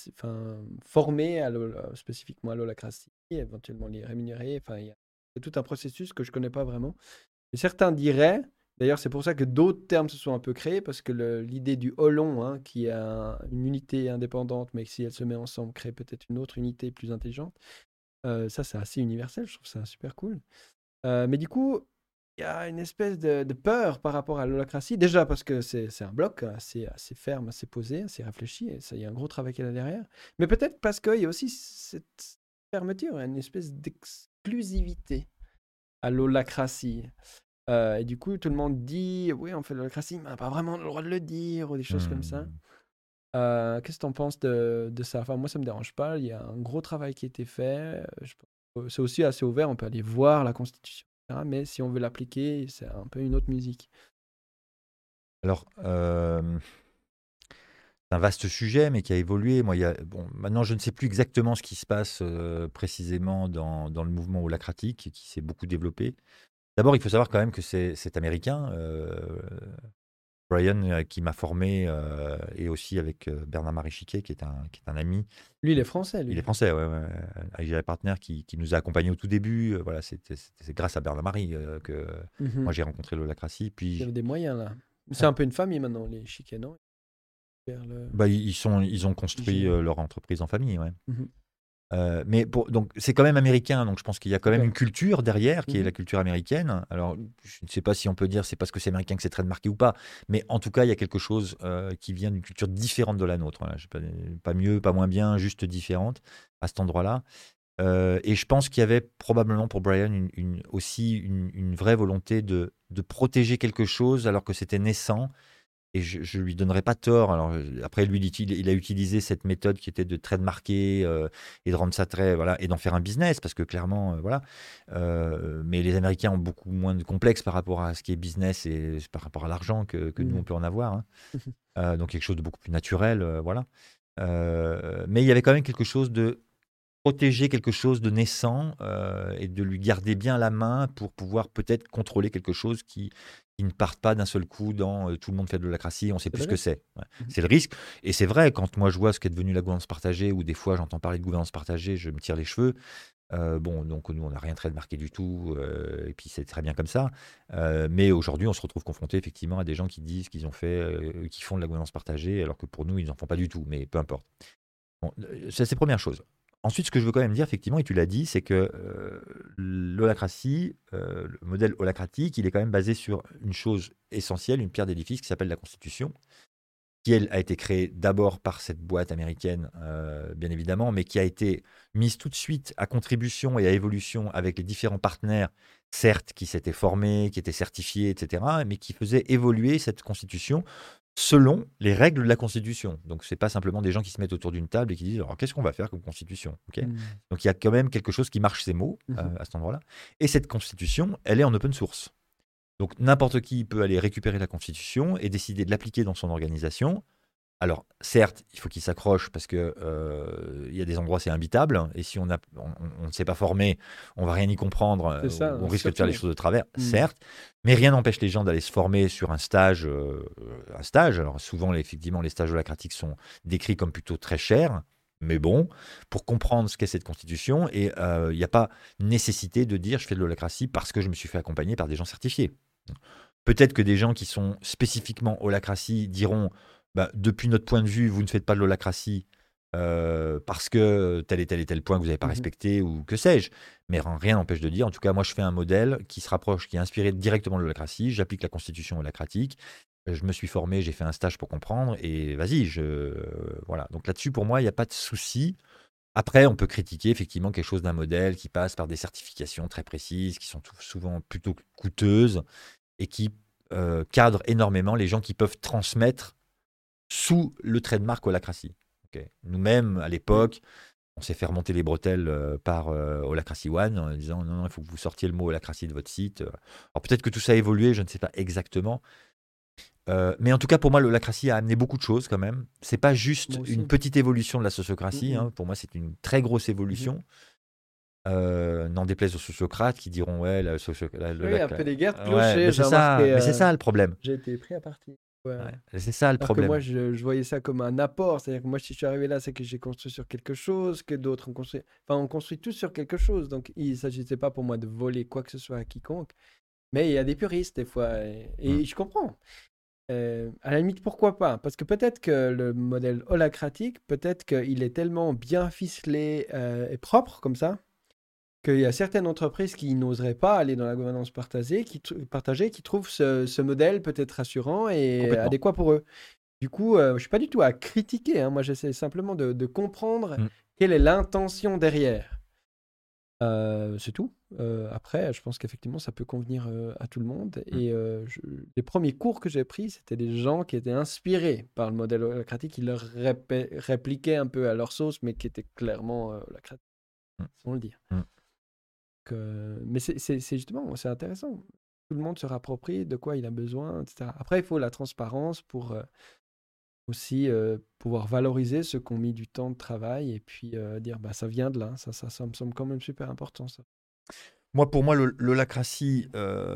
formés spécifiquement à l'holacratie, éventuellement les rémunérer. Enfin, il y a c'est tout un processus que je ne connais pas vraiment. Et certains diraient, d'ailleurs, c'est pour ça que d'autres termes se sont un peu créés, parce que l'idée du holon, hein, qui est une unité indépendante, mais que si elle se met ensemble, crée peut-être une autre unité plus intelligente. Ça, c'est assez universel, je trouve ça super cool. Mais du coup, il y a une espèce de peur par rapport à l'holacratie. Déjà parce que c'est un bloc assez ferme, assez posé, assez réfléchi, et ça, il y a un gros travail qu'il y a derrière. Mais peut-être parce qu'il y a aussi cette fermeture, une espèce d'exclusivité à l'holacratie. Et du coup, tout le monde dit, oui, on fait de l'holacratie, mais on n'a pas vraiment le droit de le dire, ou des choses comme ça. Hmm. Qu'est-ce que tu en penses de ça? Enfin, moi, ça me dérange pas. Il y a un gros travail qui a été fait. C'est aussi assez ouvert. On peut aller voir la Constitution, etc. Mais si on veut l'appliquer, c'est un peu une autre musique. Alors, c'est un vaste sujet, mais qui a évolué. Moi, bon, maintenant, je ne sais plus exactement ce qui se passe précisément dans le mouvement holacratique, qui s'est beaucoup développé. D'abord, il faut savoir quand même que c'est américain. Brian, qui m'a formé, et aussi avec Bernard-Marie Chiquet, qui est un ami. Lui, il est français, Il est lui. français, ouais, ouais. Avec un partenaire qui nous a accompagnés au tout début. Voilà, c'est grâce à Bernard-Marie que moi Mhm. j'ai rencontré l'holacratie. Il y Puis, avait des moyens, là. C'est ouais, un peu une famille maintenant, les Chiquets, non? Vers bah, ils ont construit IG. leur entreprise en famille, ouais. Mhm. Donc c'est quand même américain, donc je pense qu'il y a quand même une D'accord. culture derrière qui est Mhm. la culture américaine. Alors je ne sais pas si on peut dire c'est parce que c'est américain que c'est très marqué ou pas, mais en tout cas il y a quelque chose qui vient d'une culture différente de la nôtre. Voilà. Je sais pas mieux, pas moins bien, juste différente à cet endroit-là. Et je pense qu'il y avait probablement pour Brian aussi une vraie volonté de protéger quelque chose alors que c'était naissant. Et je lui donnerai pas tort. Alors, après, lui, il a utilisé cette méthode qui était de trademarker et de rendre ça très, voilà, et d'en faire un business, parce que clairement, voilà. Mais les Américains ont beaucoup moins de complexes par rapport à ce qui est business et par rapport à l'argent que nous, on Mhm. peut en avoir, hein. Donc, quelque chose de beaucoup plus naturel, voilà. Mais il y avait quand même quelque chose de protéger quelque chose de naissant et de lui garder bien la main pour pouvoir peut-être contrôler quelque chose qui ne parte pas d'un seul coup dans tout le monde fait de l'holacratie, on sait C'est plus le ce que risque. c'est. Ouais. Mhm. C'est le risque. Et c'est vrai, quand moi je vois ce qu'est devenu la gouvernance partagée, ou des fois j'entends parler de gouvernance partagée, je me tire les cheveux. Bon, donc nous, on n'a rien de très marqué du tout, et puis c'est très bien comme ça. Mais aujourd'hui, on se retrouve confronté effectivement à des gens qui disent qu'ils ont fait, qui font de la gouvernance partagée, alors que pour nous, ils n'en font pas du tout, mais peu importe. Bon, ça, c'est première chose. Ensuite, ce que je veux quand même dire, effectivement, et tu l'as dit, c'est que l'holacratie, le modèle holacratique, il est quand même basé sur une chose essentielle, une pierre d'édifice qui s'appelle la Constitution, qui, elle, a été créée d'abord par cette boîte américaine, bien évidemment, mais qui a été mise tout de suite à contribution et à évolution avec les différents partenaires, certes, qui s'étaient formés, qui étaient certifiés, etc., mais qui faisaient évoluer cette constitution selon les règles de la constitution. Donc, ce n'est pas simplement des gens qui se mettent autour d'une table et qui disent, alors, qu'est-ce qu'on va faire comme constitution? Ok. Donc, il y a quand même quelque chose qui marche ces mots à cet endroit-là. Et cette constitution, elle est en open source. Donc, n'importe qui peut aller récupérer la constitution et décider de l'appliquer dans son organisation. Alors, certes, il faut qu'il s'accroche parce que il y a des endroits, c'est imbitable. Et si on ne s'est pas formé, on va rien y comprendre. C'est ça, on risque de faire les choses de travers, Mm. certes. Mais rien n'empêche les gens d'aller se former sur un stage. Alors, souvent, effectivement, les stages holacratiques sont décrits comme plutôt très chers. Mais bon, pour comprendre ce qu'est cette constitution, et il n'y a pas nécessité de dire je fais de l'holacratie parce que je me suis fait accompagner par des gens certifiés. Peut-être que des gens qui sont spécifiquement holacratie diront bah, depuis notre point de vue, vous ne faites pas de l'holacratie parce que tel et tel point que vous n'avez pas respecté ou que sais-je. Mais rien n'empêche de dire, en tout cas, moi je fais un modèle qui se rapproche, qui est inspiré directement de l'holacratie, j'applique la constitution holacratique, je me suis formé, j'ai fait un stage pour comprendre et vas-y, voilà. Donc là-dessus, pour moi, il n'y a pas de souci. Après, on peut critiquer effectivement quelque chose d'un modèle qui passe par des certifications très précises, qui sont souvent plutôt coûteuses et qui cadrent énormément les gens qui peuvent transmettre sous le trademark holacratie. Okay. Nous-mêmes, à l'époque, on s'est fait remonter les bretelles par Holacracy One en disant non, il faut que vous sortiez le mot holacratie de votre site. Alors peut-être que tout ça a évolué, je ne sais pas exactement. Mais en tout cas, pour moi, l'holacratie a amené beaucoup de choses quand même. C'est pas juste une petite évolution de la sociocratie. Hein. Pour moi, c'est une très grosse évolution. N'en déplaise aux sociocrates qui diront ouais, oui, un peu des guerres de clochers. Ouais, mais c'est ça le problème. J'ai été pris à partie. Ouais. C'est ça le problème. Que moi, je voyais ça comme un apport. C'est-à-dire que moi, si je suis arrivé là, c'est que j'ai construit sur quelque chose, que d'autres ont construit. Enfin, on construit tous sur quelque chose. Donc, il ne s'agissait pas pour moi de voler quoi que ce soit à quiconque. Mais il y a des puristes, des fois. Et je comprends. À la limite, pourquoi pas? Parce que peut-être que le modèle holacratique, peut-être qu'il est tellement bien ficelé et propre comme ça, qu'il y a certaines entreprises qui n'oseraient pas aller dans la gouvernance partagée, qui trouvent ce modèle peut-être rassurant et adéquat pour eux. Du coup, je ne suis pas du tout à critiquer. Hein. Moi, j'essaie simplement de comprendre quelle est l'intention derrière. C'est tout. Après, je pense qu'effectivement, ça peut convenir à tout le monde. Et les premiers cours que j'ai pris, c'était des gens qui étaient inspirés par le modèle holacratique, qui leur répliquaient un peu à leur sauce, mais qui étaient clairement holacratique, sans le dire. Mais c'est justement, c'est intéressant. Tout le monde se rapproprie de quoi il a besoin, etc. Après, il faut la transparence pour aussi pouvoir valoriser ceux qui ont mis du temps de travail et puis dire bah, ça vient de là. Ça me semble quand même super important, ça. Pour moi, l'holacratie,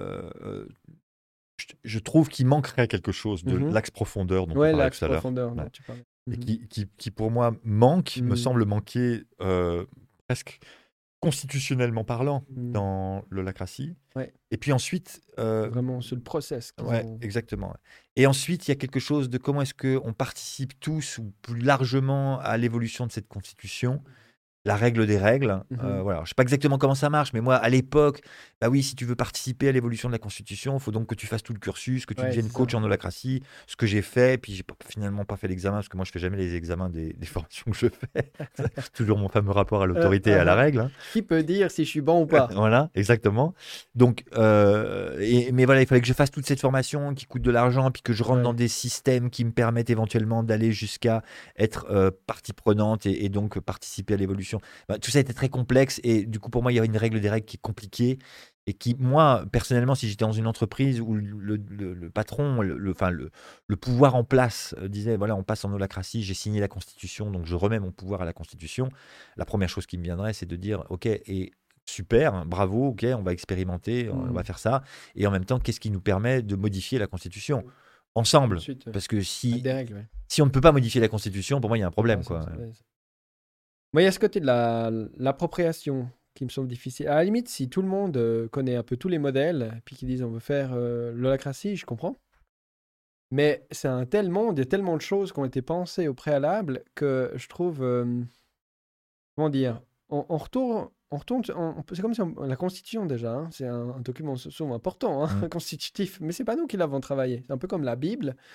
je trouve qu'il manquerait quelque chose de l'axe profondeur dont on parlait tout à l'heure. Et qui, pour moi, me semble manquer presque constitutionnellement parlant dans l'holacratie. Et puis ensuite... Vraiment, c'est le process. Exactement. Et ensuite, il y a quelque chose de comment est-ce qu'on participe tous ou plus largement à l'évolution de cette constitution. La règle des règles. Voilà. Je ne sais pas exactement comment ça marche, mais moi, à l'époque, bah oui, si tu veux participer à l'évolution de la Constitution, il faut donc que tu fasses tout le cursus, que tu deviennes coach en holacratie, ce que j'ai fait, puis j'ai finalement pas fait l'examen, parce que moi, je fais jamais les examens des formations que je fais. Toujours mon fameux rapport à l'autorité et à la règle. Hein. Qui peut dire si je suis bon ou pas? Voilà, exactement. Donc, mais voilà, il fallait que je fasse toute cette formation qui coûte de l'argent, puis que je rentre dans des systèmes qui me permettent éventuellement d'aller jusqu'à être partie prenante et donc participer à l'évolution. Tout ça était très complexe et du coup pour moi il y a une règle des règles qui est compliquée et qui moi personnellement si j'étais dans une entreprise où le patron le pouvoir en place disait voilà on passe en holacratie, j'ai signé la constitution donc je remets mon pouvoir à la constitution, la première chose qui me viendrait c'est de dire ok et super, bravo, ok on va expérimenter, on va faire ça et en même temps qu'est-ce qui nous permet de modifier la constitution ensemble parce que si on ne peut pas modifier la constitution pour moi il y a un problème quoi. Moi, il y a ce côté de l'appropriation qui me semble difficile. À la limite, si tout le monde connaît un peu tous les modèles, puis qu'ils disent on veut faire l'holacratie, je comprends. Mais c'est un tel monde, il y a tellement de choses qui ont été pensées au préalable que je trouve... comment dire? On retourne... c'est comme si la Constitution déjà, hein, c'est un document souvent important, constitutif, mais c'est pas nous qui l'avons travaillé. C'est un peu comme la Bible.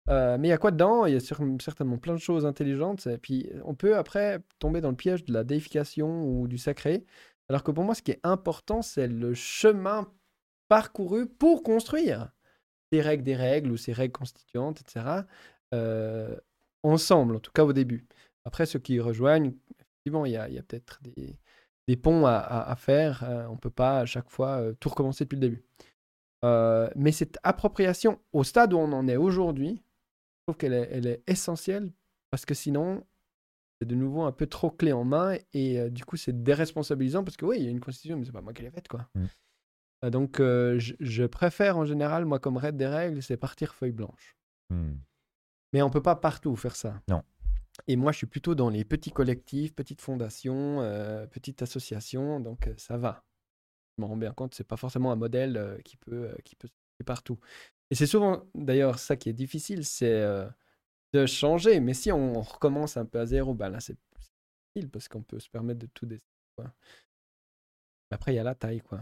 Mais il y a quoi dedans? Il y a certainement plein de choses intelligentes. Et puis, on peut après tomber dans le piège de la déification ou du sacré. Alors que pour moi, ce qui est important, c'est le chemin parcouru pour construire des règles ou ces règles constituantes, etc. euh, ensemble, en tout cas au début. Après, ceux qui rejoignent, effectivement, il y a peut-être des ponts à faire. On ne peut pas à chaque fois tout recommencer depuis le début. Mais cette appropriation au stade où on en est aujourd'hui, je trouve qu'elle est essentielle parce que sinon, c'est de nouveau un peu trop clé en main et du coup, c'est déresponsabilisant parce que oui, il y a une constitution, mais c'est pas moi qui l'ai faite, quoi. Mm. Donc, je préfère en général, moi, comme raid des règles, c'est partir feuille blanche. Mm. Mais on peut pas partout faire ça. Non. Et moi, je suis plutôt dans les petits collectifs, petites fondations, petites associations, donc ça va. Je m'en rends bien compte, c'est pas forcément un modèle qui peut se faire partout. Et c'est souvent, d'ailleurs, ça qui est difficile, c'est de changer. Mais si on recommence un peu à zéro, ben là, c'est plus facile parce qu'on peut se permettre de tout décider, quoi. Après, il y a la taille, quoi.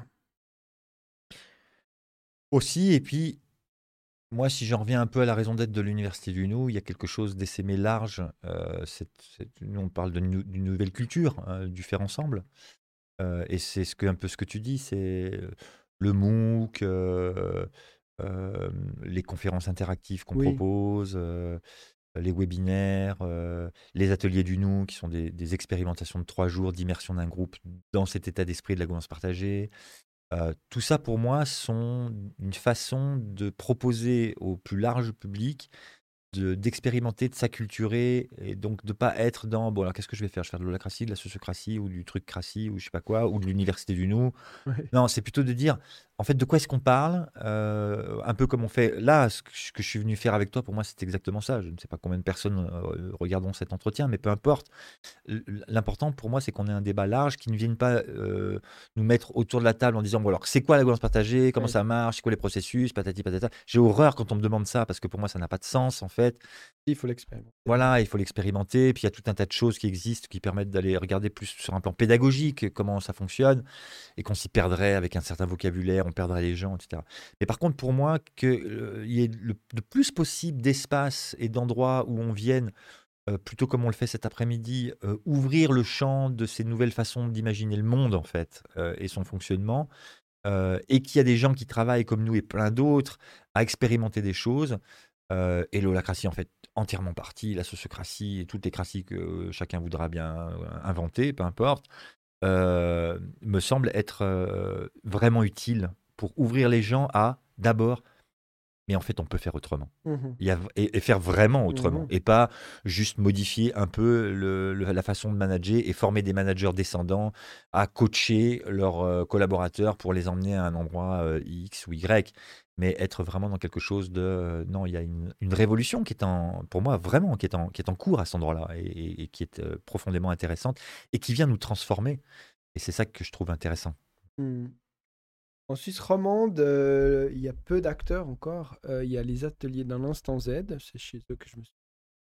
Aussi, et puis, moi, si j'en reviens un peu à la raison d'être de l'Université du Nou, il y a quelque chose d'essaimé large. Nous, on parle d'une nouvelle culture, du faire ensemble. Et c'est un peu ce que tu dis, c'est le MOOC, les conférences interactives qu'on Oui. propose, les webinaires, les ateliers du Nou, qui sont des expérimentations de 3 jours d'immersion d'un groupe dans cet état d'esprit de la gouvernance partagée. Tout ça, pour moi, sont une façon de proposer au plus large public d'expérimenter, de s'acculturer et donc de pas être dans bon alors qu'est-ce que je vais faire? Je vais faire de l'holacratie, de la sociocratie ou du truc cratie ou je sais pas quoi ou de l'université du Nou. Ouais. Non, c'est plutôt de dire, en fait, de quoi est-ce qu'on parle? Un peu comme on fait là, ce que je suis venu faire avec toi, pour moi, c'est exactement ça. Je ne sais pas combien de personnes regarderont cet entretien, mais peu importe. L'important pour moi, c'est qu'on ait un débat large, qui ne vienne pas nous mettre autour de la table en disant bon, alors, c'est quoi la gouvernance partagée? Comment Ouais. ça marche? C'est quoi les processus? Patati patata. J'ai horreur quand on me demande ça, parce que pour moi, ça n'a pas de sens, en fait. Il faut l'expérimenter. Voilà, il faut l'expérimenter. Puis il y a tout un tas de choses qui existent qui permettent d'aller regarder plus sur un plan pédagogique comment ça fonctionne et qu'on s'y perdrait avec un certain vocabulaire, on perdrait les gens, etc. Mais par contre, pour moi, qu'il y ait le plus possible d'espace et d'endroits où on vienne, plutôt comme on le fait cet après-midi, ouvrir le champ de ces nouvelles façons d'imaginer le monde, en fait, et son fonctionnement, et qu'il y a des gens qui travaillent comme nous et plein d'autres à expérimenter des choses. Et l'holacratie en fait entièrement partie, la sociocratie et toutes les craties que chacun voudra bien inventer, peu importe, me semble être vraiment utile pour ouvrir les gens à d'abord, mais en fait on peut faire autrement. Mhm. Et faire vraiment autrement, Mhm. et pas juste modifier un peu la façon de manager et former des managers descendants à coacher leurs collaborateurs pour les emmener à un endroit X ou Y, mais être vraiment dans quelque chose de non, il y a une révolution qui est pour moi vraiment qui est en cours à cet endroit-là et qui est profondément intéressante et qui vient nous transformer. Et c'est ça que je trouve intéressant. Mhm. En Suisse romande, il y a peu d'acteurs encore. Il y a les ateliers d'un instant Z, c'est chez eux que je me suis.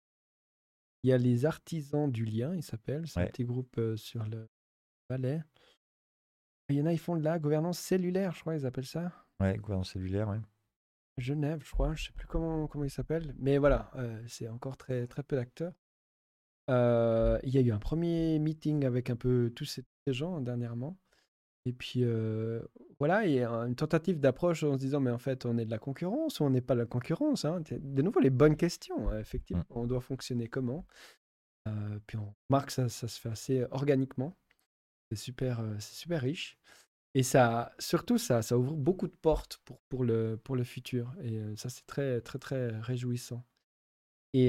Il y a les artisans du lien, ils s'appellent. C'est un Ouais, petit groupe sur le Valais. Il y en a, ils font de la gouvernance cellulaire, je crois, ils appellent ça. ouais, gouvernance cellulaire, ouais. Genève, je crois. Je sais plus comment ils s'appellent. Mais voilà, c'est encore très, très peu d'acteurs. Il y a eu un premier meeting avec un peu tous ces gens dernièrement. Et puis voilà, il y a une tentative d'approche en se disant, mais en fait, on est de la concurrence ou on n'est pas de la concurrence, hein. De nouveau, les bonnes questions. Effectivement, Mm. on doit fonctionner comment? Puis on remarque que ça se fait assez organiquement. C'est super riche. Et ça, surtout, ça ouvre beaucoup de portes pour le futur. Et ça, c'est très, très, très réjouissant. Et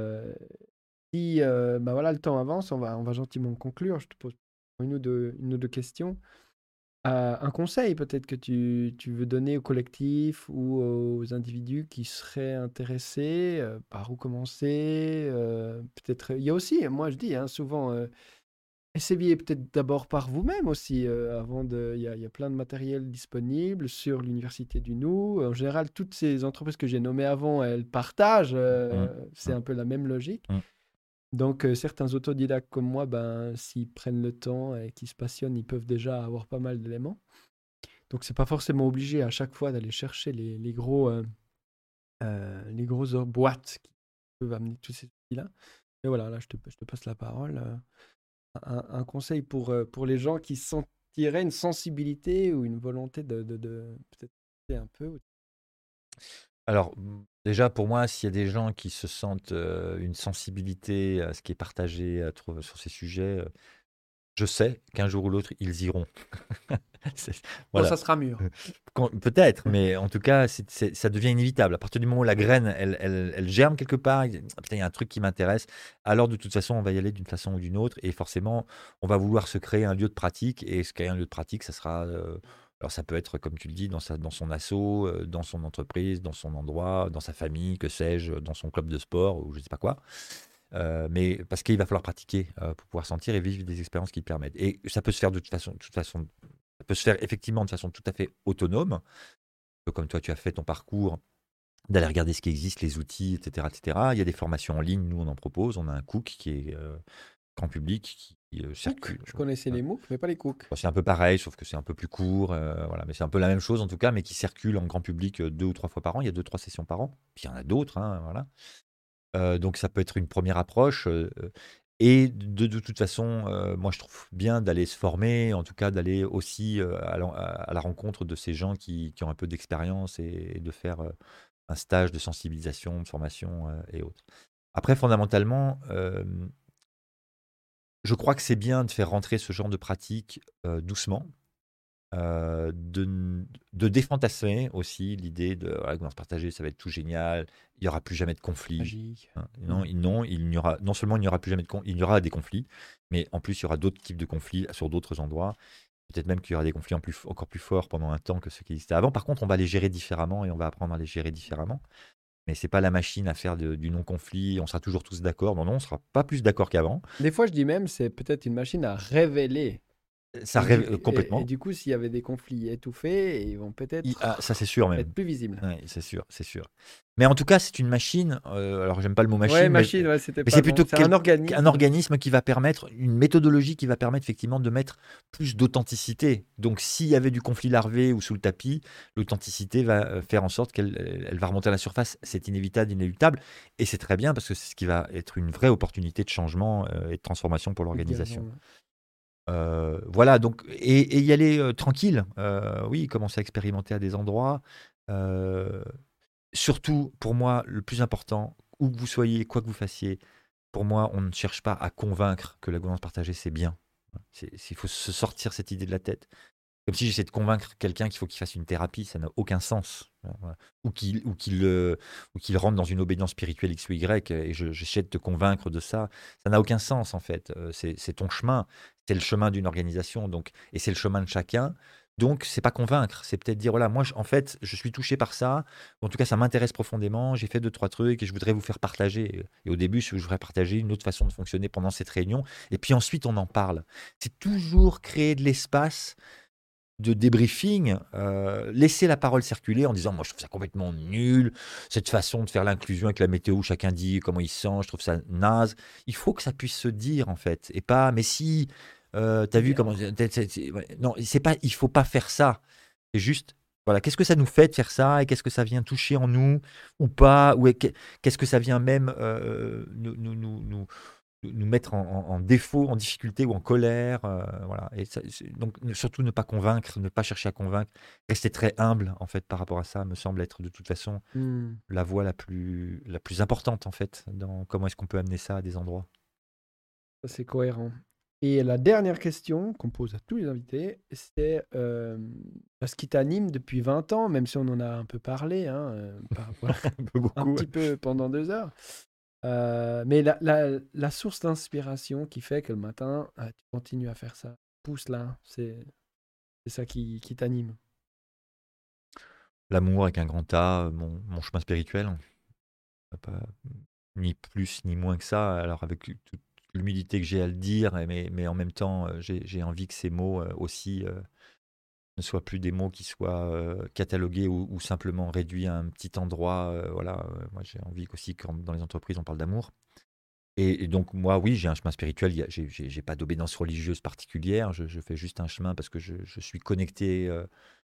si bah voilà, le temps avance, on va gentiment conclure. Je te pose une ou deux questions. Un conseil peut-être que tu veux donner au collectif ou aux individus qui seraient intéressés, par où commencer? Peut-être, il y a aussi, moi je dis hein, souvent, essayez peut-être d'abord par vous-même aussi, il y a plein de matériel disponible sur l'Université du Nou. En général, toutes ces entreprises que j'ai nommées avant, elles partagent, Mm. c'est Mm. un peu la même logique. Mm. Donc, certains autodidactes comme moi, ben, s'ils prennent le temps et qu'ils se passionnent, ils peuvent déjà avoir pas mal d'éléments. Donc, c'est pas forcément obligé à chaque fois d'aller chercher les gros. les grosses boîtes qui peuvent amener tous ces outils-là. Et voilà, là, je te passe la parole. Un conseil pour les gens qui sentiraient une sensibilité ou une volonté de peut-être un peu. Alors, déjà, pour moi, s'il y a des gens qui se sentent une sensibilité à ce qui est partagé sur ces sujets, je sais qu'un jour ou l'autre, ils iront. C'est- Quand Voilà. ça sera mûr. Peut-être, mais en tout cas, ça devient inévitable. À partir du moment où la graine, elle germe quelque part, ah, putain, il y a un truc qui m'intéresse, alors de toute façon, on va y aller d'une façon ou d'une autre, et forcément, on va vouloir se créer un lieu de pratique, et se créer un lieu de pratique, ça sera... alors ça peut être, comme tu le dis, dans son asso, dans son entreprise, dans son endroit, dans sa famille, que sais-je, dans son club de sport, ou je sais pas quoi. Mais parce qu'il va falloir pratiquer pour pouvoir sentir et vivre des expériences qui le permettent. Et ça peut se faire de toute façon, ça peut se faire effectivement de façon tout à fait autonome, un peu comme toi tu as fait ton parcours, d'aller regarder ce qui existe, les outils, etc., etc. Il y a des formations en ligne, nous on en propose, on a un Cook qui est grand public, qui Cook, circule. je connaissais les MOOC, mais pas les Cook. Bon, c'est un peu pareil, sauf que c'est un peu plus court, voilà. Mais c'est un peu la même chose en tout cas, mais qui circule en grand public 2 ou 3 fois par an. Il y a 2, 3 sessions par an. Puis il y en a d'autres, hein, voilà. Donc ça peut être une première approche. Et de toute façon, moi je trouve bien d'aller se former, en tout cas d'aller aussi à la rencontre de ces gens qui ont un peu d'expérience et de faire un stage de sensibilisation, de formation et autres. Après, fondamentalement, je crois que c'est bien de faire rentrer ce genre de pratique doucement, de défantasmer aussi l'idée de voilà, gouvernance partagée, ça va être tout génial, il n'y aura plus jamais de conflit. Magique. Hein. Non, il n'y aura, non seulement il n'y aura plus jamais il y aura des conflits, mais en plus il y aura d'autres types de conflits sur d'autres endroits. Peut-être même qu'il y aura des conflits encore plus forts pendant un temps que ceux qui existaient avant. Par contre, on va les gérer différemment et on va apprendre à les gérer différemment. Mais c'est pas la machine à faire du non-conflit, on sera toujours tous d'accord. Non, non, on sera pas plus d'accord qu'avant. Des fois, je dis même, c'est peut-être une machine à révéler. Ça rêve complètement. Du coup, s'il y avait des conflits étouffés, ils vont Ah, peut-être ça c'est sûr même. être plus visibles. Ouais, c'est sûr, c'est sûr. Mais en tout cas, c'est une machine. Alors, j'aime pas le mot Ouais, machine, machine, ouais, c'était mais pas c'est le bon. plutôt C'est un un organisme. organisme qui va permettre, une méthodologie qui va permettre effectivement de mettre plus d'authenticité. Donc, s'il y avait du conflit larvé ou sous le tapis, l'authenticité va faire en sorte qu'elle va remonter à la surface. C'est inévitable, inéluctable. Et c'est très bien parce que c'est ce qui va être une vraie opportunité de changement et de transformation pour l'organisation. Également. Voilà, donc, et y aller tranquille. Oui, commencer à expérimenter à des endroits. Euh, Surtout, pour moi, le plus important, où que vous soyez, quoi que vous fassiez, pour moi, on ne cherche pas à convaincre que la gouvernance partagée, c'est bien. Il faut se sortir cette idée de la tête. Comme si j'essayais de convaincre quelqu'un qu'il faut qu'il fasse une thérapie, ça n'a aucun sens. Voilà. Ou qu'il rentre dans une obédience spirituelle X ou Y, et j'essaie de te convaincre de ça. Ça n'a aucun sens, en fait. C'est ton chemin, c'est le chemin d'une organisation, donc, et c'est le chemin de chacun. Donc, c'est pas convaincre, c'est peut-être dire, voilà, moi, en fait, je suis touché par ça, en tout cas, ça m'intéresse profondément, j'ai fait 2, 3 trucs, et je voudrais vous faire partager. Et au début, je voudrais partager une autre façon de fonctionner pendant cette réunion, et puis ensuite, on en parle. C'est toujours créer de l'espace de débriefing, laisser la parole circuler en disant moi je trouve ça complètement nul, cette façon de faire l'inclusion avec la météo, chacun dit comment il sent, je trouve ça naze. Il faut que ça puisse se dire en fait, et pas mais si, t'as vu comment... Ouais. Non, c'est pas, il faut pas faire ça. C'est juste, voilà, qu'est-ce que ça nous fait de faire ça et qu'est-ce que ça vient toucher en nous ou pas, ou qu'est-ce que ça vient même nous mettre en défaut, en difficulté ou en colère. Voilà. Et donc, surtout ne pas convaincre, ne pas chercher à convaincre. Rester très humble, en fait, par rapport à ça, me semble être de toute façon la voie la plus importante, en fait, dans comment est-ce qu'on peut amener ça à des endroits. Ça, c'est cohérent. Et la dernière question qu'on pose à tous les invités, c'est ce qui t'anime depuis 20 ans, même si on en a un peu parlé, hein, un Beaucoup. petit peu pendant 2 heures. Mais la source d'inspiration qui fait que le matin, tu continues à faire ça, pousse là, c'est ça qui t'anime. L'amour avec un grand A, mon chemin spirituel. Pas, ni plus ni moins que ça. Alors, avec toute l'humilité que j'ai à le dire, mais en même temps, j'ai envie que ces mots aussi ne soient plus des mots qui soient catalogués ou simplement réduits à un petit endroit. Voilà, moi j'ai envie aussi que dans les entreprises on parle d'amour. Et donc moi, oui, j'ai un chemin spirituel. J'ai pas d'obédience religieuse particulière. Je fais juste un chemin parce que je suis connecté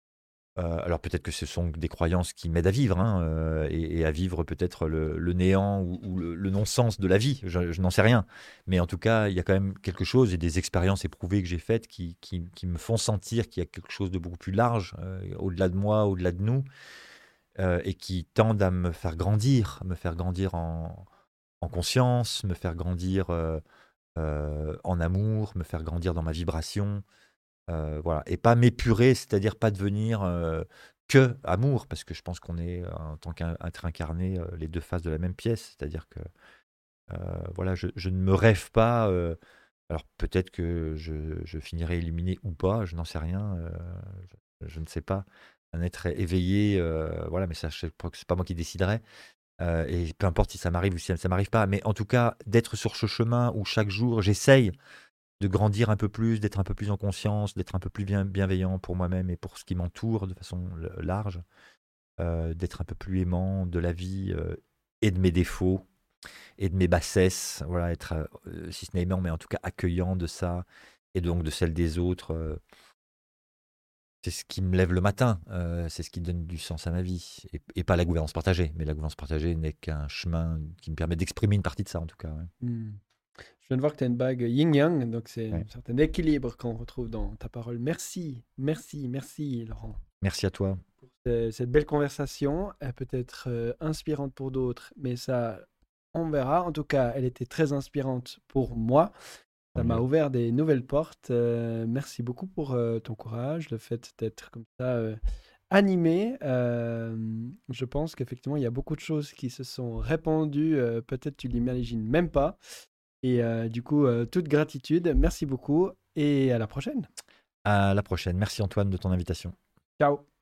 Alors peut-être que ce sont des croyances qui m'aident à vivre, hein, et à vivre peut-être le néant ou le non-sens de la vie, je n'en sais rien. Mais en tout cas, il y a quand même quelque chose et des expériences éprouvées que j'ai faites qui me font sentir qu'il y a quelque chose de beaucoup plus large, au-delà de moi, au-delà de nous, et qui tendent à me faire grandir en conscience, me faire grandir en amour, me faire grandir dans ma vibration. Voilà, et pas m'épurer, c'est-à-dire pas devenir que amour, parce que je pense qu'on est, en tant qu'être incarné, les deux faces de la même pièce. C'est-à-dire que voilà, je ne me rêve pas. Alors peut-être que je finirai éliminé ou pas, je n'en sais rien. Je ne sais pas. Un être éveillé, voilà, mais ça, c'est pas moi qui déciderai. Et peu importe si ça m'arrive ou si ça m'arrive pas, mais en tout cas, d'être sur ce chemin où chaque jour j'essaye de grandir un peu plus, d'être un peu plus en conscience, d'être un peu plus bienveillant pour moi-même et pour ce qui m'entoure de façon large, d'être un peu plus aimant de la vie et de mes défauts et de mes bassesses, voilà, être, si ce n'est aimant, mais en tout cas accueillant de ça et donc de celle des autres. C'est ce qui me lève le matin, c'est ce qui donne du sens à ma vie, et pas la gouvernance partagée. Mais la gouvernance partagée n'est qu'un chemin qui me permet d'exprimer une partie de ça, en tout cas. Ouais. Hmm. Je viens de voir que tu as une bague yin-yang, donc c'est Ouais. un certain équilibre qu'on retrouve dans ta parole. Merci, merci, merci, Laurent. Merci à toi. Cette belle conversation, elle peut être inspirante pour d'autres, mais ça, on verra. En tout cas, elle était très inspirante pour moi. Tant Ça m'a mieux. ouvert des nouvelles portes. Merci beaucoup pour ton courage, le fait d'être comme ça animé. Je pense qu'effectivement, il y a beaucoup de choses qui se sont répandues. Peut-être tu l'imagines même pas. Et du coup, toute gratitude. Merci beaucoup et à la prochaine. À la prochaine. Merci Antoine de ton invitation. Ciao.